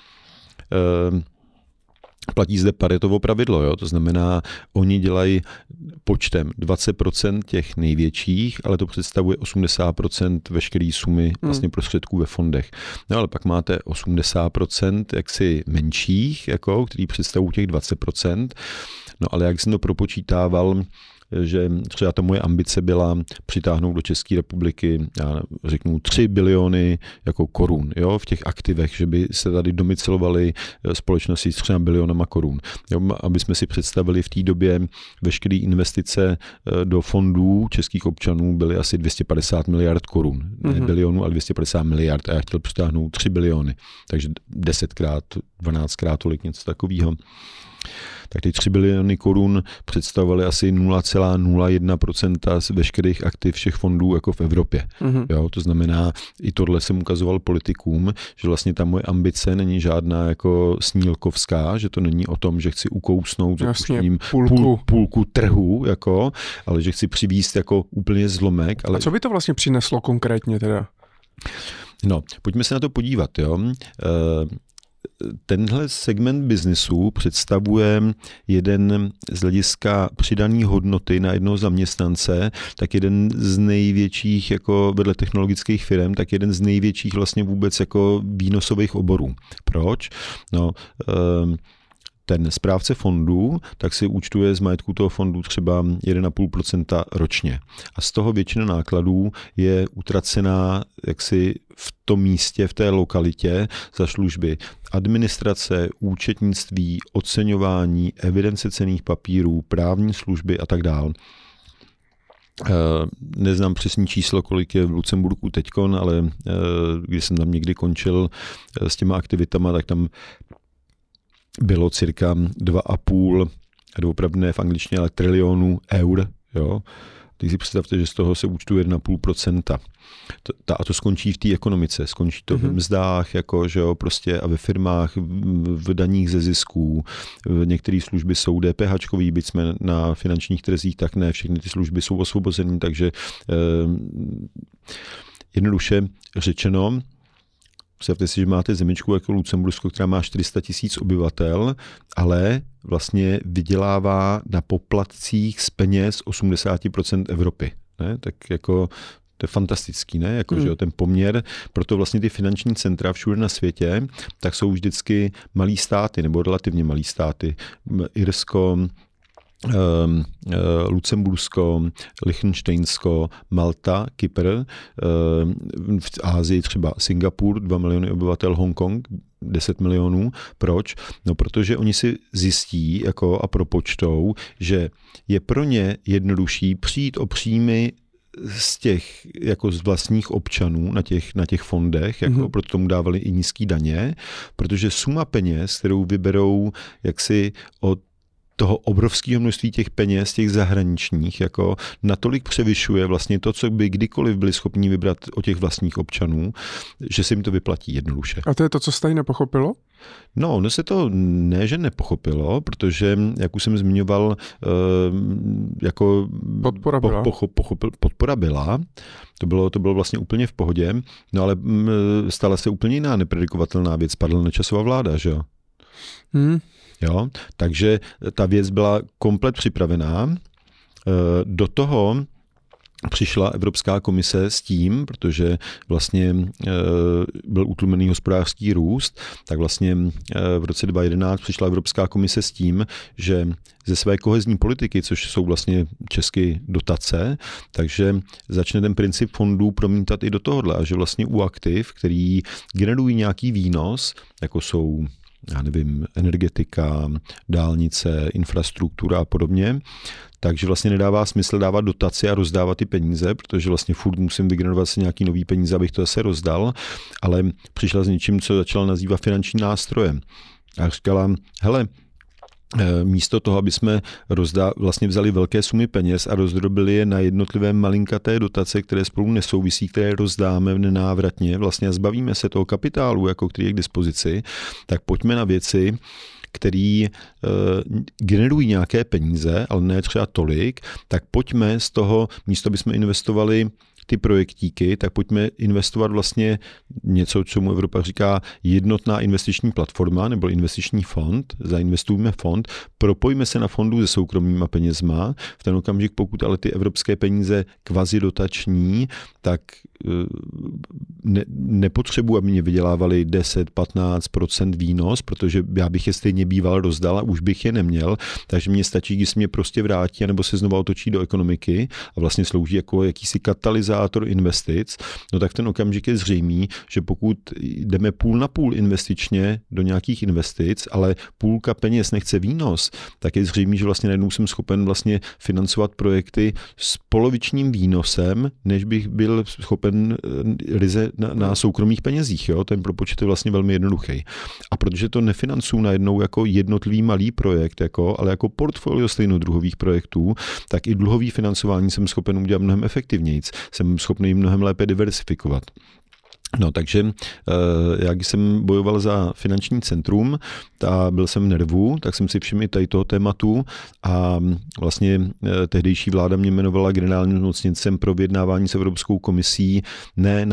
platí zde Paretovo pravidlo, jo? To znamená, oni dělají počtem dvacet procent těch největších, ale to představuje osmdesát procent veškeré sumy vlastně prostředků ve fondech. No ale pak máte osmdesát procent jaksi menších, jako, který představují těch dvacet procent. No ale jak jsem to propočítával, že třeba ta moje ambice byla přitáhnout do České republiky, já řeknu, tři biliony jako korun, jo, v těch aktivech, že by se tady domicilovaly společnosti s třema bilionama korun. Jo, aby jsme si představili v té době veškeré investice do fondů českých občanů byly asi dvě stě padesát miliard korun. Mm-hmm. Ne bilionů, ale dvě stě padesát miliard a já chtěl přitáhnout tři biliony. Takže desetkrát, dvanáctkrát tolik, něco takového. Tak ty tři biliony korun představovaly asi nula celá nula jedna procenta z veškerých aktiv všech fondů jako v Evropě. Mm-hmm. Jo, to znamená, i tohle jsem ukazoval politikům, že vlastně ta moje ambice není žádná jako snílkovská, že to není o tom, že chci ukousnout Jasně, půlku. Půl, půlku trhu, jako, ale že chci přivést jako úplně zlomek. Ale... A co by to vlastně přineslo konkrétně teda? No, pojďme se na to podívat, jo. E, tenhle segment biznisu představuje jeden z hlediska přidané hodnoty na jednoho zaměstnance, tak jeden z největších, jako vedle technologických firm, tak jeden z největších vlastně vůbec jako výnosových oborů. Proč? No, um, ten správce fondu tak si účtuje z majetku toho fondu třeba jedna celá pět procenta ročně. A z toho většina nákladů je utracená jaksi v tom místě, v té lokalitě za služby administrace, účetnictví, oceňování, evidence cenných papírů, právní služby a tak dále. Neznám přesný číslo, kolik je v Lucemburku teďkon, ale když jsem tam někdy končil s těma aktivitama, tak tam bylo cirka dva a půl, a opravdu ne v angličtině, ale trilionů eur. Jo? Teď si představte, že z toho se účtuje jedna celá pět procenta. A to skončí v té ekonomice, skončí to mm-hmm. v mzdách, jako, že jo, prostě a ve firmách, v, v daních ze zisků. Některé služby jsou DPHčkový, byť jsme na finančních trzích, tak ne, všechny ty služby jsou osvobozené, takže eh, jednoduše řečeno, představte si, že máte zemičku jako Lucembursko, která má čtyři sta tisíc obyvatel, ale vlastně vydělává na poplatcích z peněz osmdesát procent Evropy. Ne? Tak jako to je fantastický, ne? Jako, hmm. že jo, ten poměr, proto vlastně ty finanční centra všude na světě, tak jsou vždycky malý státy, nebo relativně malý státy. Irsko, Uh, uh, Lucembursko, Lichtenštejnsko, Malta, Kypr, uh, v Ázii třeba Singapur, dva miliony obyvatel, Hongkong, deset milionů. Proč? No, protože oni si zjistí jako a propočtou, že je pro ně jednodušší přijít o příjmy z těch jako z vlastních občanů na těch, na těch fondech, jako mm-hmm. proto tomu dávali i nízký daně, protože suma peněz, kterou vyberou jaksi od toho obrovského množství těch peněz, těch zahraničních, jako natolik převyšuje vlastně to, co by kdykoliv byli schopni vybrat od těch vlastních občanů, že se jim to vyplatí jednoduše. A to je to, co se tady nepochopilo? No, no se to ne, že nepochopilo, protože, jak už jsem zmiňoval, jako podpora byla. Po, po, pochopil, podpora byla, to bylo, to bylo vlastně úplně v pohodě, no ale stala se úplně jiná nepredikovatelná věc, padla Nečasova vláda, že jo? Hmm. Jo, takže ta věc byla komplet připravená. Do toho přišla Evropská komise s tím, protože vlastně byl utlumený hospodářský růst, tak vlastně v roce dva tisíce jedenáct přišla Evropská komise s tím, že ze své kohezní politiky, což jsou vlastně česky dotace, takže začne ten princip fondů promítat i do tohohle a že vlastně u aktiv, který generují nějaký výnos, jako jsou já nevím, energetika, dálnice, infrastruktura a podobně, takže vlastně nedává smysl dávat dotaci a rozdávat ty peníze, protože vlastně furt musím vygenerovat si nějaký nový peníze, abych to zase rozdal, ale přišla s něčím, co začala nazývat finanční nástrojem. A říkala, hele, místo toho, aby jsme rozdá, vlastně vzali velké sumy peněz a rozdrobili je na jednotlivé malinkaté dotace, které spolu nesouvisí, které rozdáme nenávratně, vlastně a zbavíme se toho kapitálu, jako který je k dispozici, tak pojďme na věci, který e, generují nějaké peníze, ale ne třeba tolik, tak pojďme z toho, místo aby jsme investovali ty projektíky, tak pojďme investovat vlastně něco, čemu Evropa říká jednotná investiční platforma nebo investiční fond, zainvestujme fond, propojíme se na fondu se soukromýma penězma. V ten okamžik, pokud ale ty evropské peníze kvazi dotační, tak ne, nepotřebuji, aby mě vydělávali deset až patnáct procent výnos, protože já bych je stejně býval rozdal a už bych je neměl, takže mně stačí, když se mě prostě vrátí nebo se znova otočí do ekonomiky a vlastně slouží jako jakýsi katalyzátor investic, no tak v ten okamžik je zřejmý, že pokud jdeme půl na půl investičně do nějakých investic, ale půlka peněz nechce výnos, tak je zřejmý, že vlastně najednou jsem schopen vlastně financovat projekty s polovičním výnosem, než bych byl schopen ryze na, na soukromých penězích. Jo? Ten propočet je vlastně velmi jednoduchý. A protože to nefinancuju najednou jako jednotlivý malý projekt, jako, ale jako portfolio stejnodruhových projektů, tak i dluhový financování jsem schopen udělat mnohem efektivněji. Jsem schopný mnohem lépe diversifikovat. No, takže já, když jsem bojoval za finanční centrum a byl jsem v Nervu, tak jsem si všiml tady toho tématu a vlastně tehdejší vláda mě jmenovala generálním zmocněncem pro vyjednávání s Evropskou komisí ne na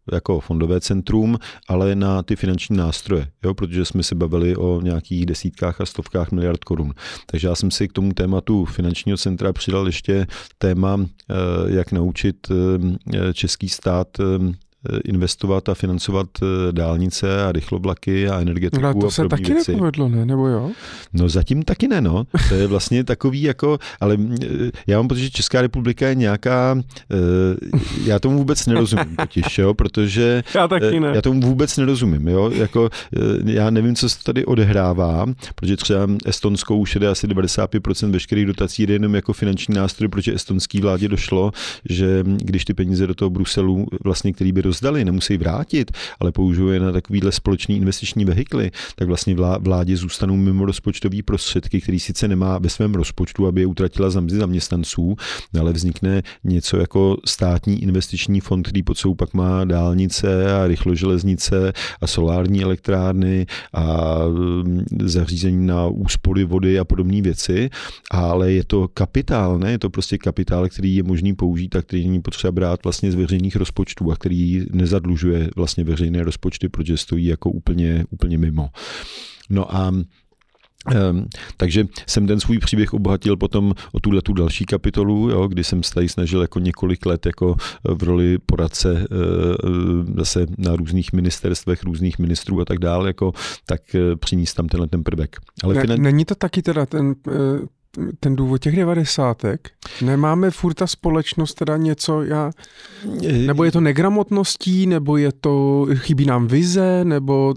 jako fondové centrum, ale na ty finanční nástroje, jo, protože jsme se bavili o nějakých desítkách a stovkách miliard korun. Takže já jsem si k tomu tématu finančního centra přidal ještě téma, jak naučit český stát investovat a financovat dálnice a rychlovlaky a energetiku. No to se taky věci. Nepovedlo, ne? Nebo jo? No zatím taky ne, no. To je vlastně takový jako, ale já mám pocit, že Česká republika je nějaká, já tomu vůbec nerozumím totiž, jo, protože já taky ne. Já tomu vůbec nerozumím, jo, jako já nevím, co se tady odehrává, protože třeba Estonsko už jde asi devadesát pět procent veškerých dotací jde jenom jako finanční nástroj, protože estonský vládě došlo, že když ty peníze do toho Bruselu vlastně, který by rozdali, nemusí vrátit, ale použije na takovýhle společný investiční vehikly, tak vlastně vládě zůstanou mimo rozpočtový prostředky, který sice nemá ve svém rozpočtu, aby je utratila za mzdy zaměstnanců, ale vznikne něco jako státní investiční fond, který pod sebou pak má dálnice a rychloželeznice a solární elektrárny a zařízení na úspory vody a podobné věci, ale je to kapitál, ne? Je to prostě kapitál, který je možný použít a který není potřeba brát vlastně z veřejných rozpočtů a který nezadlužuje vlastně veřejné rozpočty, protože stojí jako úplně, úplně mimo. No a Um, takže jsem ten svůj příběh obohatil potom o tuhletu další kapitolu, jo, kdy jsem se tady snažil jako několik let jako v roli poradce uh, zase na různých ministerstvech, různých ministrů a tak dále, jako, tak uh, přinést tam tenhle ten prvek. Ale ne, finan... Není to taky teda ten... Uh... ten důvod těch devadesátek? Nemáme furt ta společnost teda něco, já, nebo je to negramotností, nebo je to, chybí nám vize, nebo...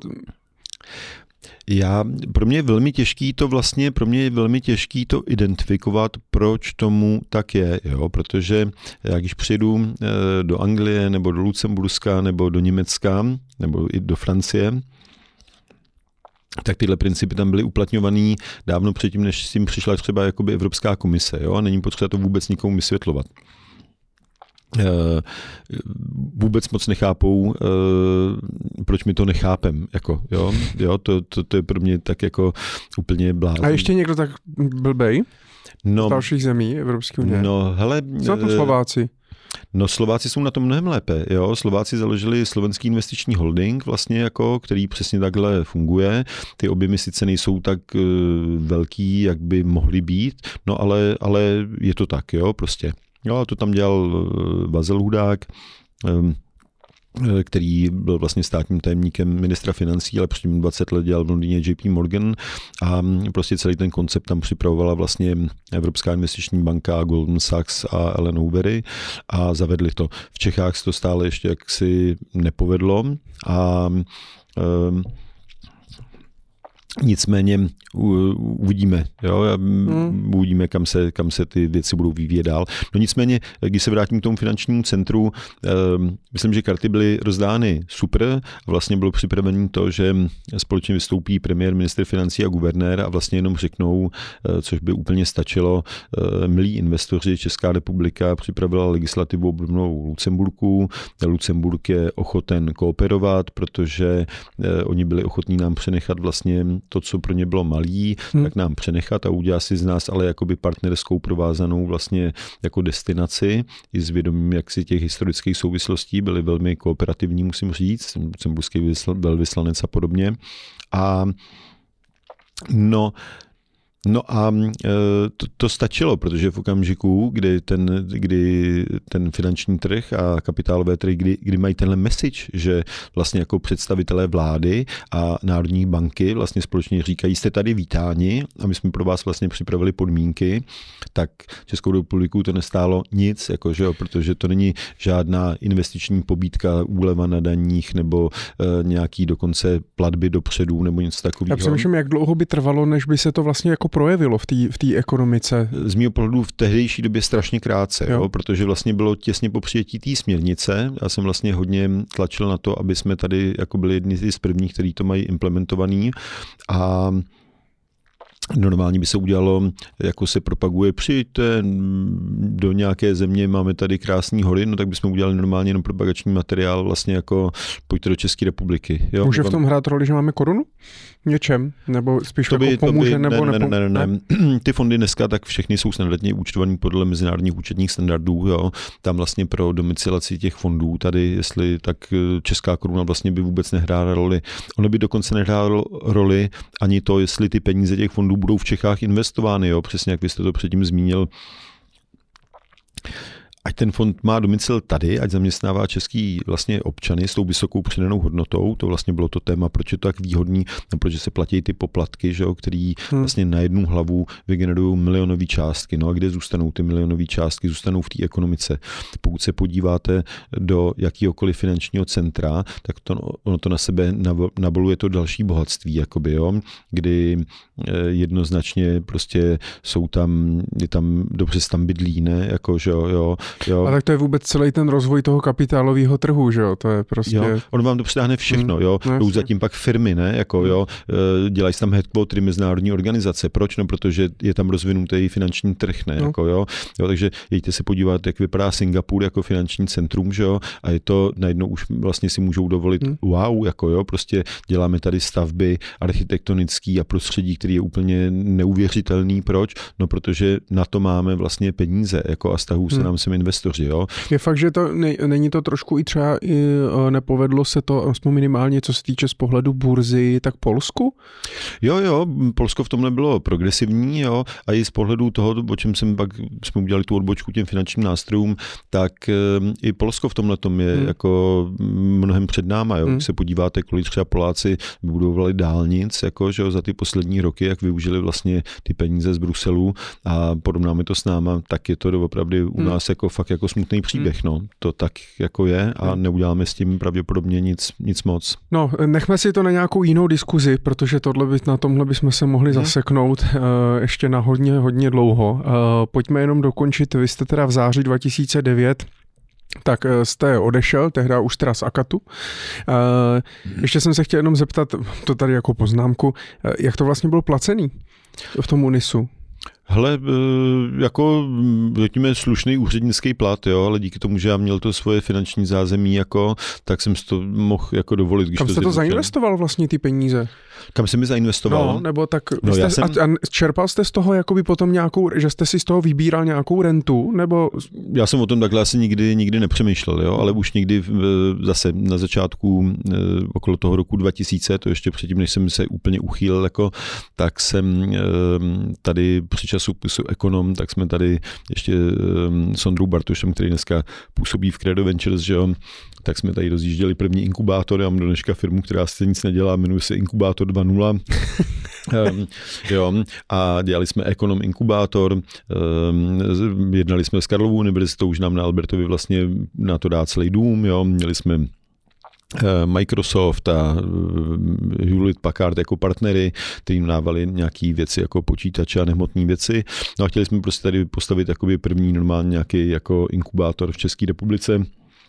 Já, pro mě je velmi těžký to vlastně, pro mě je velmi těžký to identifikovat, proč tomu tak je, jo, protože já když přijedu do Anglie, nebo do Lucemburska, nebo do Německa, nebo i do Francie, tak tyhle principy tam byly uplatňovaný dávno předtím, než s tím přišla třeba jakoby Evropská komise, jo, a není potřeba to vůbec nikomu vysvětlovat. Vůbec moc nechápou, proč my to nechápem, jako, jo, jo to, to, to je pro mě tak jako úplně blázný. A ještě někdo tak blbej? No, z dalších zemí Evropské unie? No, hele... Co na tom Slováci? No Slováci jsou na tom mnohem lépe, jo. Slováci založili Slovenský investiční holding, vlastně jako, který přesně takhle funguje. Ty objemy sice nejsou tak uh, velký, jak by mohly být, no ale, ale je to tak, jo, prostě. Jo, to tam dělal uh, Vazel Hudák, um, který byl vlastně státním tajemníkem ministra financí, ale předtím dvacet let dělal v Londýně J P Morgan a prostě celý ten koncept tam připravovala vlastně Evropská investiční banka, Goldman Sachs a Ellen Overy a zavedli to. V Čechách se to stále ještě jaksi nepovedlo a um, nicméně uvidíme, jo, hmm. uvidíme, kam se, kam se ty věci budou vyvíjet dál. No nicméně, když se vrátím k tomu finančnímu centru, eh, myslím, že karty byly rozdány super. Vlastně bylo připravené to, že společně vystoupí premiér, ministr financí a guvernér a vlastně jenom řeknou, eh, což by úplně stačilo, eh, milí investoři, Česká republika připravila legislativu obdobnou Lucemburku. Lucemburk je ochoten kooperovat, protože eh, oni byli ochotní nám přenechat vlastně to, co pro ně bylo malý, hmm. tak nám přenechat a udělat si z nás ale jakoby partnerskou provázanou vlastně jako destinaci i s vědomím jaksi těch historických souvislostí, byli velmi kooperativní, musím říct, lucemburský velvyslanec a podobně. A no, No a to, to stačilo, protože v okamžiku, kdy ten, kdy ten finanční trh a kapitálové trhy, kdy, kdy mají tenhle message, že vlastně jako představitelé vlády a národní banky vlastně společně říkají, jste tady vítáni a my jsme pro vás vlastně připravili podmínky, tak Českou republiku to nestálo nic, jakože jo, protože to není žádná investiční pobídka, úleva na daních nebo e, nějaký dokonce platby dopředu nebo něco takového. Já přemýšlím, jak dlouho by trvalo, než by se to vlastně jako projevilo v té v té ekonomice? Z mého pohledu v tehdejší době strašně krátce, jo. Jo, protože vlastně bylo těsně po přijetí té směrnice. Já jsem vlastně hodně tlačil na to, aby jsme tady jako byli jedni z prvních, kteří to mají implementovaný a normálně by se udělalo, jako se propaguje, přijďte do nějaké země, máme tady krásný hory, no tak bychom udělali normálně jenom propagační materiál, vlastně jako pojďte do České republiky. Jo? Může v tom hrát roli, že máme korunu? něčem? Nebo spíš to by, jako pomůže? To by, nebo ne, nepom... ne, ne, ne, ne. Ty fondy dneska tak všechny jsou standardně účtovaný podle mezinárodních účetních standardů. Jo. Tam vlastně pro domicilaci těch fondů tady, jestli tak česká koruna vlastně by vůbec nehrála roli. Ono by dokonce nehrálo roli ani to, jestli ty peníze těch fondů budou v Čechách investovány. Jo. Přesně jak vy jste to předtím zmínil. Ať ten fond má domicil tady, ať zaměstnává český vlastně občany s tou vysokou přidanou hodnotou, to vlastně bylo to téma, proč je to tak výhodný, no, protože se platí ty poplatky, že jo, který hmm. vlastně na jednu hlavu vygenerují milionové částky. No a kde zůstanou ty milionové částky? Zůstanou v té ekonomice. Pokud se podíváte do jakýhokoliv finančního centra, tak to, ono to na sebe nabaluje to další bohatství, jakoby, jo, kdy jednoznačně prostě jsou tam, je tam dobře se tam bydlí, ne, jako, že jo, jo. Jo. A tak to je vůbec celý ten rozvoj toho kapitálového trhu, že jo, to je prostě... Jo, on vám to přitáhne všechno, hmm, jo, jdou zatím pak firmy, ne, jako jo, dělají tam headquartery mezinárodní organizace, proč, no, protože je tam rozvinutý finanční trh, ne, no. jako jo, jo, takže jeďte se podívat, jak vypadá Singapur jako finanční centrum, že jo, a je to, najednou už vlastně si můžou dovolit, hmm. wow, jako jo, prostě děláme tady stavby architektonický a prostředí, který je úplně neuvěřitelný, proč, no, protože na to máme vlastně peníze, jako a stahují se hmm. nám sem investoři, jo. Je fakt, že to ne, není to trošku i třeba i, nepovedlo se to, aspoň minimálně, co se týče z pohledu burzy, tak Polsku? Jo, jo, Polsko v tomhle bylo progresivní, jo, a i z pohledu toho, o čem jsem pak, jsme udělali tu odbočku těm finančním nástrojům, tak i Polsko v tomhle tom je hmm. jako mnohem před náma, jo. Hmm. Když se podíváte, kolik třeba Poláci vybudovali dálnic, jako, že jo, za ty poslední roky, jak využili vlastně ty peníze z Bruselu a porovnáme to s náma, tak je to opravdu u nás hmm. jako fakt jako smutný příběh, no. To tak jako je a neuděláme s tím pravděpodobně nic, nic moc. No, nechme si to na nějakou jinou diskuzi, protože tohle by, na tomhle bychom se mohli hmm. zaseknout uh, ještě na hodně, hodně dlouho. Uh, pojďme jenom dokončit, vy jste teda v září dva tisíce devět tak jste odešel, tehdy už teda z Akatu. Uh, ještě jsem se chtěl jenom zeptat, to tady jako poznámku, jak to vlastně bylo placený v tom Unisu? Hele, jako řekněme slušný úřednický plat, jo, ale díky tomu, že já měl to svoje finanční zázemí, jako, tak jsem si to mohl jako dovolit. Když Kam to jste to zainvestoval vlastně ty peníze? Kam jsem mi zainvestoval? No, nebo tak no, jste, jsem... a, a čerpal jste z toho jakoby potom nějakou, že jste si z toho vybíral nějakou rentu, nebo? Já jsem o tom takhle asi nikdy, nikdy nepřemýšlel, jo, ale už někdy zase na začátku okolo toho roku dva tisíce, to ještě předtím, než jsem se úplně uchýlil, jako, tak jsem tady při časopisu Ekonom, tak jsme tady ještě s Ondrou Bartošem, který dneska působí v Credo Ventures, že jo, tak jsme tady rozjížděli první inkubátor, já mám do dneška firmu, která se nic nedělá, jmenuje se Inkubátor dva nula. um, jo, a dělali jsme Ekonom inkubátor, um, jednali jsme s Karlovou univerzitou, už nám na Albertovi vlastně na to dá celý dům, jo, měli jsme Microsoft a Hewlett Packard jako partnery, kterým dávali nějaké věci jako počítače a nehmotné věci. No a chtěli jsme prostě tady postavit jakoby první normálně nějaký jako inkubátor v České republice.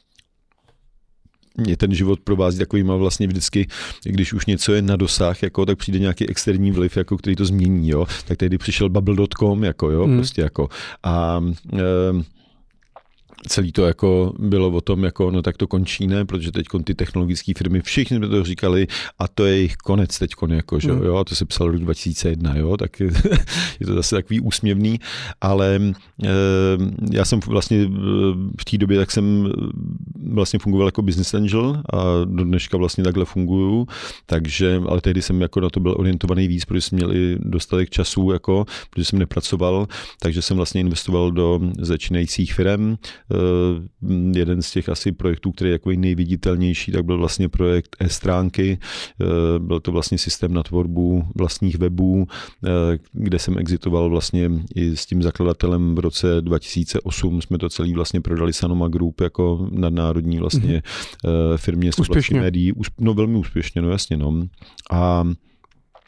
Mě ten život provází takovýma vlastně vždycky, když už něco je na dosah, jako, tak přijde nějaký externí vliv, jako, který to změní. Jo? Tak tehdy přišel bubble tečka com, jako, jo, hmm. prostě jako. A e, celý to jako bylo o tom, jako, no tak to končí, ne, protože teď ty technologické firmy, všichni jsme to říkali a to je jejich konec teď, jako, že, mm. jo, a to se psalo rok dva tisíce jedna, jo, tak je, je to zase takový úsměvný, ale e, já jsem vlastně v té době, tak jsem vlastně fungoval jako business angel a do dneška vlastně takhle funguju, takže, ale tehdy jsem jako na to byl orientovaný víc, protože jsem měl i dostatek času, jako, protože jsem nepracoval, takže jsem vlastně investoval do začínajících firem. Uh, jeden z těch asi projektů, který je jako nejviditelnější, tak byl vlastně projekt e-stránky. Uh, byl to vlastně systém na tvorbu vlastních webů, uh, kde jsem exitoval vlastně i s tím zakladatelem v roce dva tisíce osm. Jsme to celý vlastně prodali Sanoma Group jako nadnárodní vlastně mm-hmm. uh, firmě z oblasti médií. No velmi úspěšně, no jasně, no. A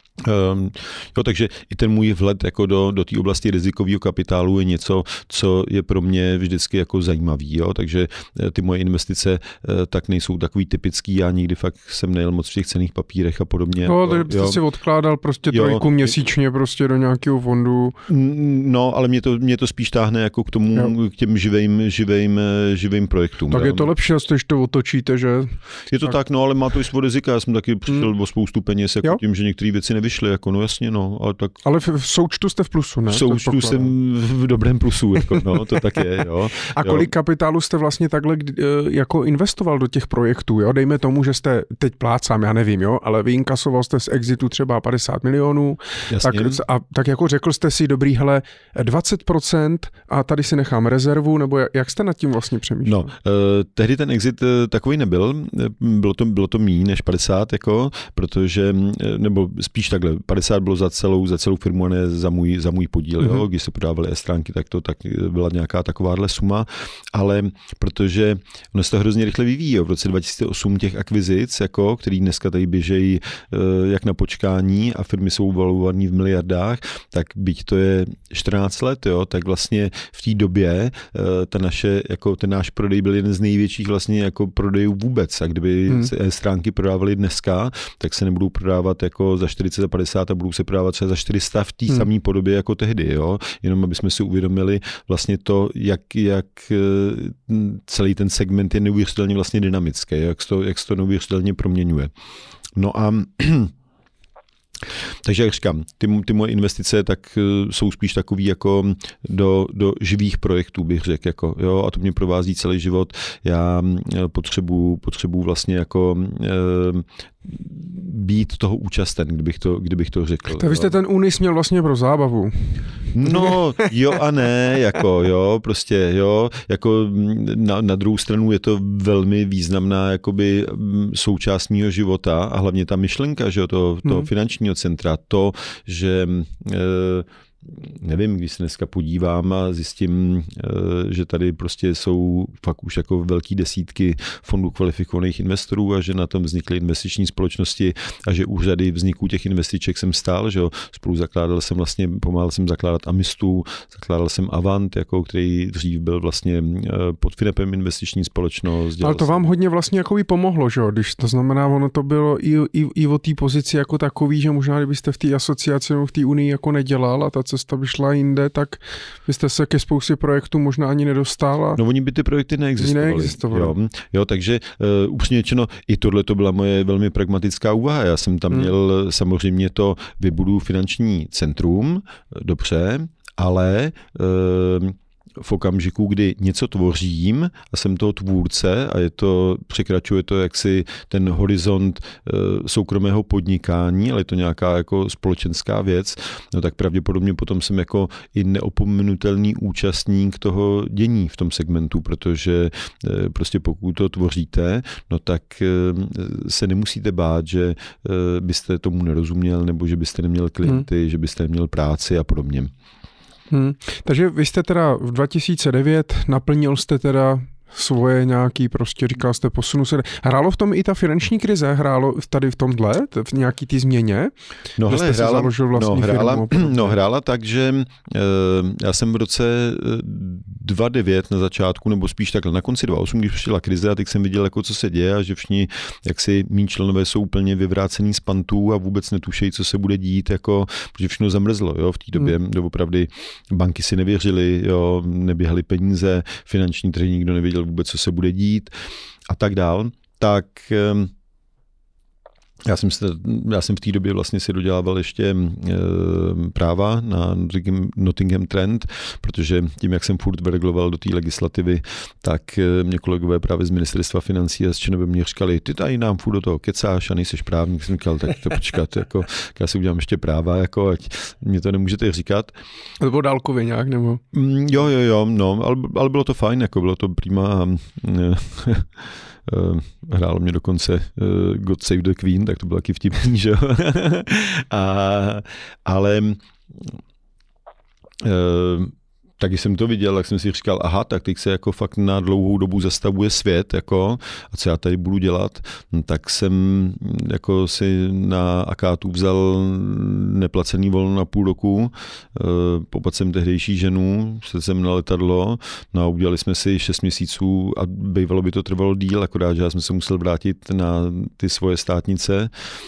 Um, jo, takže i ten můj vhled jako do, do té oblasti rizikového kapitálu je něco, co je pro mě vždycky jako zajímavý. Jo? Takže ty moje investice tak nejsou takový typický, já nikdy fakt jsem nejel moc v těch cenných papírech a podobně. No, takže jste si odkládal prostě jo, trojku měsíčně prostě do nějakého fondu. No, ale mě to, mě to spíš táhne jako k tomu, jo. k těm živým, živým, živým projektům. Tak jo? je to lepší, když to otočíte, že? Je to tak, tak no, ale má to i svou rizika. Já jsem taky přišel hmm. o spoustu peněz jako tím, že některé věci nevyšly, jako no jasně, no. Ale, tak... ale v, v součtu jste v plusu, ne? V součtu jsem v dobrém plusu, jako no, to tak je, jo. A kolik jo. kapitálu jste vlastně takhle jako investoval do těch projektů, jo? Dejme tomu, že jste, teď plácám, já nevím, jo, ale vyinkasoval jste z exitu třeba padesát milionů, tak, a tak jako řekl jste si, dobrý, hele, dvacet procent a tady si nechám rezervu, nebo jak jste nad tím vlastně přemýšlel? No, eh, tehdy ten exit takový nebyl, bylo to, bylo to méně než padesát, jako, protože, nebo spíš takhle, padesát bylo za celou, za celou firmu a ne za můj, za můj podíl, mm-hmm. jo, když se prodávaly e-stránky, tak to tak byla nějaká takováhle suma, ale protože ono se to hrozně rychle vyvíjí, jo. V roce dva tisíce osm těch akvizic, jako, který dneska tady běžejí jak na počkání a firmy jsou valované v miliardách, tak byť to je čtrnáct let, jo, tak vlastně v té době ta naše, jako ten náš prodej byl jeden z největších vlastně jako prodejů vůbec a kdyby hmm. se e-stránky prodávaly dneska, tak se nebudou prodávat jako za čtyřicet, za padesát a budou se prodávat třeba za čtyři sta v té hmm. samé podobě jako tehdy, jo, jenom aby jsme si uvědomili vlastně to, jak, jak celý ten segment je neuvěřitelně vlastně dynamický, jak se to, jak se to neuvěřitelně proměňuje. No a takže jak říkám, ty, ty moje investice tak jsou spíš takový jako do, do živých projektů, bych řekl, jako, jo, a to mě provází celý život. Já potřebuji potřebuji vlastně jako e, být toho účasten, kdybych to, kdybych to řekl. Tak vy jste ten únis měl vlastně pro zábavu. No, jo a ne, jako, jo, prostě, jo, jako na, na druhou stranu je to velmi významná, jakoby součást mýho života a hlavně ta myšlenka, že jo, toho, toho hmm. finančního centra, to, že e, nevím, když se dneska podívám a zjistím, že tady prostě jsou fakt už jako velký desítky fondů kvalifikovaných investorů a že na tom vznikly investiční společnosti a že už řady vzniků těch investiček jsem stál, že jo, spolu zakládal jsem vlastně, pomáhal jsem zakládat Amistu, zakládal jsem Avant, jako který dřív byl vlastně pod Finepem investiční společnost. Ale to vám jsem... hodně vlastně jako by pomohlo, že jo, když to znamená, ono to bylo i, i, i o té pozici jako takový, že možná kdybyste v té asociaci nebo v té unii jako nedělal a ta cesta by šla jinde, tak byste se ke spoustě projektů možná ani nedostal. A... No oni by ty projekty neexistovaly. neexistovaly. Jo, jo, takže uh, upřímně řečeno, i tohle to byla moje velmi pragmatická úvaha. Já jsem tam hmm. měl samozřejmě to vybuduju finanční centrum, dobře, ale uh, v okamžiku, kdy něco tvořím a jsem toho tvůrce a je to, překračuje to jaksi ten horizont e, soukromého podnikání, ale je to nějaká jako společenská věc, no tak pravděpodobně potom jsem jako i neopomenutelný účastník toho dění v tom segmentu, protože e, prostě pokud to tvoříte, no tak e, se nemusíte bát, že e, byste tomu nerozuměl nebo že byste neměl klienty, hmm. že byste neměl práci a podobně. Hmm. Takže vy jste teda v dva tisíce devět naplnil jste teda svoje nějaký, prostě říkal jste, posunu se. Hrálo v tom i ta finanční krize? Hrálo tady v tomhle, v nějaký té změně? No, hele, jste hrála, založil vlastní no, hrála, firmu? No, hrála tak, že uh, já jsem v roce dva tisíce devět na začátku, nebo spíš takhle na konci dva tisíce osm, když přišla krize a teď jsem viděl, jako co se děje a že všichni, jak si mý členové jsou úplně vyvrácený z pantů a vůbec netušejí, co se bude dít, jako, protože všechno zamrzlo, jo, v té době, hmm. doopravdy banky si nevěřily, jo, neběhaly peníze, finanční trhy nikdo nevěděl vůbec, co se bude dít a tak dál, tak já jsem, se, já jsem v té době vlastně si dodělával ještě e, práva na Nottingham, Nottingham Trent, protože tím, jak jsem furt vergloval do té legislativy, tak e, mě kolegové právě z ministerstva financí a z ČNB mě říkali, ty tady nám furt do toho kecáš a nejseš právník. Jsem říkal, tak to počkat, jako, já si udělám ještě práva, jako, ať mě to nemůžete říkat. To bylo dálkově nějak, nebo? Mm, jo, jo, jo, no, ale, ale bylo to fajn, jako bylo to prima. Uh, hrálo mě dokonce uh, God Save the Queen, tak to bylo taky vtipný, že jo. A, ale uh, taky jsem to viděl, tak jsem si říkal, aha, tak teď se jako fakt na dlouhou dobu zastavuje svět, jako, a co já tady budu dělat, no, tak jsem jako si na akátu vzal neplacený volno na půl roku, popadl jsem tehdejší ženu, se jsem na letadlo, no a udělali jsme si šest měsíců a bývalo by to trvalo díl, akorát, že já jsem se musel vrátit na ty svoje státnice,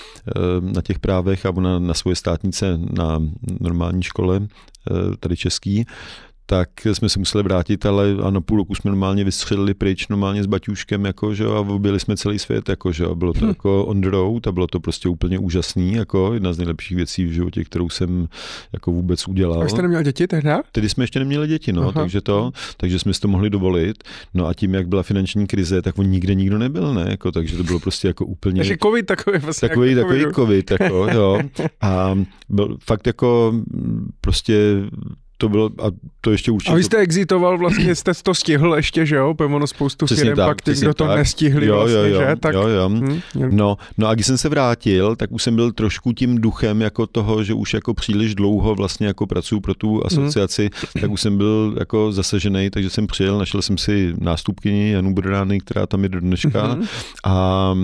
na těch právech a na, na svoje státnice na normální škole, tady český, tak jsme se museli vrátit, ale a na půl roku jsme normálně vystřelili pryč, normálně s baťůškem, jako, že, a objeli jsme celý svět, jako, že, a bylo to hmm. jako on the road a bylo to prostě úplně úžasný, jako jedna z nejlepších věcí v životě, kterou jsem jako vůbec udělal. A jste neměl děti tehda? Tedy jsme ještě neměli děti, no, takže to, takže jsme si to mohli dovolit, no a tím, jak byla finanční krize, tak on nikde nikdo nebyl, ne, jako, takže to bylo prostě jako úplně... Takže covid takový vlastně. Takový, jako takový covid, jako, jo, a byl fakt jako prostě to bylo, a to ještě určitě... A vy jste exitoval, vlastně jste to stihl ještě, že jo? Ono spoustu firem, pak ty, kdo to tak. nestihli jo, vlastně, jo, jo, že? Tak, jo, jo. Hm, no, no a když jsem se vrátil, tak už jsem byl trošku tím duchem jako toho, že už jako příliš dlouho vlastně jako pracuji pro tu asociaci, hm. tak už jsem byl jako zasažený, takže jsem přijel, našel jsem si nástupkyni Janu Brodány, která tam je do dneška hm. a,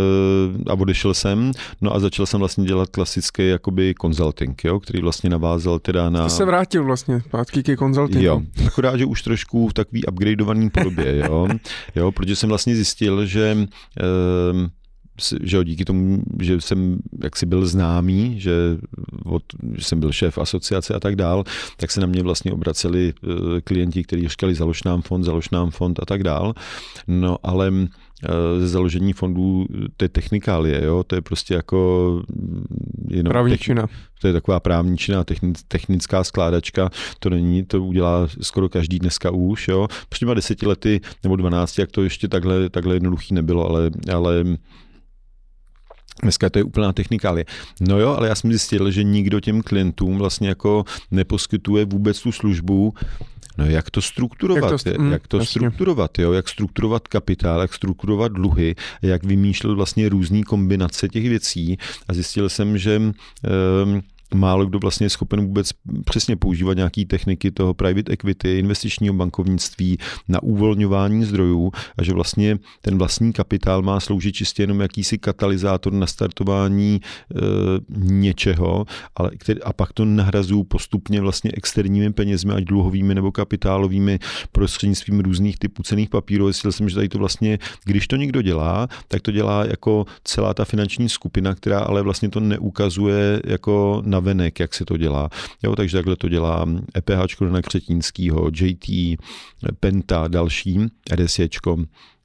a odešel jsem, no a začal jsem vlastně dělat klasický jakoby consulting, jo, který vlastně navázal teda na... To se vrátil vlastně zpátky ke konzultingu. Jo, akorát, že už trošku v takový upgradeovaný podobě, jo, jo, protože jsem vlastně zjistil, že um, že díky tomu, že jsem jaksi byl známý, že, od, že jsem byl šéf asociace a tak dál, tak se na mě vlastně obraceli klienti, kteří říkali založ nám fond, založ nám fond a tak dál. No ale ze založení fondů to je technikálie, jo? To je prostě jako jenom právničina. Techni- to je taková právničina, technická skládačka, to není, to udělá skoro každý dneska už, jo. Před těma deseti lety nebo dvanácti, jak to ještě takhle, takhle jednoduchý nebylo, ale, ale dneska to je úplná technikálie. No jo, ale já jsem zjistil, že nikdo těm klientům vlastně jako neposkytuje vůbec tu službu. No jak to strukturovat, jak to, mm, jak to strukturovat, jo? Jak strukturovat kapitál, jak strukturovat dluhy, jak vymýšlet vlastně různý kombinace těch věcí a zjistil jsem, že um, málo kdo vlastně je schopen vůbec přesně používat nějaké techniky toho private equity, investičního bankovnictví na uvolňování zdrojů a že vlastně ten vlastní kapitál má sloužit čistě jenom jakýsi katalyzátor na startování e, něčeho, ale který, a pak to nahrazují postupně vlastně externími penězmi, ať dluhovými nebo kapitálovými prostřednictvím různých typů cenných papírů. Zjistil jsem, že tady to vlastně, když to někdo dělá, tak to dělá jako celá ta finanční skupina, která ale vlastně to neukazuje jako na venek, jak se to dělá. Jo, takže takhle to dělá E P H na Křetínskýho, J T, Penta, další, RSJčko.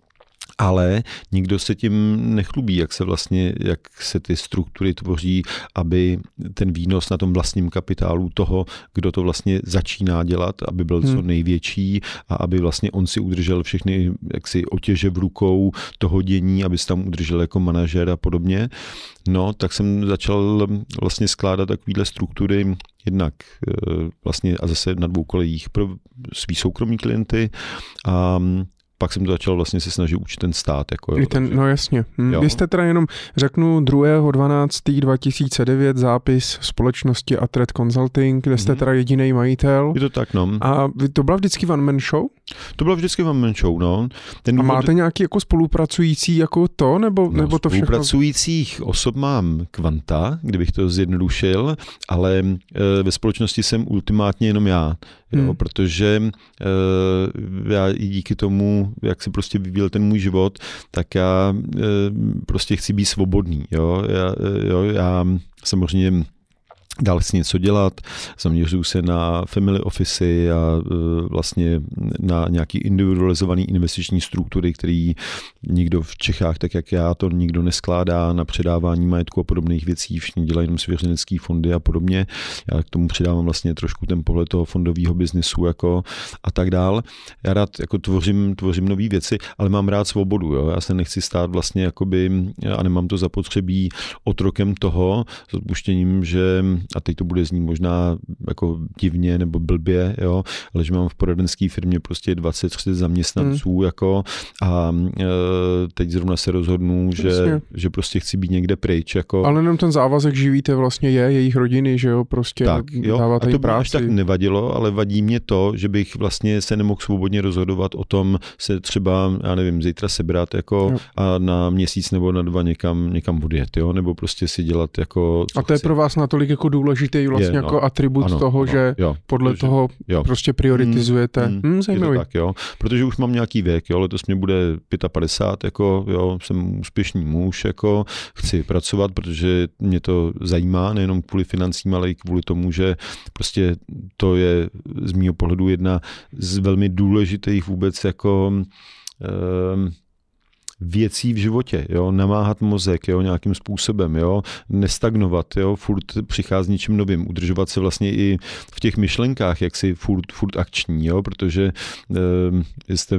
Ale nikdo se tím nechlubí, jak se vlastně, jak se ty struktury tvoří, aby ten výnos na tom vlastním kapitálu toho, kdo to vlastně začíná dělat, aby byl co největší a aby vlastně on si udržel všechny jaksi otěže v rukou toho dění, aby se tam udržel jako manažer a podobně. No, tak jsem začal vlastně skládat takovýhle struktury jednak vlastně a zase na dvou kolejích pro svý soukromí klienty a pak jsem to začal vlastně se snažit učit ten stát. Jako, jo, ten, takže... No jasně. Hm. Vy jste teda jenom, řeknu, druhého dvanáctého dva tisíce devět zápis společnosti Atred Consulting, kde jste mm-hmm. teda jediný majitel. Je to tak, no. A to byla vždycky one man show? To byla vždycky one man show, no. Ten důvod... A máte nějaký jako spolupracující jako to, nebo, no, nebo to všechno? Spolupracujících osob mám kvanta, kdybych to zjednodušil, ale e, ve společnosti jsem ultimátně jenom já. Jo, hmm. protože e, já i díky tomu, jak se prostě vyvíjel ten můj život, tak já e, prostě chci být svobodný. Jo? Já, jo, já samozřejmě dál chci něco dělat, zaměřuju se na family office a vlastně na nějaký individualizovaný investiční struktury, který nikdo v Čechách, tak jak já, to nikdo neskládá na předávání majetku a podobných věcí, všichni dělají jenom svěřenecký fondy a podobně. Já k tomu přidávám vlastně trošku ten pohled toho fondového biznesu jako a tak dál. Já rád jako tvořím, tvořím nové věci, ale mám rád svobodu. Jo? Já se nechci stát vlastně jakoby, a nemám to zapotřebí otrokem toho, s odpuštěním, že a teď to bude znít možná jako divně nebo blbě, jo, ale že mám v poradenské firmě prostě dvacet třicet zaměstnanců hmm. jako a e, teď zrovna se rozhodnu, že, že prostě chci být někde pryč. Jako. Ale jenom ten závazek živíte vlastně je jejich rodiny, že jo, prostě tak, jo, dávat a to by práci. až tak nevadilo, ale vadí mě to, že bych vlastně se nemohl svobodně rozhodovat o tom se třeba, já nevím, zítra sebrat jako jo. a na měsíc nebo na dva někam, někam odjet, jo, nebo prostě si dělat jako a to je chci. pro vás natolik jako důležitý vlastně je, jako no, atribut ano, toho, ano, že jo, podle protože, toho jo. prostě prioritizujete. Mm, hmm, zajímavý. Je to tak, jo, protože už mám nějaký věk, jo, letos mě bude padesát pět, jako, jo, jsem úspěšný muž, jako, chci pracovat, protože mě to zajímá, nejenom kvůli financím, ale i kvůli tomu, že prostě to je z mýho pohledu jedna z velmi důležitých vůbec jako eh, věcí v životě, jo, namáhat mozek, jo, nějakým způsobem, jo, nestagnovat, jo, furt přichází něčím novým, udržovat se vlastně i v těch myšlenkách, jak si furt, furt akční, jo, protože eh, jste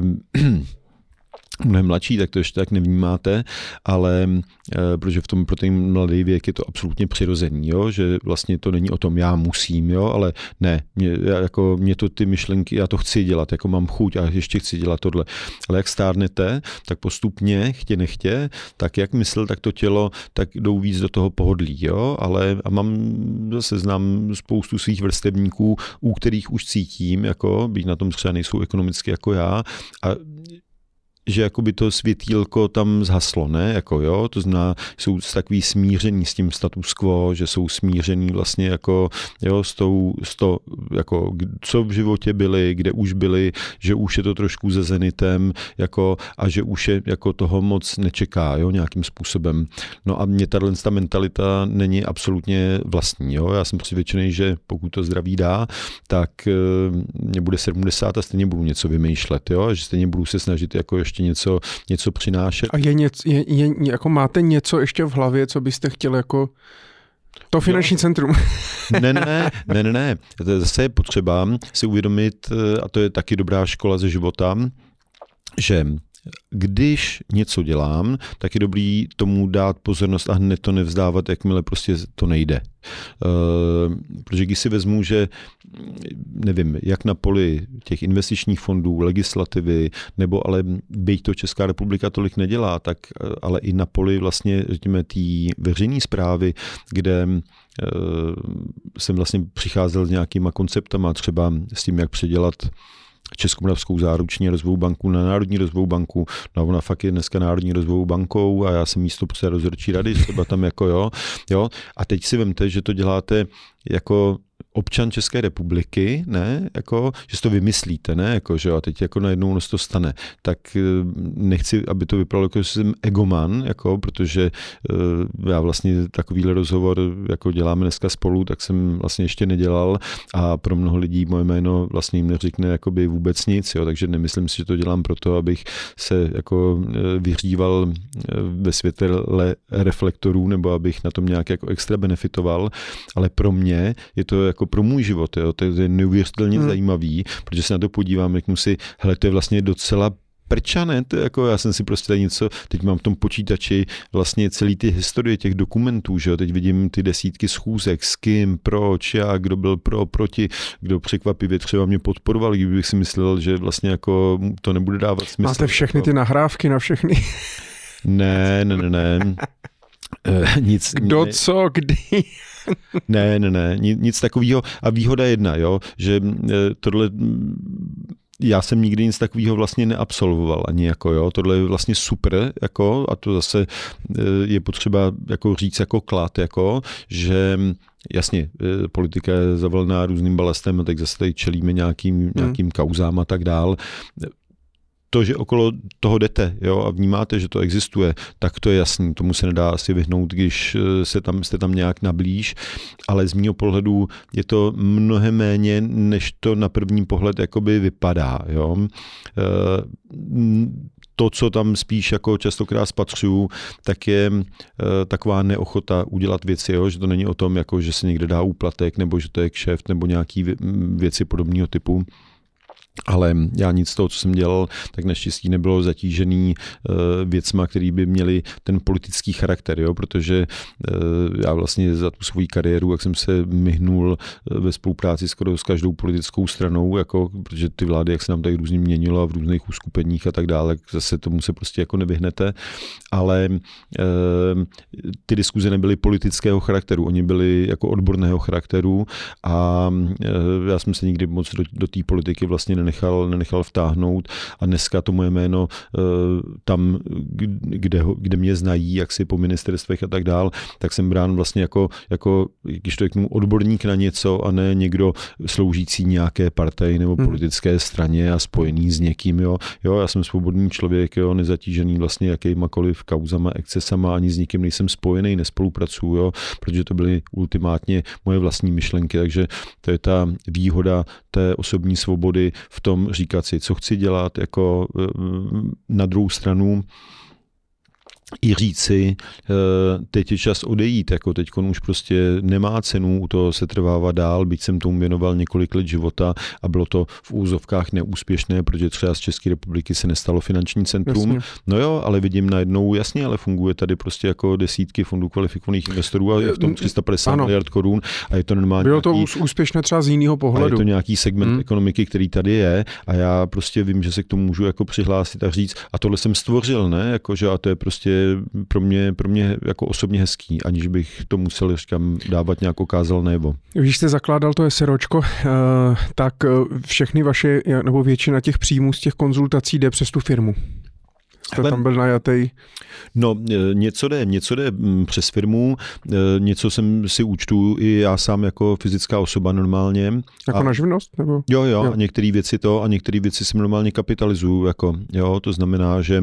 mnohem mladší, tak to ještě tak nevnímáte, ale e, protože v tom pro ten mladý věk je to absolutně přirozený, jo? Že vlastně to není o tom, já musím, jo? Ale ne, mě, jako, mě to ty myšlenky, já to chci dělat, jako mám chuť a ještě chci dělat tohle. Ale jak stárnete, tak postupně, chtě nechtě, tak jak mysl, tak to tělo, tak jdou víc do toho pohodlí, jo? Ale a mám, zase znám spoustu svých vrstevníků, u kterých už cítím, jako, byť na tom třeba nejsou ekonomicky jako já, a že jakoby to světýlko tam zhaslo, ne, jako jo, to znamená, jsou takový smíření s tím status quo, že jsou smíření vlastně jako, jo, s tou, s to, jako, co v životě byli, kde už byli, že už je to trošku ze zenitem, jako, a že už je, jako toho moc nečeká, jo, nějakým způsobem. No a mě tato ta mentalita není absolutně vlastní, jo, já jsem přesvědčený, že pokud to zdraví dá, tak mě bude sedmdesát a stejně budu něco vymýšlet, jo, a že stejně budu se snažit jako ještě něco, něco přinášet. A je něco, je, je, jako máte něco ještě v hlavě, co byste chtěli jako to finanční no. centrum? ne, ne, ne, ne, ne. To zase je potřeba si uvědomit, a to je taky dobrá škola ze života, že když něco dělám, tak je dobrý tomu dát pozornost a hned to nevzdávat, jakmile prostě to nejde. Uh, protože když si vezmu, že nevím, jak na poli těch investičních fondů, legislativy, nebo ale byť to Česká republika tolik nedělá, tak ale i na poli vlastně, řekněme, té veřejné správy, kde uh, jsem vlastně přicházel s nějakýma konceptama, třeba s tím, jak předělat Českomoravskou záruční rozvojovou banku na Národní rozvojovou banku. No, ona fakt je dneska Národní rozvojovou bankou a já jsem místo předseda dozorčí rady, třeba tam jako jo, jo. A teď si vemte, že to děláte jako občan České republiky, ne, jako, že si to vymyslíte, ne, jako, že jo, a teď jako najednou se to stane, tak nechci, aby to vypadalo jako, že jsem egoman, jako, protože uh, já vlastně takovýhle rozhovor, jako děláme dneska spolu, tak jsem vlastně ještě nedělal a pro mnoho lidí moje jméno vlastně jim neřekne jakoby vůbec nic, jo, takže nemyslím si, že to dělám proto, abych se jako vyhříval ve světle reflektorů, nebo abych na tom nějak jako extra benefitoval, ale pro mě je to jako pro můj život, jo, to je neuvěřitelně hmm. zajímavý, protože se na to podívám, řeknu si, hele, to je vlastně docela prčané, to jako já jsem si prostě tady něco, teď mám v tom počítači vlastně celý ty historie těch dokumentů, že jo, teď vidím ty desítky schůzek, s kým, proč, jak, kdo byl pro, proti, kdo překvapivě třeba mě podporoval, kdybych si myslel, že vlastně jako to nebude dávat smysl. Máte všechny ty nahrávky na všechny? Ne, ne, ne, ne. E, nic. Kdo, ne, co, kdy? Ne, ne, ne, nic takového. A výhoda jedna, jo, že tohle, já jsem nikdy nic takového vlastně neabsolvoval ani jako, jo, tohle je vlastně super, jako, a to zase je potřeba jako říct jako klad, jako, že jasně, politika je zavalená různým balastem, a tak zase tady čelíme nějakým, nějakým kauzám a tak dál. To, že okolo toho jdete, jo, a vnímáte, že to existuje, tak to je jasný, tomu se nedá asi vyhnout, když se tam, jste tam nějak nablíž, ale z mýho pohledu je to mnohem méně, než to na první pohled jakoby vypadá, jo. To, co tam spíš jako častokrát spatřuju, tak je taková neochota udělat věci, jo, že to není o tom, jako, že se někde dá úplatek, nebo že to je kšeft, nebo nějaký věci podobného typu. Ale já nic z toho, co jsem dělal, tak naštěstí nebylo zatížený uh, věcma, který by měly ten politický charakter, jo? Protože uh, já vlastně za tu svou kariéru, jak jsem se myhnul ve spolupráci skoro s každou politickou stranou, jako, protože ty vlády, jak se nám tady různě měnilo a v různých uskupeních a tak dále, zase tomu se prostě jako nevyhnete, ale uh, ty diskuze nebyly politického charakteru, oni byly jako odborného charakteru a uh, já jsem se nikdy moc do, do té politiky vlastně nenechal, nenechal vtáhnout a dneska to moje jméno tam, kde, ho, kde mě znají, jak si po ministerstvech a tak dál, tak jsem brán vlastně jako, jako když to řeknu, odborník na něco a ne někdo sloužící nějaké partaji nebo politické straně a spojený s někým. Jo. Jo, já jsem svobodný člověk, jo, nezatížený vlastně jakýmakoliv kauzama, excesama, ani s nikým nejsem spojený, nespolupracuju, jo, protože to byly ultimátně moje vlastní myšlenky, takže to je ta výhoda té osobní svobody v tom říkat si, co chci dělat, jako na druhou stranu i říci, teď je čas odejít, jako teď už prostě nemá cenu u toho se trvávat dál, byť jsem tomu věnoval několik let života a bylo to v úzovkách neúspěšné, protože třeba z České republiky se nestalo finanční centrum. Jasně. No jo, ale vidím najednou, jasně, ale funguje tady prostě jako desítky fondů kvalifikovaných investorů a je v tom tři sta padesát ano. miliard korun a je to normálně. Bylo to nějaký, úspěšné třeba z jiného pohledu. A je to nějaký segment hmm. ekonomiky, který tady je a já prostě vím, že se k tomu můžu jako přihlásit a říct a tohle jsem stvořil, ne, jakože a to je prostě pro mě, pro mě jako osobně hezký, aniž bych to musel říkám, dávat nějakou kázal nebo. Když jste zakládal to SROčko, tak všechny vaše, nebo většina těch příjmů z těch konzultací jde přes tu firmu. Jste Ale, tam byl najatý? No, něco jde, něco jde přes firmu, něco jsem si účtuju i já sám jako fyzická osoba normálně. Jako a, na živnost? Nebo? Jo, jo, jo. A některé věci to a některé věci jsem normálně kapitalizuju, jako, jo, to znamená, že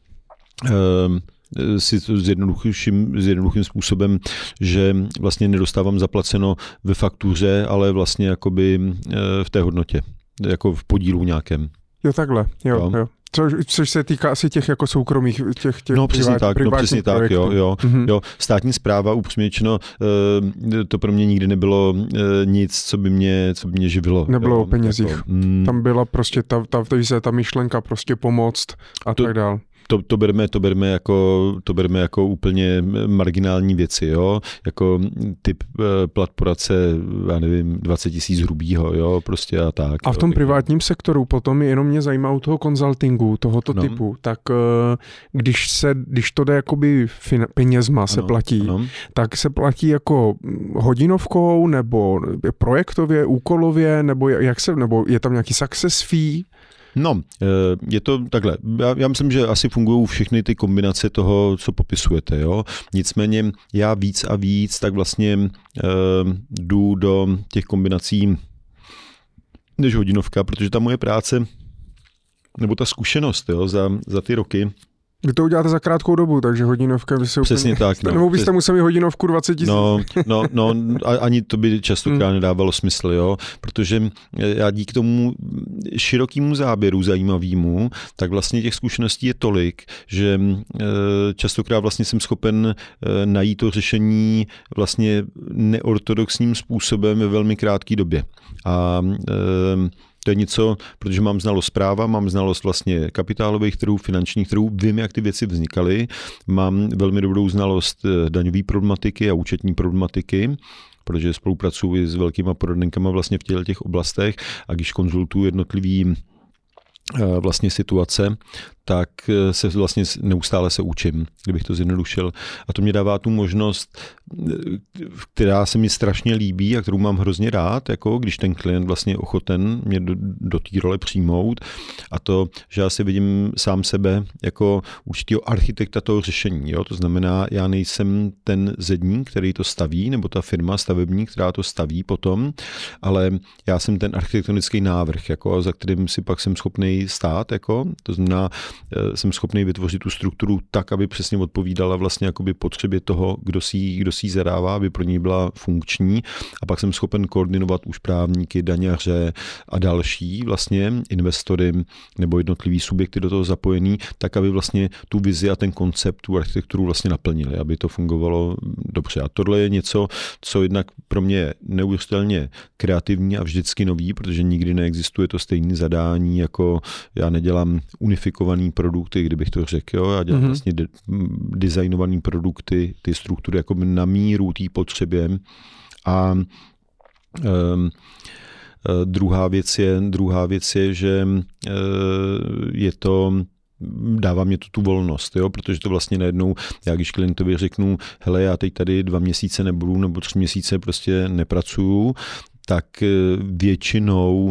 um, si to zjednoduchým, zjednoduchým způsobem, že vlastně nedostávám zaplaceno ve faktuře, ale vlastně jakoby v té hodnotě, jako v podílu nějakém. Jo, takhle, jo, jo. jo. Co, což se týká asi těch jako soukromých, těch, těch no, přesně tak, no přesně tak, jo, jo, mm-hmm. jo. Státní správa, upřímně řečeno, to pro mě nikdy nebylo nic, co by mě, co by mě živilo. Nebylo jo, o penězích. Jako, mm, Tam byla prostě ta, ta, ta, ta myšlenka prostě pomoct a to, tak dál. To, to, berme, to, berme jako, to berme jako úplně marginální věci, jo? Jako typ plat poradce, já nevím, dvacet tisíc hrubýho, jo, prostě a tak. A v tom jo, privátním sektoru potom jenom mě zajímá u toho konzultingu, tohoto no. typu, tak když se, když to jde jakoby fin- penězma se ano, platí, ano. tak se platí jako hodinovkou, nebo projektově, úkolově, nebo jak se, nebo je tam nějaký success fee? No, je to takhle. Já, já myslím, že asi fungují všechny ty kombinace toho, co popisujete, jo. Nicméně já víc a víc tak vlastně eh, jdu do těch kombinací než hodinovka, protože ta moje práce nebo ta zkušenost, jo, za, za ty roky. Vy to uděláte za krátkou dobu, takže hodinovka by se Přesně úplně... tak. No. Nebo byste museli hodinovku dvacet tisíc. No, no, no, ani to by častokrát hmm. nedávalo smysl, jo, protože já díky tomu širokému záběru zajímavému, tak vlastně těch zkušeností je tolik, že častokrát vlastně jsem schopen najít to řešení vlastně neortodoxním způsobem ve velmi krátké době. A to je něco, protože mám znalost práva, mám znalost vlastně kapitálových trhů, finančních trhů, vím, jak ty věci vznikaly, mám velmi dobrou znalost daňové problematiky a účetní problematiky, protože spolupracuji s velkýma poradníkama vlastně v těchto těch oblastech a když konzultuju jednotlivý vlastně situace, tak se vlastně neustále se učím, kdybych to zjednodušil. A to mě dává tu možnost, která se mi strašně líbí a kterou mám hrozně rád, jako když ten klient vlastně je ochoten mě do, do té role přijmout. A to, že já si vidím sám sebe jako určitýho architekta toho řešení. Jo? To znamená, já nejsem ten zedník, který to staví, nebo ta firma stavební, která to staví potom, ale já jsem ten architektonický návrh, jako, za kterým si pak jsem schopný stát. Jako, to znamená, jsem schopný vytvořit tu strukturu tak, aby přesně odpovídala vlastně jakoby potřebě toho, kdo si ji, kdo si ji zadává, aby pro ní byla funkční. A pak jsem schopen koordinovat už právníky, daňaře a další vlastně investory nebo jednotlivý subjekty do toho zapojený, tak, aby vlastně tu vizi a ten koncept, tu architekturu vlastně naplnili, aby to fungovalo dobře. A tohle je něco, co jednak pro mě je neuvěřitelně kreativní a vždycky nový, protože nikdy neexistuje to stejné zadání, jako já nedělám unifikovaný produkty, kdybych to řekl, jo? Já dělám mm-hmm. vlastně de- designovaný produkty, ty struktury jako na míru té potřebě. A um, druhá věc je, druhá věc je, že uh, je to dává mě to tu volnost, jo? Protože to vlastně najednou, já když klientovi řeknu, hele, já teď tady dva měsíce nebudu, nebo tři měsíce prostě nepracuju, tak většinou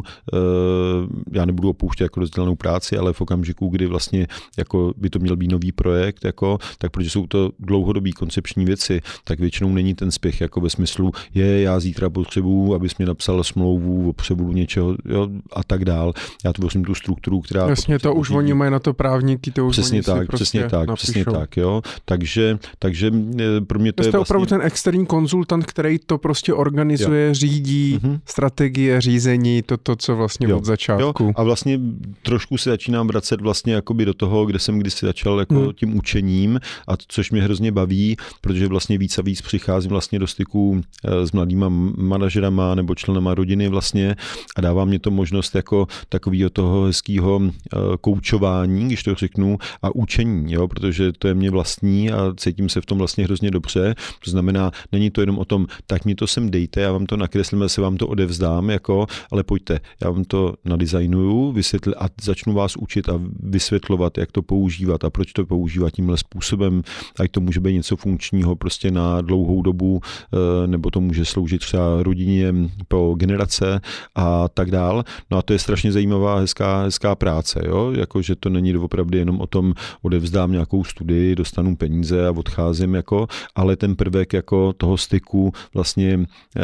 já nebudu opouštět jako rozdělanou práci, ale v okamžiku, kdy vlastně jako by to měl být nový projekt, jako, tak protože jsou to dlouhodobý koncepční věci, tak většinou není ten spěch jako ve smyslu, je, já zítra potřebuju, abys mi napsal smlouvu o převodu něčeho, jo, a tak dál. Já tvořím tu strukturu, která... Jasně, to už oni mají na to právníky, to už přesně oni tak, si prostě přesně tak, napíšou. přesně tak, jo. Takže, takže pro mě to Jste je vlastně... opravdu ten externí konzultant, který to prostě organizuje, jo. řídí, mm-hmm. strategie, řízení, to, to co vlastně jo. od začátku. Jo. A vlastně trošku se začínám vracet vlastně jakoby do toho, kde jsem kdysi začal jako hmm. tím učením, a což mě hrozně baví, protože vlastně víc a víc přicházím vlastně do styku s mladýma manažerama nebo členama rodiny vlastně a dává mě to možnost jako takového toho hezkého koučování, když to řeknu, a učení, jo, protože to je mě vlastní a cítím se v tom vlastně hrozně dobře. To znamená, není to jenom o tom, tak mi to sem dejte, já vám to nakreslím a se vám to odevzdám, jako, ale pojďte, já vám to nadizajnuju, vysvětli a začnu vás učit a vysvětlovat, jak to používat a proč to používat tímhle způsobem, ať to může být něco funkčního prostě na dlouhou dobu, nebo to může sloužit třeba rodině pro generace a tak dál. No a to je strašně zajímavá, hezká, hezká práce, jo? Jako, že to není opravdu jenom o tom, odevzdám nějakou studii, dostanu peníze a odcházím, jako, ale ten prvek jako toho styku vlastně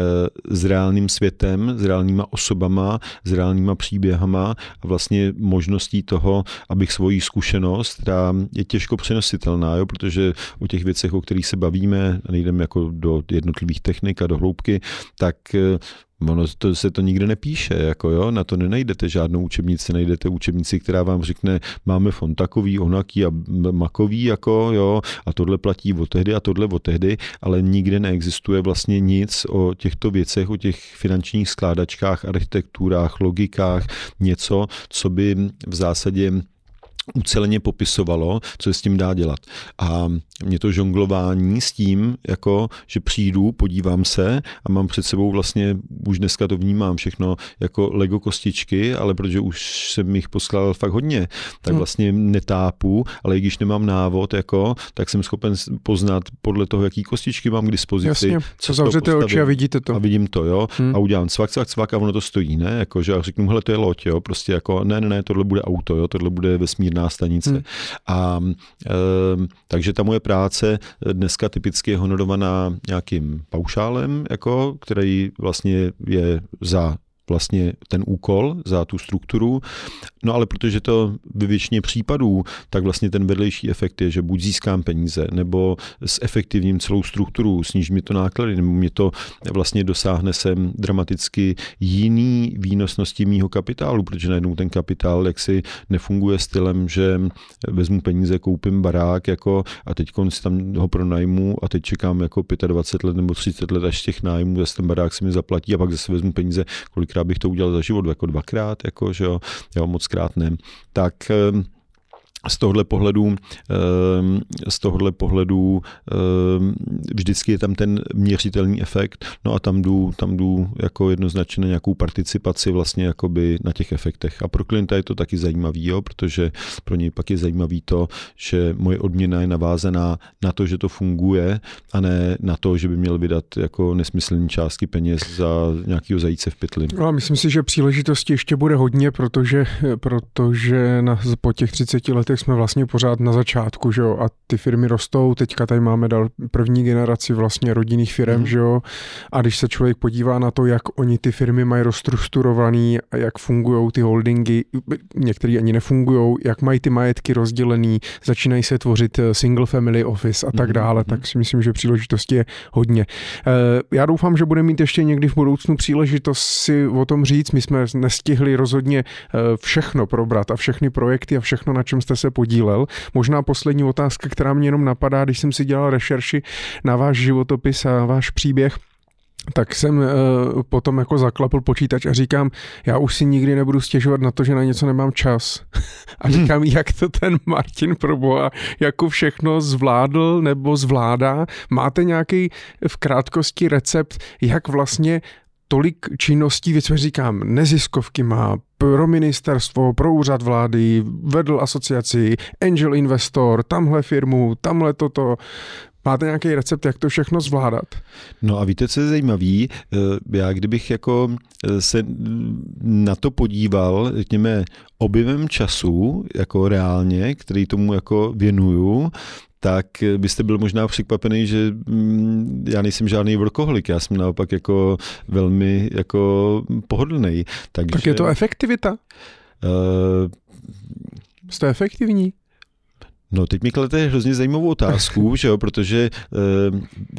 s reálným světem, s reálnýma osobama, s reálnýma příběhama a vlastně možností toho, abych svoji zkušenost, která je těžko přenositelná, jo, protože o těch věcech, o kterých se bavíme, nejdeme jako do jednotlivých technik a do hloubky, tak ono to, se to nikde nepíše, jako jo, na to nenajdete žádnou učebnici, najdete učebnici, která vám řekne, máme fond takový, onaký a makový, jako jo, a tohle platí od tehdy a tohle od tehdy, ale nikde neexistuje vlastně nic o těchto věcech, o těch finančních skládačkách, architekturách, logikách, něco, co by v zásadě uceleně popisovalo, co se s tím dá dělat. A mě to žonglování s tím, jako, že přijdu, podívám se a mám před sebou vlastně, už dneska to vnímám všechno jako Lego kostičky, ale protože už jsem jich poskládal fakt hodně, tak vlastně netápu, ale i když nemám návod, jako, tak jsem schopen poznat podle toho, jaký kostičky mám k dispozici. Jasně, co zavřete oči a vidíte to. A vidím to, jo. Hmm. A udělám cvak, cvak, cvak a ono to stojí, ne? Jako, že a řeknu, hele, to je loď, jo. Prostě jako, ne, ne, ne, tohle bude auto, jo. Tohle bude vesmírná stanice. Hmm. A e, takže ta moje práce dneska typicky je honorovaná nějakým paušálem, jako, který vlastně je za vlastně ten úkol, za tu strukturu. No ale protože to ve většině případů, tak vlastně ten vedlejší efekt je, že buď získám peníze, nebo zefektivním celou strukturu, sníží mi to náklady, nebo mě to vlastně dosáhne sem dramaticky jiný výnosnosti mýho kapitálu, protože najednou ten kapitál jaksi nefunguje stylem, že vezmu peníze, koupím barák jako, a teď si tam ho pronajmu a teď čekám jako dvacet pět let nebo třicet let, až z těch nájmů zase ten barák si mi zaplatí a pak zase vezmu peníze, krát bych to udělal za život, jako dvakrát, jako, že jo, jo, moc krát ne. Tak z tohohle pohledu, z tohohle pohledu vždycky je tam ten měřitelný efekt, no a tam jdu, tam jdu jako jednoznačně na nějakou participaci vlastně jakoby na těch efektech. A pro klienta je to taky zajímavý, jo, protože pro něj pak je zajímavý to, že moje odměna je navázaná na to, že to funguje a ne na to, že by měl vydat jako nesmyslný částky peněz za nějakého zajíce v pytli. No a myslím si, že příležitosti ještě bude hodně, protože, protože na, po těch třiceti letech produktech jsme vlastně pořád na začátku, že jo, a ty firmy rostou, teďka tady máme dal první generaci vlastně rodinných firm, mm. že jo, a když se člověk podívá na to, jak oni ty firmy mají rozstrukturovaný, jak fungují ty holdingy, některý ani nefungujou, jak mají ty majetky rozdělený, začínají se tvořit single family office a tak mm. dále, tak si myslím, že příležitosti je hodně. Já doufám, že budeme mít ještě někdy v budoucnu příležitost si o tom říct, my jsme nestihli rozhodně všechno probrat a všechny projekty a všechno, na čem jste se podílel. Možná poslední otázka, která mě jenom napadá, když jsem si dělal rešerši na váš životopis a váš příběh, tak jsem uh, potom jako zaklapl počítač a říkám, já už si nikdy nebudu stěžovat na to, že na něco nemám čas. A říkám, hmm. jak to ten Martin proboha jako všechno zvládl nebo zvládá. Máte nějaký v krátkosti recept, jak vlastně tolik činností, věc říkám, neziskovky má, pro ministerstvo, pro úřad vlády, vedl asociaci, angel investor, tamhle firmu, tamhle toto. Máte nějaký recept, jak to všechno zvládat? No a víte, co je zajímavý? Já kdybych jako se na to podíval, řekněme, objemem času, jako reálně, který tomu jako věnuju, tak byste byl možná překvapený, že já nejsem žádný workoholik, já jsem naopak jako velmi jako pohodlný. Takže, tak je to efektivita? Uh, Jste efektivní? No teď mi kladete hrozně zajímavou otázku, že jo, protože uh,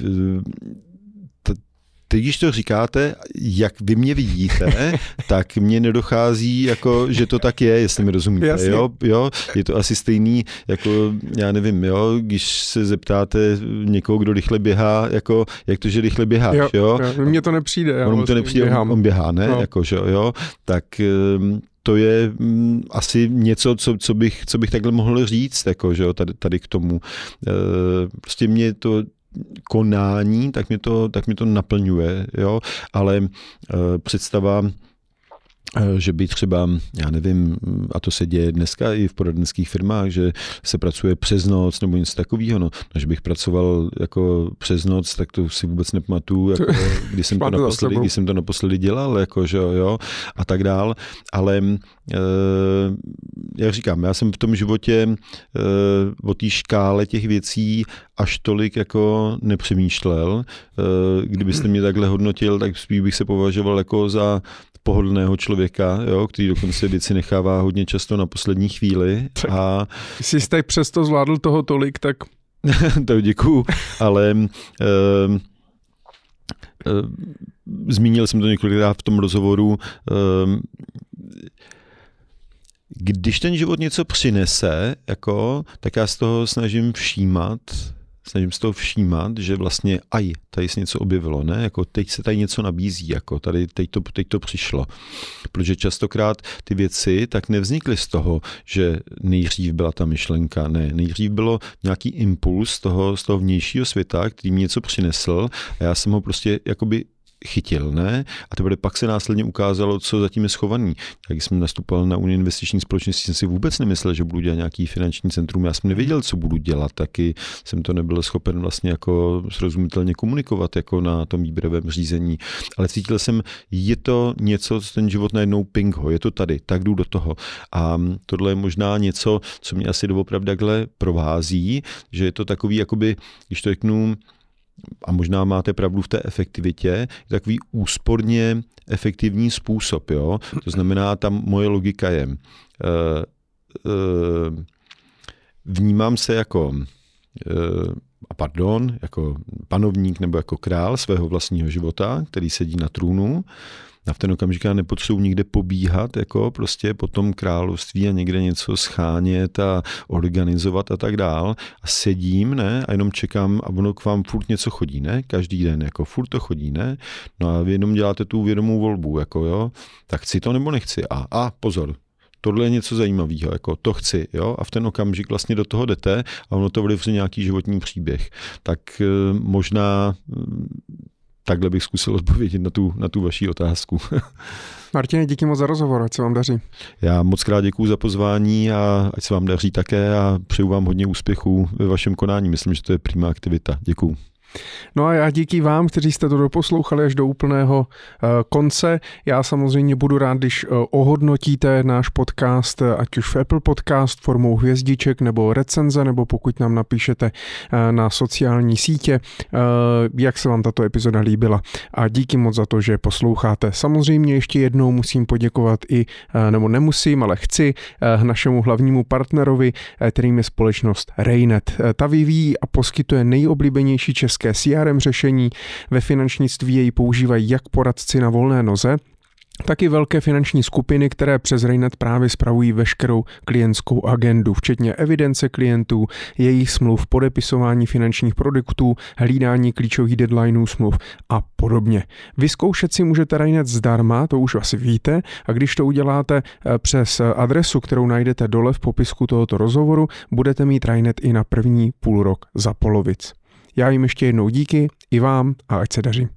t- teď, když to říkáte, jak vy mě vidíte, tak mně nedochází, jako, že to tak je, jestli mi rozumíte. Jo? Jo? Je to asi stejný, jako já nevím, jo? Když se zeptáte někoho, kdo rychle běhá, jako, jak to, že rychle běháš. Jo, jo? Jo, mně to nepřijde. Já on mu to nepřijde, běhám. On běhá, ne? No. Jako, že, jo? Tak to je mm, asi něco, co, co, bych, co bych takhle mohl říct, jako, že jo? Tady, tady k tomu. E, prostě mě to konání, tak mě to, tak mě to naplňuje, jo, ale e, představa, e, že by třeba, já nevím, a to se děje dneska i v poradenských firmách, že se pracuje přes noc nebo něco takového, no, že bych pracoval jako přes noc, tak to si vůbec nepamatuju, jako, když, jsem to naposledy, když jsem to naposledy dělal, jako, že jo, a tak dál, ale e, jak říkám, já jsem v tom životě e, o té škále těch věcí až tolik jako nepřemýšlel. E, kdybyste mě takhle hodnotil, tak spíš bych se považoval jako za pohodlného člověka, jo, který dokonce věci nechává hodně často na poslední chvíli. Tak, a jsi jste přesto zvládl toho tolik, tak... to děkuju, ale... E, e, zmínil jsem to několikrát v tom rozhovoru, e, když ten život něco přinese, jako, tak já z toho snažím všímat, snažím z toho všímat, že vlastně aj, tady se něco objevilo, ne? Jako teď se tady něco nabízí, jako tady, teď to, teď to přišlo. Protože častokrát ty věci tak nevznikly z toho, že nejdřív byla ta myšlenka, ne, nejdřív bylo nějaký impuls z toho, z toho vnějšího světa, který mi něco přinesl a já jsem ho prostě jakoby chytil, ne? A teprve pak se následně ukázalo, co zatím je schovaný. Když jsem nastupoval na Unii investiční společnosti, jsem si vůbec nemyslel, že budu dělat nějaký finanční centrum. Já jsem nevěděl, co budu dělat, taky jsem to nebyl schopen vlastně jako srozumitelně komunikovat jako na tom výběrovém řízení. Ale cítil jsem, je to něco, co ten život najednou ping ho, je to tady, tak jdu do toho. A tohle je možná něco, co mě asi doopravdy takhle provází, že je to takový, jakoby, když to řeknu, a možná máte pravdu v té efektivitě, je takový úsporně efektivní způsob. Jo? To znamená, tam moje logika je, uh, uh, vnímám se jako, uh, a pardon, jako panovník nebo jako král svého vlastního života, který sedí na trůnu. A v ten okamžik já nepotřebuji nikde pobíhat, jako prostě po tom království a někde něco schánět a organizovat a tak dál. A sedím, ne, a jenom čekám a ono k vám furt něco chodí, ne, každý den, jako furt to chodí, ne. No a vy jenom děláte tu vědomou volbu, jako jo, tak chci to nebo nechci. A, a pozor, tohle je něco zajímavého, jako to chci, jo, a v ten okamžik vlastně do toho jdete a ono to vlivře nějaký životní příběh. Tak e, možná takhle bych zkusil odpovědět na tu, na tu vaši otázku. Martine, díky moc za rozhovor, ať se vám daří. Já moc krát děkuju za pozvání a ať se vám daří také a přeju vám hodně úspěchů ve vašem konání. Myslím, že to je prima aktivita. Děkuju. No a já díky vám, kteří jste to doposlouchali až do úplného uh, konce. Já samozřejmě budu rád, když uh, ohodnotíte náš podcast, uh, ať už v Apple Podcast formou hvězdiček nebo recenze, nebo pokud nám napíšete uh, na sociální sítě, uh, jak se vám tato epizoda líbila. A díky moc za to, že posloucháte. Samozřejmě ještě jednou musím poděkovat i, uh, nebo nemusím, ale chci uh, našemu hlavnímu partnerovi, uh, kterým je společnost Raynet. Uh, ta vyvíjí a poskytuje nejoblíbenější české C R M řešení. Ve finančnictví jej používají jak poradci na volné noze, tak i velké finanční skupiny, které přes Raynet právě spravují veškerou klientskou agendu, včetně evidence klientů, jejich smluv, podepisování finančních produktů, hlídání klíčových deadlineů smluv a podobně. Vyzkoušet si můžete Raynet zdarma, to už asi víte, a když to uděláte přes adresu, kterou najdete dole v popisku tohoto rozhovoru, budete mít Raynet i na první půl rok za polovic. Já jim ještě jednou díky, i vám a ať se daří.